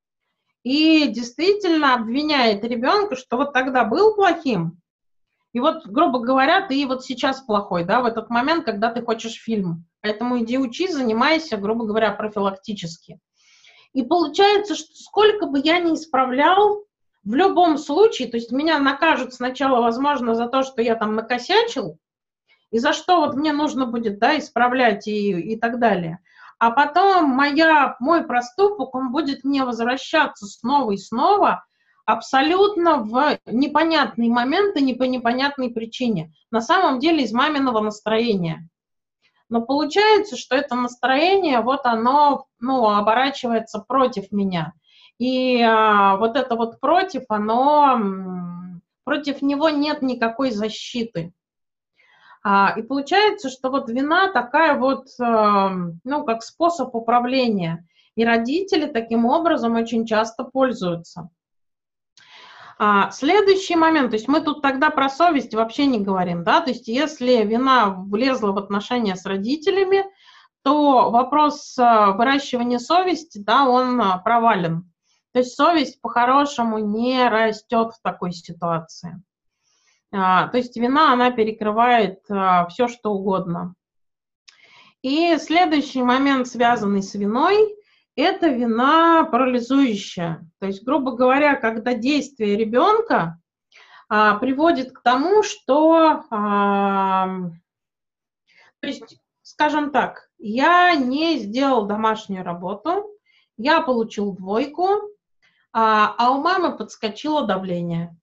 И действительно обвиняет ребенка, что вот тогда был плохим, и вот, грубо говоря, ты вот сейчас плохой, да, в этот момент, когда ты хочешь фильм. Поэтому иди учи, занимайся, грубо говоря, профилактически. И получается, что сколько бы я ни исправлял, в любом случае, то есть меня накажут сначала, возможно, за то, что я там накосячил, и за что вот мне нужно будет, да, исправлять и, и так далее. А потом моя, мой проступок, он будет мне возвращаться снова и снова, абсолютно в непонятный момент и не по непонятной причине. На самом деле из маминого настроения. Но получается, что это настроение, вот оно, ну, оборачивается против меня. И а, вот это вот против, оно, против него нет никакой защиты. А, и получается, что вот вина такая вот, а, ну, как способ управления. И родители таким образом очень часто пользуются. А, следующий момент, то есть мы тут тогда про совесть вообще не говорим, да, то есть если вина влезла в отношения с родителями, то вопрос выращивания совести, да, он провален. То есть совесть по-хорошему не растет в такой ситуации. А, то есть вина, она перекрывает а, все, что угодно. И следующий момент, связанный с виной, это вина парализующая. То есть, грубо говоря, когда действие ребенка а, приводит к тому, что, а, то есть, скажем так, я не сделал домашнюю работу, я получил двойку, а, а у мамы подскочило давление.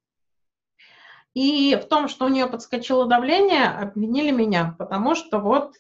И в том, что у нее подскочило давление, обвинили меня, потому что вот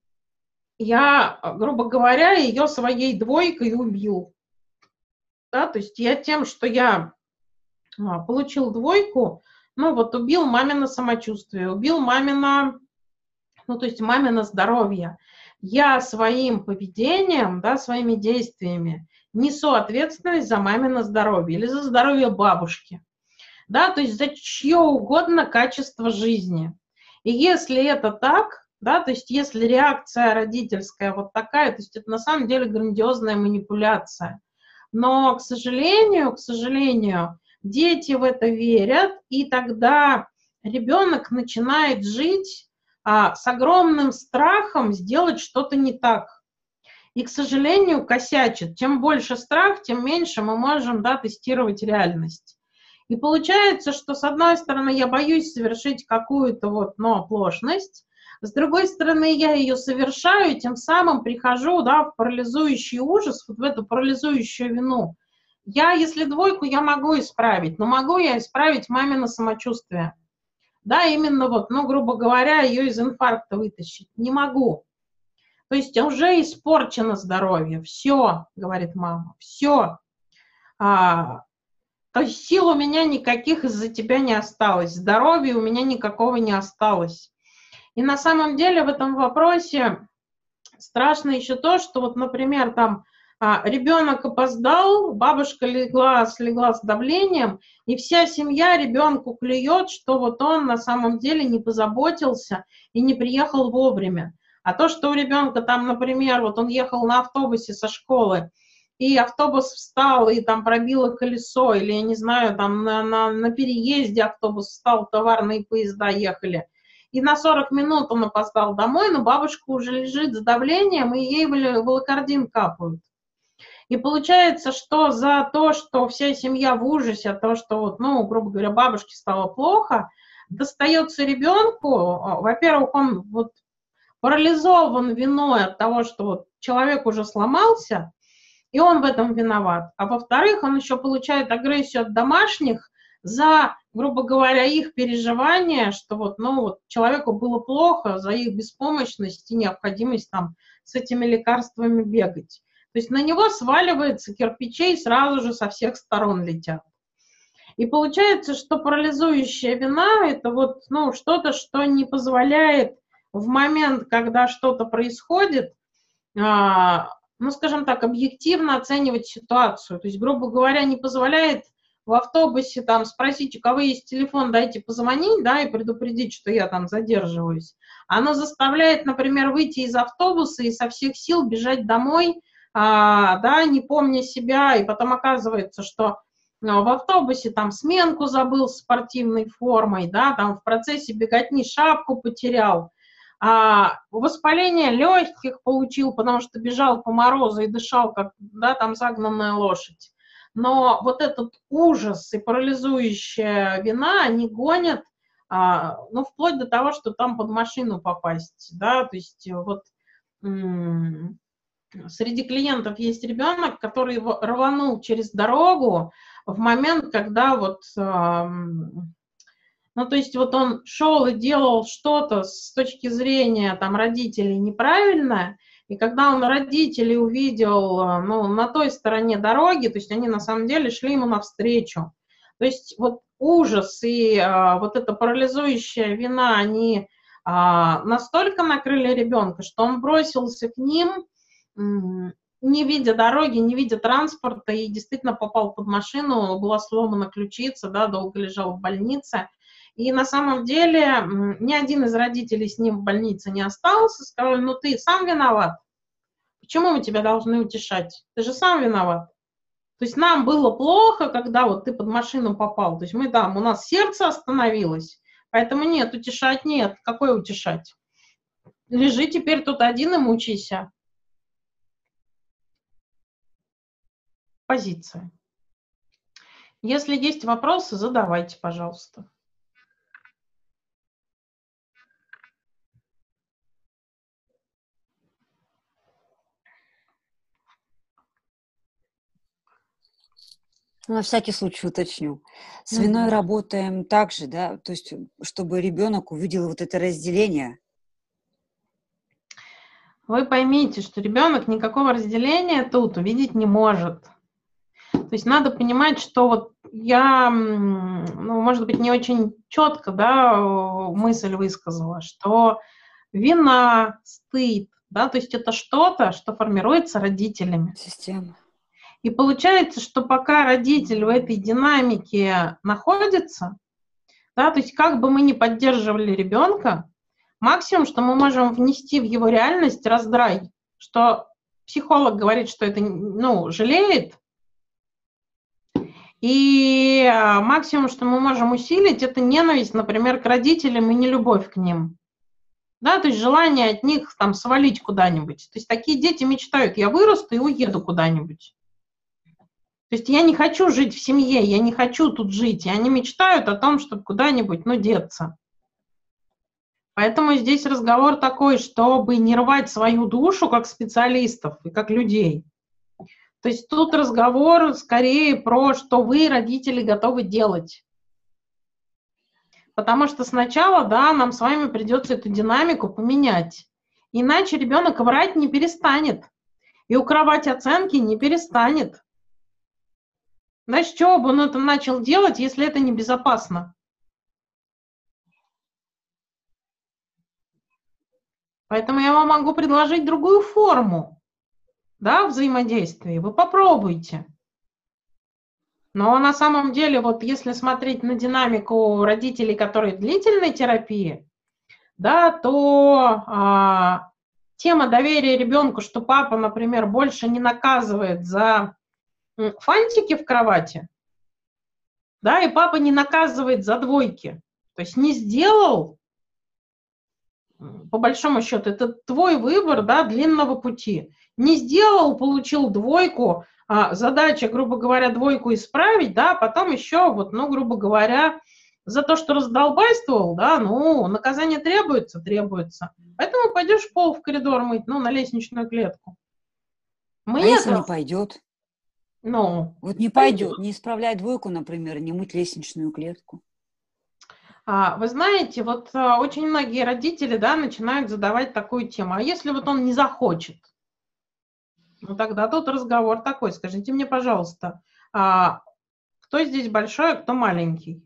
я, грубо говоря, ее своей двойкой убил. Да, то есть я тем, что я а, получил двойку, ну вот убил мамино самочувствие, убил мамино, ну то есть мамино здоровье. Я своим поведением, да, своими действиями несу ответственность за мамино здоровье или за здоровье бабушки. Да, то есть за чье угодно качество жизни. И если это так, да, то есть если реакция родительская вот такая, то есть это на самом деле грандиозная манипуляция. Но, к сожалению, к сожалению, дети в это верят, и тогда ребенок начинает жить а, с огромным страхом сделать что-то не так. И, к сожалению, косячит. Чем больше страх, тем меньше мы можем, да, тестировать реальность. И получается, что с одной стороны я боюсь совершить какую-то вот, ну, оплошность, с другой стороны я ее совершаю, и тем самым прихожу, да, в парализующий ужас, вот в эту парализующую вину. Я, если двойку, я могу исправить, но могу я исправить мамино самочувствие? Да, именно вот, ну, грубо говоря, ее из инфаркта вытащить. Не могу. То есть уже испорчено здоровье. Все, говорит мама, все. А, То есть сил у меня никаких из-за тебя не осталось, здоровья у меня никакого не осталось. И на самом деле в этом вопросе страшно еще то, что вот, например, там ребенок опоздал, бабушка легла, слегла с давлением, и вся семья ребенку клюет, что вот он на самом деле не позаботился и не приехал вовремя. А то, что у ребенка там, например, вот он ехал на автобусе со школы, и автобус встал, и там пробило колесо, или, я не знаю, там на, на, на переезде автобус встал, товарные поезда ехали. И на сорок минут он опоздал домой, но бабушка уже лежит с давлением, и ей волокордин капают. И получается, что за то, что вся семья в ужасе, то, что, вот, ну, грубо говоря, бабушке стало плохо, достается ребенку, во-первых, он вот парализован виной от того, что вот человек уже сломался, и он в этом виноват. А во-вторых, он еще получает агрессию от домашних за, грубо говоря, их переживания, что вот, ну, вот человеку было плохо, за их беспомощность и необходимость там с этими лекарствами бегать. То есть на него сваливается кирпичей, сразу же со всех сторон летят. И получается, что парализующая вина – это вот, ну, что-то, что не позволяет в момент, когда что-то происходит, а, ну, скажем так, объективно оценивать ситуацию. То есть, грубо говоря, не позволяет в автобусе там спросить, у кого есть телефон, дайте позвонить, да, и предупредить, что я там задерживаюсь. Оно заставляет, например, выйти из автобуса и со всех сил бежать домой, а, да, не помня себя, и потом оказывается, что в автобусе там сменку забыл с спортивной формой, да, там в процессе беготни шапку потерял, а, воспаление легких получил, потому что бежал по морозу и дышал, как, да, там загнанная лошадь. Но вот этот ужас и парализующая вина, они гонят, а, ну, вплоть до того, что там под машину попасть, да, то есть вот м- среди клиентов есть ребенок, который рванул через дорогу в момент, когда вот, а, ну, то есть вот он шел и делал что-то с точки зрения там родителей неправильное, и когда он родителей увидел, ну, на той стороне дороги, то есть они на самом деле шли ему навстречу. То есть вот ужас и а, вот эта парализующая вина, они а, настолько накрыли ребенка, что он бросился к ним, м- не видя дороги, не видя транспорта, и действительно попал под машину, была сломана ключица, да, долго лежал в больнице. И на самом деле ни один из родителей с ним в больнице не остался, сказали, ну ты сам виноват. Почему мы тебя должны утешать? Ты же сам виноват. То есть нам было плохо, когда вот ты под машину попал. То есть мы там, у нас сердце остановилось, поэтому нет, утешать нет. Какое утешать? Лежи теперь тут один и мучайся. Позиция. Если есть вопросы, задавайте, пожалуйста. На всякий случай уточню. С виной Мгм. работаем так же, да, то есть чтобы ребенок увидел вот это разделение. Вы поймите, что ребенок никакого разделения тут увидеть не может. То есть надо понимать, что вот я, м, ну, может быть, не очень четко, да, мысль высказала, что вина, стыд, да, то есть это что-то, что формируется родителями. Система. И получается, что пока родитель в этой динамике находится, да, то есть как бы мы ни поддерживали ребенка, максимум, что мы можем внести в его реальность раздрай, что психолог говорит, что это, ну, жалеет, и максимум, что мы можем усилить, это ненависть, например, к родителям и нелюбовь к ним. Да, то есть желание от них там свалить куда-нибудь. То есть такие дети мечтают, я вырасту и уеду куда-нибудь. То есть я не хочу жить в семье, я не хочу тут жить. И они мечтают о том, чтобы куда-нибудь, ну, деться. Поэтому здесь разговор такой, чтобы не рвать свою душу как специалистов и как людей. То есть тут разговор скорее про, что вы, родители, готовы делать. Потому что сначала, да, нам с вами придется эту динамику поменять. Иначе ребенок врать не перестанет. И укрывать оценки не перестанет. Значит, чего бы он это начал делать, если это небезопасно? Поэтому я вам могу предложить другую форму, да, взаимодействия. Вы попробуйте. Но на самом деле, вот если смотреть на динамику родителей, которые в длительной терапии, да, то а, тема доверия ребенку, что папа, например, больше не наказывает за фантики в кровати, да, и папа не наказывает за двойки. То есть не сделал, по большому счету, это твой выбор, да, длинного пути. Не сделал, получил двойку, а, задача, грубо говоря, двойку исправить, да, потом еще, вот, ну, грубо говоря, за то, что раздолбайствовал, да, ну, наказание требуется, требуется. Поэтому пойдешь пол в коридор мыть, ну, на лестничную клетку. Мы А если это... не пойдет? Ну, вот не пойдет, не исправляй двойку, например, не мыть лестничную клетку. А, вы знаете, вот а, очень многие родители, да, начинают задавать такую тему. А если вот он не захочет? Ну, тогда тут разговор такой. Скажите мне, пожалуйста, а, кто здесь большой, а кто маленький?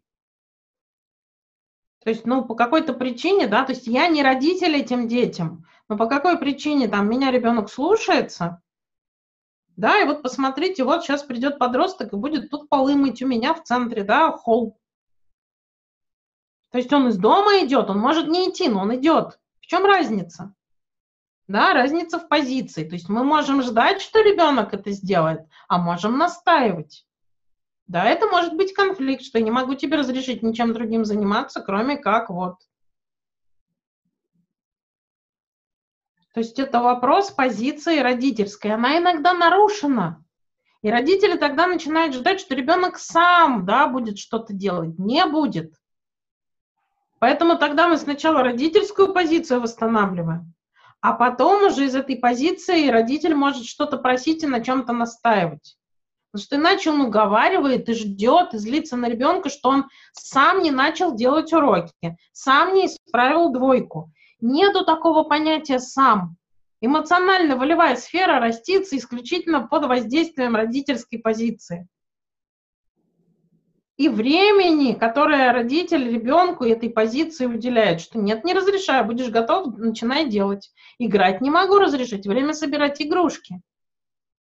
То есть, ну, по какой-то причине, да, то есть я не родитель этим детям, но по какой причине там меня ребенок слушается, да, и вот посмотрите, вот сейчас придет подросток и будет тут полы мыть у меня в центре, да, холл. То есть он из дома идет, он может не идти, но он идет. В чем разница? Да, разница в позиции. То есть мы можем ждать, что ребенок это сделает, а можем настаивать. Да, это может быть конфликт, что я не могу тебе разрешить ничем другим заниматься, кроме как вот. То есть это вопрос позиции родительской. Она иногда нарушена. И родители тогда начинают ждать, что ребенок сам, да, будет что-то делать. Не будет. Поэтому тогда мы сначала родительскую позицию восстанавливаем, а потом уже из этой позиции родитель может что-то просить и на чем-то настаивать. Потому что иначе он уговаривает и ждет, и злится на ребенка, что он сам не начал делать уроки, сам не исправил двойку. Нету такого понятия «сам». Эмоционально-волевая сфера растится исключительно под воздействием родительской позиции. И времени, которое родитель ребенку этой позиции уделяет, что нет, не разрешаю, будешь готов, начинай делать. Играть не могу разрешить, время собирать игрушки.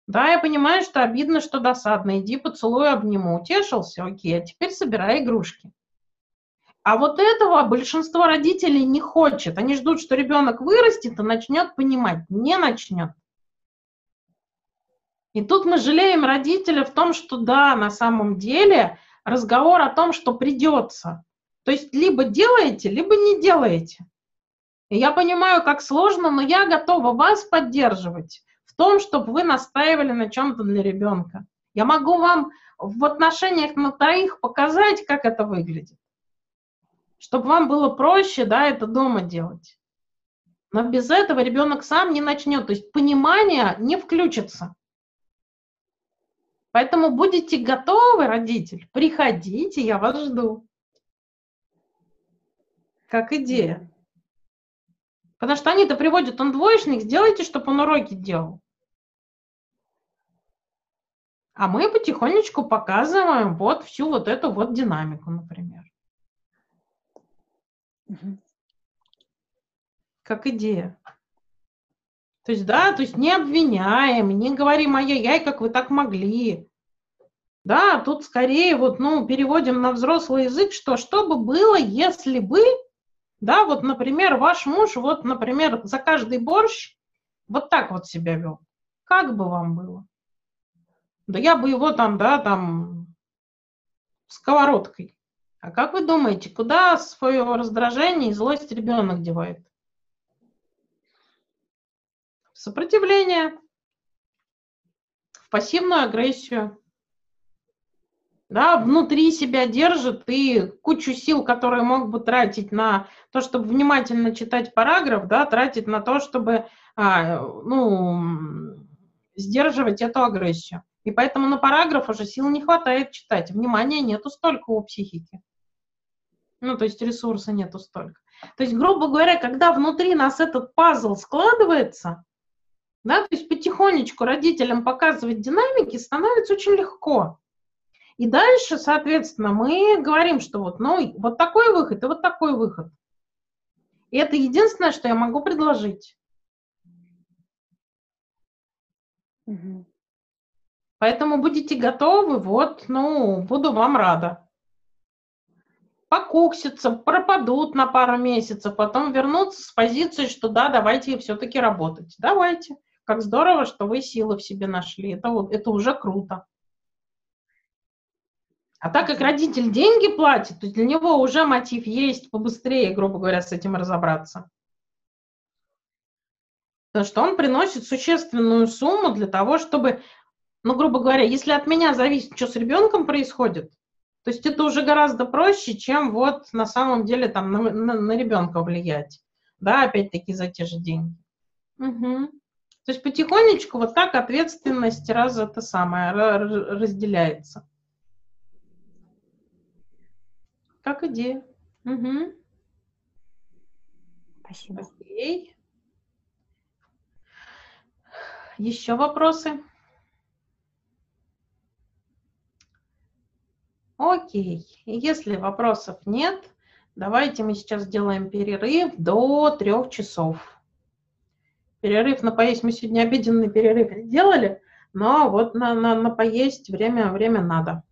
Да, я понимаю, что обидно, что досадно. Иди поцелуй, обниму. Утешился? Окей, а теперь собирай игрушки. А вот этого большинство родителей не хочет. Они ждут, что ребенок вырастет и начнет понимать. Не начнет. И тут мы жалеем родителя в том, что да, на самом деле разговор о том, что придется. То есть либо делаете, либо не делаете. И я понимаю, как сложно, но я готова вас поддерживать в том, чтобы вы настаивали на чем-то для ребенка. Я могу вам в отношениях на троих показать, как это выглядит. Чтобы вам было проще, да, это дома делать. Но без этого ребенок сам не начнет. То есть понимание не включится. Поэтому будете готовы, родитель, приходите, я вас жду. Как идея. Потому что они-то приводят, он двоечник, сделайте, чтобы он уроки делал. А мы потихонечку показываем вот всю вот эту вот динамику, например. Угу. Как идея. То есть, да, то есть не обвиняем, не говорим ай-яй-яй, как вы так могли. Да, тут скорее вот, ну, переводим на взрослый язык, что что бы было, если бы, да, вот, например, ваш муж, вот, например, за каждый борщ вот так вот себя вел. Как бы вам было? Да я бы его там, да, там, сковородкой. А как вы думаете, куда свое раздражение и злость ребенок девает? В сопротивление, в пассивную агрессию. Да, внутри себя держит и кучу сил, которые мог бы тратить на то, чтобы внимательно читать параграф, да, тратит на то, чтобы а, ну, сдерживать эту агрессию. И поэтому на параграф уже сил не хватает читать. Внимания нету столько у психики. Ну, то есть ресурса нету столько. То есть, грубо говоря, когда внутри нас этот пазл складывается, да, то есть потихонечку родителям показывать динамики становится очень легко. И дальше, соответственно, мы говорим, что вот, ну, вот такой выход и вот такой выход. И это единственное, что я могу предложить. Угу. Поэтому будете готовы, вот, ну, буду вам рада. Покуксятся, пропадут на пару месяцев, потом вернутся с позиции, что да, давайте все-таки работать. Давайте. Как здорово, что вы силы в себе нашли. Это, это уже круто. А так как родитель деньги платит, то для него уже мотив есть побыстрее, грубо говоря, с этим разобраться. Потому что он приносит существенную сумму для того, чтобы, ну, грубо говоря, если от меня зависит, что с ребенком происходит, то есть это уже гораздо проще, чем вот на самом деле там на, на, на ребенка влиять. Да, опять-таки за те же деньги. Угу. То есть потихонечку вот так ответственность раз это самое разделяется. Как идея. Угу. Спасибо. Окей. Еще вопросы? Окей. Если вопросов нет, давайте мы сейчас сделаем перерыв до трех часов. Перерыв на поесть мы сегодня обеденный перерыв сделали, но вот на, на, на поесть время, время надо.